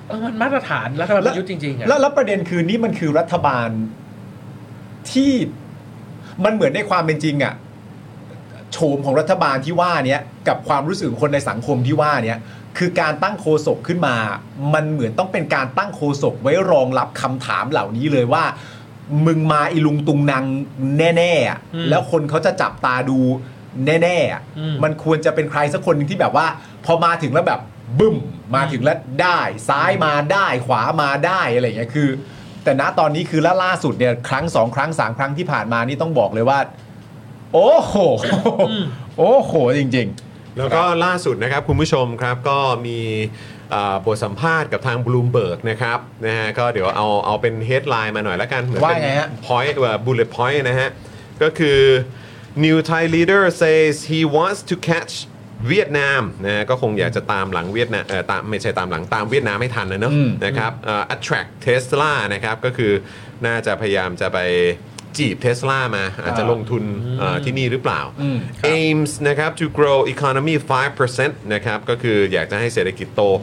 มันมาตรฐานรัฐบาลประยุทธ์จริงๆอ่ะแล้วประเด็นคือนี่มันคือรัฐบาลที่มันเหมือนในความเป็นจริงอ่ะโฉมของรัฐบาลที่ว่านี้กับความรู้สึกของคนในสังคมที่ว่านี้คือการตั้งโฆษกขึ้นมามันเหมือนต้องเป็นการตั้งโฆษกไว้รองรับคำถามเหล่านี้เลยว่ามึงมาอีลุงตุงนางแน่ๆแล้วคนเขาจะจับตาดูแน่ๆมันควรจะเป็นใครสักคนนึงที่แบบว่าพอมาถึงแล้วแบบบึ้มมาถึงแล้วได้ซ้ายมาได้ขวามาได้อะไรอย่างเงี้ยคือแต่ณตอนนี้คือล่าสุดเนี่ยครั้ง2ครั้ง3ครั้งที่ผ่านมานี่ต้องบอกเลยว่าโอ้โหโอ้โหจริงๆแล้วก็ล่าสุดนะครับคุณผู้ชมครับก็มีบทสัมภาษณ์กับทาง Bloomberg นะครับนะฮะก็เดี๋ยวเอาเป็น headline มาหน่อยละกันเหมือนเป็น point bullet point นะฮะก็คือ New Thai leader says he wants to catch เวียดนามนะก็คงอยากจะตามหลังเวียดนามไม่ใช่ตามหลังตามเวียดนามให้ทันนะเนอะนะครับattract Tesla นะครับก็คือน่าจะพยายามจะไปจีบ Tesla มาอาจจะลงทุนที่นี่หรือเปล่า aims นะครับ to grow economy 5% นะครับก็คืออยากจะให้เศรษฐกิจโต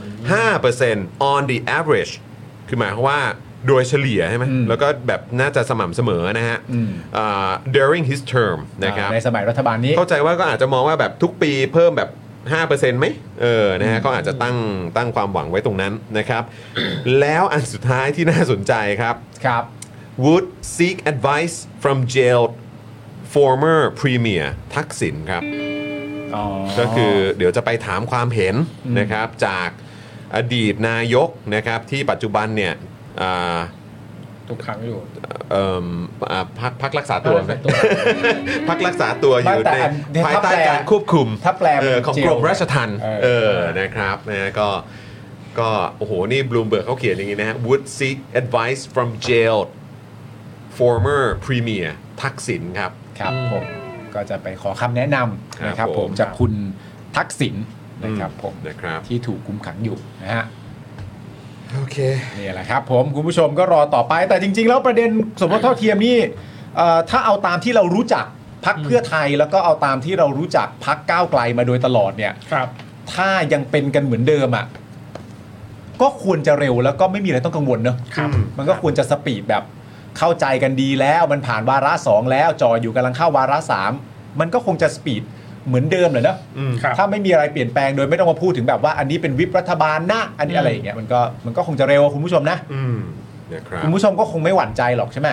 5% on the average คือหมายความว่าโดยเฉลี่ยใช่ไหมแล้วก็แบบน่าจะสม่ำเสมอนะฮะduring his term นะครับในสมัยรัฐบาลนี้เข้าใจว่าก็อาจจะมองว่าแบบทุกปีเพิ่มแบบ 5% ไหมนะฮะเขาอาจจะตั้งความหวังไว้ตรงนั้นนะครับ แล้วอันสุดท้ายที่น่าสนใจครับwould seek advice from jailed former premier ทักษิณครับก็คือเดี๋ยวจะไปถามความเห็นนะครับจากอดีตนายกนะครับที่ปัจจุบันเนี่ยถูกขังอยู่พักรักษาตัวพักรักษาตัวอยู่ในภายใต้การควบคุมของกรมราชทัณฑ์นะครับนะก็โอ้โหนี่ Bloomberg เขาเขียนอย่างนี้นะฮะ would seek advice from jailed former premier ทักษิณครับครับผมก็จะไปขอคำแนะนำนะครับผมจากคุณทักษิณนะครับผมนะครับที่ถูกคุมขังอยู่นะฮะโอเคนี่แหละครับผมคุณผู้ชมก็รอต่อไปแต่จริงๆแล้วประเด็นสมรสเท่าเทียมนี่ถ้าเอาตามที่เรารู้จักพรรคเพื่อไทยแล้วก็เอาตามที่เรารู้จักพรรคก้าวไกลมาโดยตลอดเนี่ยถ้ายังเป็นกันเหมือนเดิมอ่ะก็ควรจะเร็วแล้วก็ไม่มีอะไรต้องกังวลเนอะมันก็ควรจะสปีดแบบเข้าใจกันดีแล้วมันผ่านวาระ2แล้วจออยู่กำลังเข้าวาระ3มันก็คงจะสปีดเหมือนเดิมเลยเนอะถ้าไม่มีอะไรเปลี่ยนแปลงโดยไม่ต้องมาพูดถึงแบบว่าอันนี้เป็นวิปรัฐบาลนะอันนี้อะไรอย่างเงี้ยมันก็คงจะเร็วคุณผู้ชมนะคุณผู้ชมก็คงไม่หวั่นใจหรอกใช่ไหม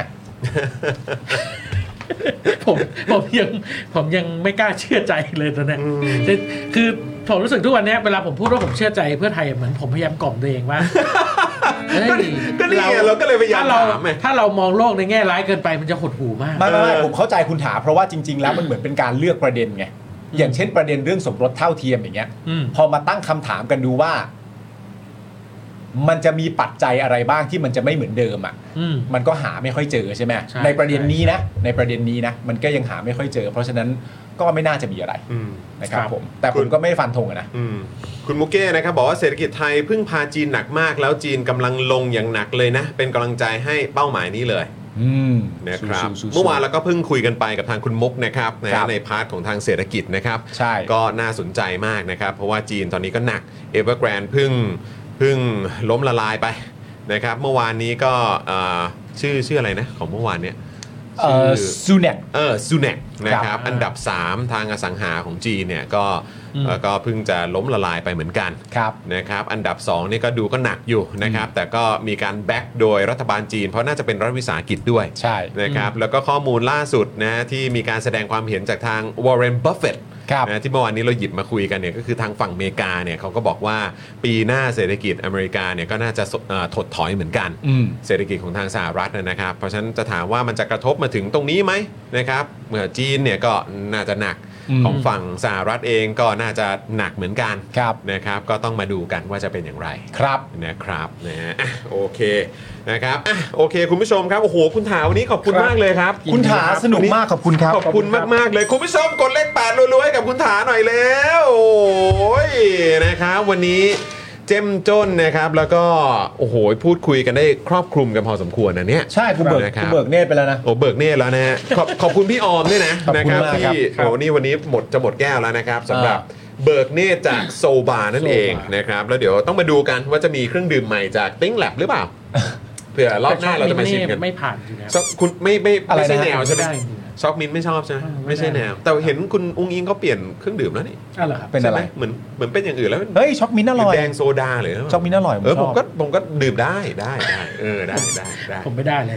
ผมยังไม่กล้าเชื่อใจเลยตอนนี้คือผมรู้สึกทุกวันนี้เวลาผมพูดว่าผมเชื่อใจเพื่อไทยเหมือนผมพยายามกล่อมตัวเองว่าก็นี่เราก็เลยพยายามถามถ้าเรามองโลกในแง่ร้ายเกินไปมันจะหดหู่มากไม่ผมเข้าใจคุณถามเพราะว่าจริงๆแล้วมันเหมือนเป็นการเลือกประเด็นไงอย่างเช่นประเด็นเรื่องสมรสเท่าเทียมอย่างเงี้ยพอมาตั้งคำถามกันดูว่ามันจะมีปัจจัยอะไรบ้างที่มันจะไม่เหมือนเดิมอ่ะมันก็หาไม่ค่อยเจอใช่ไหมในประเด็นนี้นะในประเด็นนี้นะมันก็ยังหาไม่ค่อยเจอเพราะฉะนั้นก็ไม่น่าจะมีอะไรนะครับผมแต่ผมก็ไม่ฟันธงนะคุณมุกเก้นะครับบอกว่าเศรษฐกิจไทยพึ่งพาจีนหนักมากแล้วจีนกำลังลงอย่างหนักเลยนะเป็นกำลังใจให้เป้าหมายนี้เลยนะครับเมื่อวานเราก็เพิ่งคุยกันไปกับทางคุณมุกนะครับในพาร์ทของทางเศรษฐกิจนะครับก็น่าสนใจมากนะครับเพราะว่าจีนตอนนี้ก็หนักEvergrandeเพิ่งล้มละลายไปนะครับเมื่อวานนี้ก็ชื่ออะไรนะของเมื่อวานเนี้ยซูเน็ตซูเน็ตนะครับอันดับ3ทางอสังหาของจีนเนี่ยก็เพิ่งจะล้มละลายไปเหมือนกันนะครับอันดับ2นี่ก็ดูก็หนักอยู่นะครับแต่ก็มีการแบ็กโดยรัฐบาลจีนเพราะน่าจะเป็นรัฐวิสาหกิจด้วยนะครับแล้วก็ข้อมูลล่าสุดนะที่มีการแสดงความเห็นจากทางวอร์เรน บัฟเฟตต์นะที่เมื่อวานนี้เราหยิบมาคุยกันเนี่ยก็คือทางฝั่งอเมริกาเนี่ยเขาก็บอกว่าปีหน้าเศรษฐกิจอเมริกาเนี่ยก็น่าจะถดถอยเหมือนกันเศรษฐกิจของทางสหรัฐนะครับเพราะฉะนั้นจะถามว่ามันจะกระทบมาถึงตรงนี้ไหมนะครับเมื่อจีนเนี่ยก็น่าจะหนักของฝั่งสหรัฐเองก็น่าจะหนักเหมือนกันนะครับก็ต้องมาดูกันว่าจะเป็นอย่างไรนะครับนะฮะโอเคนะครับโอเคคุณผู้ชมครับโอ้โหคุณถาวันนี้ขอบคุณมากเลยครับคุณถาสนุกมากขอบคุณครับขอบคุณมากๆเลยคุณผู้ชมกดเลข8รัวๆให้กับคุณถาหน่อยแล้วโอ้ยนะครับวันนี้เจ้มจ้นนะครับแล้วก็โอ้โหพูดคุยกันได้ครอบคลุมกันพอสมควรนะเนี่ยใช่คุณเบิกเนตรไปแล้วนะโอ้เบิกเนตรแล้วนะฮะขอบคุณพี่ออมด้วยนะครับที่โอ้นี่วันนี้จะหมดแก้วแล้วนะครับสำหรับเบิกเนตรจากโซบานั่นเองนะครับแล้วเดี๋ยวต้องมาดูกันว่าจะมีเครื่องดื่มใหม่จากติ้งแลบหรือเปล่าเผื่อรอบหน้าเราจะมาชิมกันไม่ผ่านอยู่แล้วคุณไม่ใช่แนวใช่ไหมช็อกมิ้นไม่ชอบใช่ไหมไม่ใช่แนวแต่เห็นคุณอุ้งอิงเขาเปลี่ยนเครื่องดื่มแล้วนี่อะไรครับเป็นอะไรเหมือนเป็นอย่างอื่นแล้วเฮ้ยช็อกมิ้นท์อร่อยแดงโซดาเลยช็อกมิ้นท์อร่อยผมก็ดื่มได้ได้ได้ได้ผมไม่ได้เลย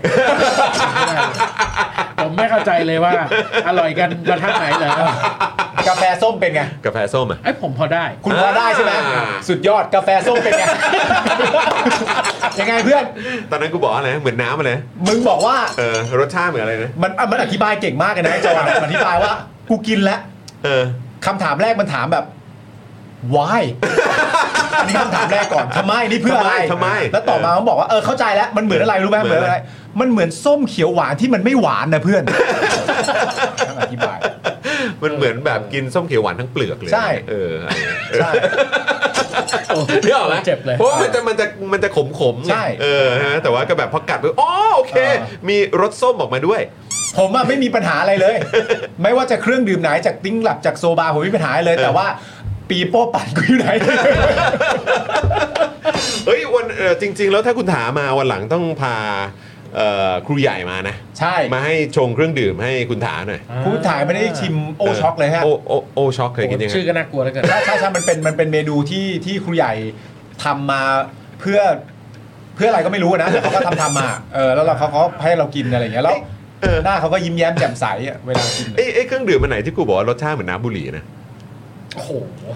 ผมไม่เข้าใจเลยว่าอร่อยกันมาทางไหนเหรอกาแฟส้มเป็นไงกาแฟส้มอ่ะไอ้ผมพอได้คุณพอได้ใช่ไหมสุดยอดกาแฟส้มเป็นไง ยังไงเพื่อนตอนนั้นกูบอกอะไรเหมือนน้ำอะไรมึงบอกว่ารสชาติเหมือนอะไรนะมันอธิบายเก่งมากเลยนะไอ้จอนมันอธิบายว่ากูกินแล้วคำถามแรกมันถามแบบ why อันนี้คำถามแรกก่อนทำไมนี่เพื่ออะไรทำไมแล้วต่อมาเขาบอกว่าเข้าใจแล้วมันเหมือนอะไรรู้ไหมเหมือนอะไรมันเหมือนส้มเขียวหวานที่มันไม่หวานนะเพื่อนอธิบายมันเหมือนแบบกินส้มเขียวหวานทั้งเปลือกเลยใช่ใช่เรียกออกไหมเจ็บเลยเพราะว่ามันจะขมๆไงใช่ฮะแต่ว่าก็แบบพอกัดไปอ๋อโอเค มีรสส้มออกมาด้วยผมไม่มีปัญหาอะไรเลย ไม่ว่าจะเครื่องดื่มไหนจากติ้งหลับจากโซบาผมไม่มีปัญหาเลย แต่ว่าปีโป้ปั่นกูอยู่ไหนเฮ้ยวันจริง ๆ แล้วถ้าคุณถามมาวันหลังต้องพาครูใหญ่มานะใช่มาให้ชงเครื่องดื่มให้คุณถาหน่อยผู้ถ่ายไม่ได้ชิมโอช็อกเลยฮะโอช็อกเคยกินยังไงชื่อก็น่ากลัวแล้วกันใช่มันเป็นเมนูที่ครูใหญ่ทำมาเพื่ออะไรก็ไม่รู้นะแต่เขาก็ทำมาแล้วเขาให้เรากินอะไรอย่างเงี้ยแล้วหน้าเขาก็ยิ้มแย้มแจ่มใสอะเวลากินไอ้เครื่องดื่มมันไหนที่กูบอกว่ารสชาติเหมือนน้ำบุหรี่นะโอ้โห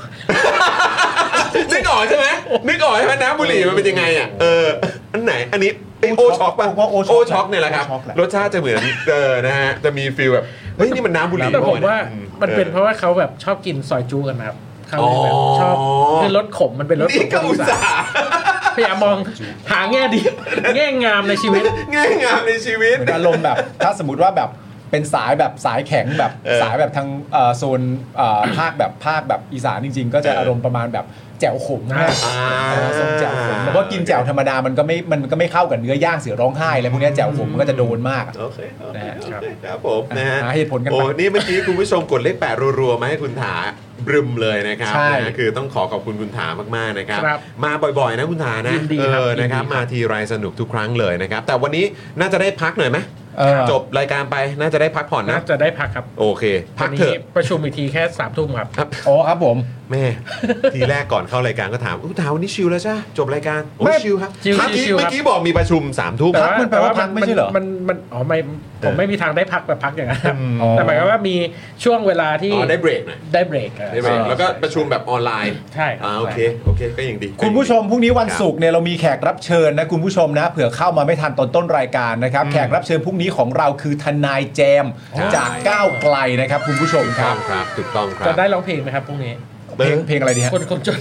นึกออกใช่ไหมน้ำบุหรี่มันเป็นยังไงอ่ะอันไหนอันนี้โอช็อกป่ะโอช็อกเนี่ยแหละครับรสชาติจะเหมือนนะฮะจะมีฟีลแบบเฮ้ยนี่มันน้ำบุหรี่แต่ผมว่ามันเป็นเพราะว่าเขาแบบชอบกินซอยจูกันนะครับเขาเลยแบบชอบคือรสขมมันเป็นรสขนี่มก็อุตส่าห์พยายามมองหาแง่ดีแง่งามในชีวิตง่ายงามในชีวิตเหมือนอารมณ์แบบถ้าสมมติว่าแบบเป็นสายแบบสายแข็งแบบสายแบบทางโซนภาคแบบอีสานจริงๆ ก็จะอารมณ์ประมาณแบบแจ่วขมนะส้มแจ่วขมแต่ว่ากินแจ่วธรรมดามันก็ไม่เข้ากับเนื้อย่างเสือร้องไห้อะไรพวกนี้แจ่วขมมันก็จะโดนมากโอเคนะฮะครับผมนะฮะหาเหตุผลกันไปโอ้นี่เมื่อกี้คุณผู้ชมกดเลข8รัวๆมาให้คุณถาบรึมเลยนะครับใช่นะคือต้องขอบคุณคุณถามากๆนะครับครับมาบ่อยๆนะคุณถานะยินดีครับนะครับยินดีครับมาทีไรสนุกทุกครั้งเลยนะครับแต่วันนี้น่าจะได้พักหน่อยไหมจบรายการไปน่าจะได้พักผ่อนนะน่าจะได้พักครับโอเค พักเถอะวันนี้ประชุมอีกทีแค่3 ทุ่มครับครับโอ้ครับผมแม่ ทีแรกก่อนเข้ารายการก็ถามถามวันนี้ชิลแล้วใช่ไหมจบรายการโอ้ไม่ชิลครับชิลเมื่อกี้ชิลครับเมื่อกี้บอกมีประชุม3 ทุ่มพักมันแปลว่าพักไม่ใช่เหรอมันอ๋อไม่ผมไม่มีทางได้พักแบบพักอย่างนั้นครับอ๋อแต่หมายความว่ามีช่วงเวลาที่อ๋อได้เบรกหน่อยได้เบรกได้เบรกแล้วก็ประชุมแบบออนไลน์ใช่ครับโอเคก็ยังดีคุณผู้ชมพรุ่งนี้วันศุกร์เนี่ยเรามีแขกรับเชิญนะคุณผู้ชมนะเผื่อเข้ามาไม่ทันตอนต้นรายการนะครับแขกรับเชิญพรุ่งนี้ของเราคือทนายแจมจากก้าวไกลนะครับคุณผู้ชมถูกคต้รัอบ งครับถูกต้องครับจะได้ร้องเพลงไหมครับพรุ่งนี้เพลงอะไรดีฮะคนจน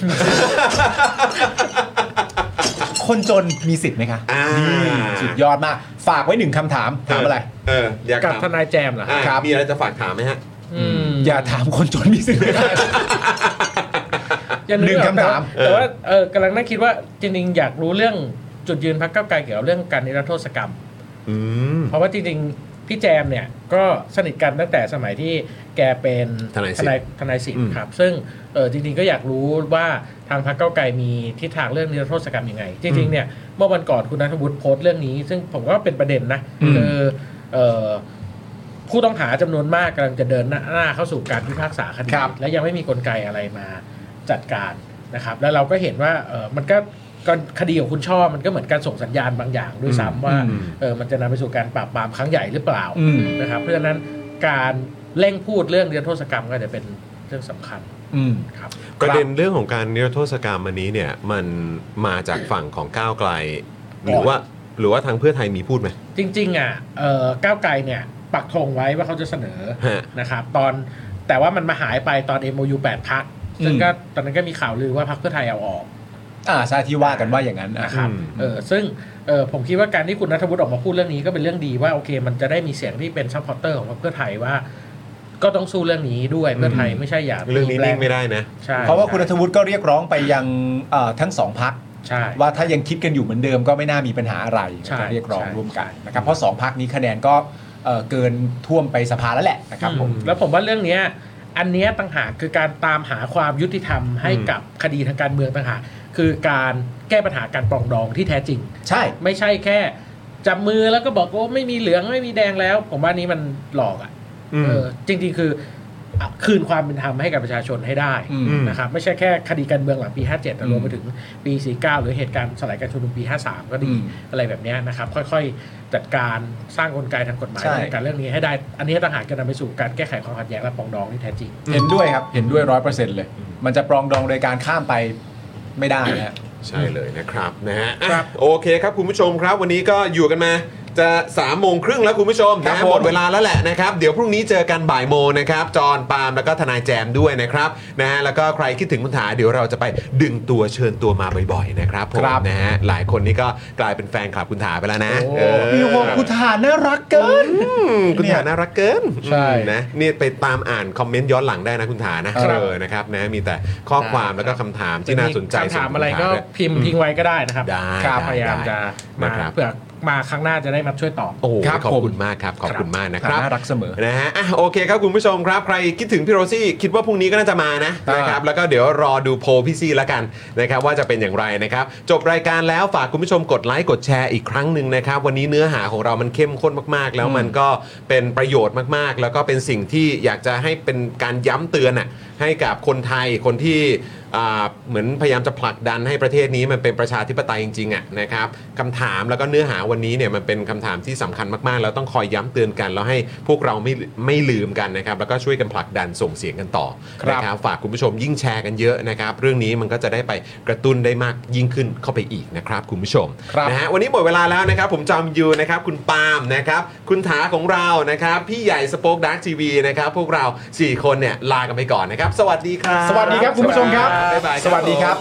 คนจนมีสิทธิ์ไหมคะ นี่สุดยอดมากฝากไว้1คำถามถามอะไรอยากกับถามทนายแจมเหรอครับมีอะไรจะฝากถามไหมฮะอย่าถามคนจนมีสิทธิ์ไหมคะอย่าลืมหนึ่งคำถามแต่ว่ากำลังนั่งคิดว่าจริงๆอยากรู้เรื่องจุดยืนพรรคก้าวไกลเกี่ยวกับเรื่องการนิรโทษกรรม เพราะว่าจริงๆพี่แจมเนี่ยก็สนิทกันตั้งแต่สมัยที่แกเป็นทนายสิทธิ์ครับซึ่งจริงๆก็อยากรู้ว่าทางพรรคก้าวไกลมีทิศทางเรื่องนิรโทษกรรมยังไงจริงๆเนี่ยเมื่อวันก่อนคุณณัฐวุฒิโพสต์เรื่องนี้ ซึ่งผมก็เป็นประเด็นนะคือผู้ต้องหาจำนวนมากกำลังจะเดินหน้าเข้าสู่การพิพากษาคดีและยังไม่มีกลไกอะไรมาจัดการนะครับแล้วเราก็เห็นว่ามันก็คดีของคุณช่อมันก็เหมือนการส่งสัญญาณบางอย่างด้วยซ้ำว่ามันจะนำไปสู่การปราบปรามครั้งใหญ่หรือเปล่านะครับเพราะฉะนั้นการเร่งพูดเรื่องนิรโทษกรรมก็จะเป็นเรื่องสำคัญครับประเด็นเรื่องของการนิรโทษกรรมอันนี้เนี่ยมันมาจากฝั่งของก้าวไกลหรือว่าทางเพื่อไทยมีพูดไหมจริงๆก้าวไกลเนี่ยปักธงไว้ว่าเขาจะเสนอนะครับแต่ว่ามันมาหายไปตอน MOU 8 พรรคซึ่งก็ตอนนั้นก็มีข่าวลือว่าพรรคเพื่อไทยเอาออกใช่ที่ว่ากันว่าอย่างนั้นนะครับซึ่งผมคิดว่าการที่คุณณัฐวุฒิออกมาพูดเรื่องนี้ก็เป็นเรื่องดีว่าโอเคมันจะได้มีเสียงที่เป็นซัพพอร์เตอร์ของพรรคเพื่อไทยว่าก็ต้องสู้เรื่องนี้ด้วยเพื่อไทยไม่ใช่อย่าเรื่องนี้นิ่งไม่ได้นะใช่เพราะว่าคุณณัฐวุฒิก็เรียกร้องไปยังทั้ง2พรรคว่าถ้ายังคิดกันอยู่เหมือนเดิมก็ไม่น่ามีปัญหาอะไรก็เรียกร้องร่วมกันนะครับเพราะ2พรรคนี้คะแนนก็เกินท่วมไปสภาแล้วแหละนะครับผมแล้วผมว่าเรื่องนี้อันเนี้ยต่างหากคือการตามหาความยุติธรรมให้กับคดีทางการเมืองต่างหากคือการแก้ปัญหาการปรองดองที่แท้จริงใช่ไม่ใช่แค่จับมือแล้วก็บอกว่าไม่มีเหลืองไม่มีแดงแล้วผมว่านี้มันหลอกอ่ะจริงๆคือคืนความเป็นธรรมให้กับประชาชนให้ได้นะครับไม่ใช่แค่คดีการเมืองหลังปี 57แต่รวมไปถึงปี 49หรือเหตุการณ์สลายการชุมนุมปี 53ก็ดีอะไรแบบนี้นะครับค่อยๆจัดการสร้างกลไกทางกฎหมายในการเรื่องนี้ให้ได้อันนี้ต่างหากจะนำไปสู่การแก้ไขความขัดแย้งและปรองดองที่แท้จริงเห็นด้วยครับเห็นด้วย 100% เลยมันจะปรองดองโดยการข้ามไปไม่ได้นะใช่เลยนะครับนะฮะโอเคครับคุณผู้ชมครับวันนี้ก็อยู่กันมาจะ3:30แล้วคุณผู้ชมนะหมดเวลาแล้วแหละนะครับเดี๋ยวพรุ่งนี้เจอกันบ่ายโมงนะครับจอห์นปาล์มแล้วก็ทนายแจมด้วยนะครับนะฮะแล้วก็ใครคิดถึงคุณถาเดี๋ยวเราจะไปดึงตัวเชิญตัวมาบ่อยๆนะครับผมนะฮะหลายคนนี่ก็กลายเป็นแฟนคลับคุณถาไปแล้วนะพี่วงคุณถาน่ารักเกินคุณถาน่ารักเกินใช่นะนี่ไปตามอ่านคอมเมนต์ย้อนหลังได้นะคุณถานะนะครับนะมีแต่ข้อความแล้วก็คำถามที่น่าสนใจคำถามอะไรก็พิมพ์ทิ้งไว้ก็ได้นะครับพยายามจะมาเพื่อมาครั้งหน้าจะได้มาช่วยตอบโอ้ขอบคุณมากครับขอบคุณมากนะครับน่ารักเสมอนะฮะโอเคครับคุณผู้ชมครับใครคิดถึงพี่โรซี่คิดว่าพรุ่งนี้ก็น่าจะมานะครับแล้วก็เดี๋ยวรอดูโพลพี่ซี่แล้วกันนะครับว่าจะเป็นอย่างไรนะครับจบรายการแล้วฝากคุณผู้ชมกดไลค์กดแชร์อีกครั้งหนึ่งนะครับวันนี้เนื้อหาของเรามันเข้มข้นมากๆแล้วมันก็เป็นประโยชน์มากๆแล้วก็เป็นสิ่งที่อยากจะให้เป็นการย้ำเตือนให้กับคนไทยคนที่เหมือนพยายามจะผลักดันให้ประเทศนี้มันเป็นประชาธิปไตยจริงๆนะครับคำถามแล้วก็เนื้อหาวันนี้เนี่ยมันเป็นคำถามที่สำคัญมากๆแล้วต้องคอยย้ำเตือนกันแล้วให้พวกเราไม่ลืมกันนะครับแล้วก็ช่วยกันผลักดันส่งเสียงกันต่อนะครับฝากคุณผู้ชมยิ่งแชร์กันเยอะนะครับเรื่องนี้มันก็จะได้ไปกระตุ้นได้มากยิ่งขึ้นเข้าไปอีกนะครับคุณผู้ชมนะฮะวันนี้หมดเวลาแล้วนะครับผมจอมยูนะครับคุณปาล์มนะครับคุณถาของเรานะครับพี่ใหญ่สป็อคดักทีวีนะครับพวกเรา4คนเนี่ยลากันไปก่อนนะครับสวัสดีครับสวัสดีครับคุณผู้ชมครับบ๊ายบายสวัสดีครับ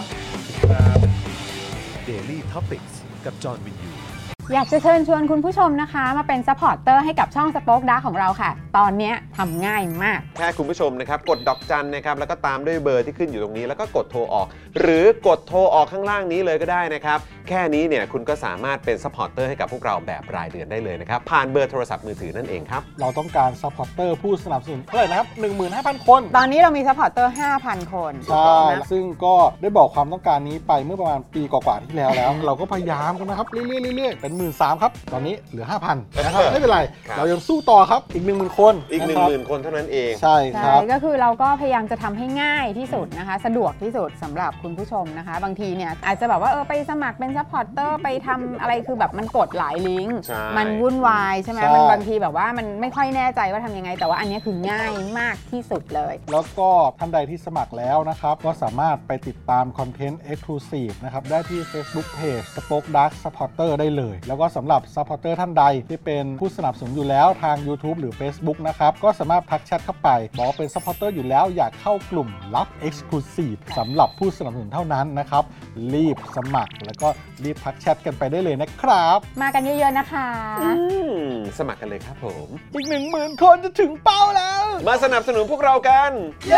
Daily Topics กับจอห์นวินยูอยากจะเชิญชวนคุณผู้ชมนะคะมาเป็นซัพพอร์ตเตอร์ให้กับช่อง Spoke Dark ของเราค่ะตอนนี้ทำง่ายมากแค่คุณผู้ชมนะครับกดดอกจันนะครับแล้วก็ตามด้วยเบอร์ที่ขึ้นอยู่ตรงนี้แล้วก็กดโทรออกหรือกดโทรออกข้างล่างนี้เลยก็ได้นะครับแค่นี้เนี่ยคุณก็สามารถเป็นซัพพอร์ตเตอร์ให้กับพวกเราแบบรายเดือนได้เลยนะครับผ่านเบอร์โทรศัพท์มือถือนั่นเองครับเราต้องการซัพพอร์ตเตอร์ผู้สนับสนุนเท่าไหร่นะครับ 15,000 คนตอนนี้เรามีซัพพอร์ตเตอร์ 5,000 คนใช่ซึ่งก็ได้บอกความต้องการนี้ไปเมื่อประมาณปีกว่าๆที่แล้วเราก็พยายามกันนะครับเรื่อยๆเป็น 13,000 ครับตอนนี้เหลือ 5,000 นะครับไม่เป็นไรเรายังสู้ต่อครับอีก 10,000 คนอีก 10,000 คนเท่านั้นเองใช่ครับก็คือเราก็พยายามจะทำให้ง่ายที่สุดนะคะสะดวกที่สุดสำหรับคุณผู้ชมนะคะบางทีเนี่ยอาจจะแบบว่าไปสมัครเป็นซัพพอร์ตเตอร์ไปทำอะไรคือแบบมันกดหลายลิงก์มันวุ่นวายใช่ไหมมันบางทีแบบว่ามันไม่ค่อยแน่ใจว่าทำยังไงแต่ว่าอันนี้คือง่ายมากที่สุดเลยแล้วก็ท่านใดที่สมัครแล้วนะครับก็สามารถไปติดตามคอนเทนต์ Exclusive นะครับได้ที่ Facebook Page Spoke Dark Supporter ได้เลยแล้วก็สำหรับ Supporter ท่านใดที่เป็นผู้สนับสนุนอยู่แล้วทาง YouTube หรือ Facebook นะครับก็สามารถทักแชทเข้าไปบอกว่าเป็น Supporter อยู่แล้วอยากเข้ากลุ่มลับ Exclusive สำหรับผู้สนับสนุนเท่านั้นนะครับรีบสมัครแล้วก็รีบทักแชทกันไปได้เลยนะครับมากันเยอะๆนะคะสมัครกันเลยครับผมอีก 10,000 คนจะถึงเป้าแล้วมาสนับสนุนพวกเรากันเย้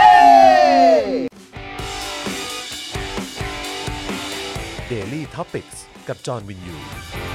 Daily Topics กับจอห์นวินยู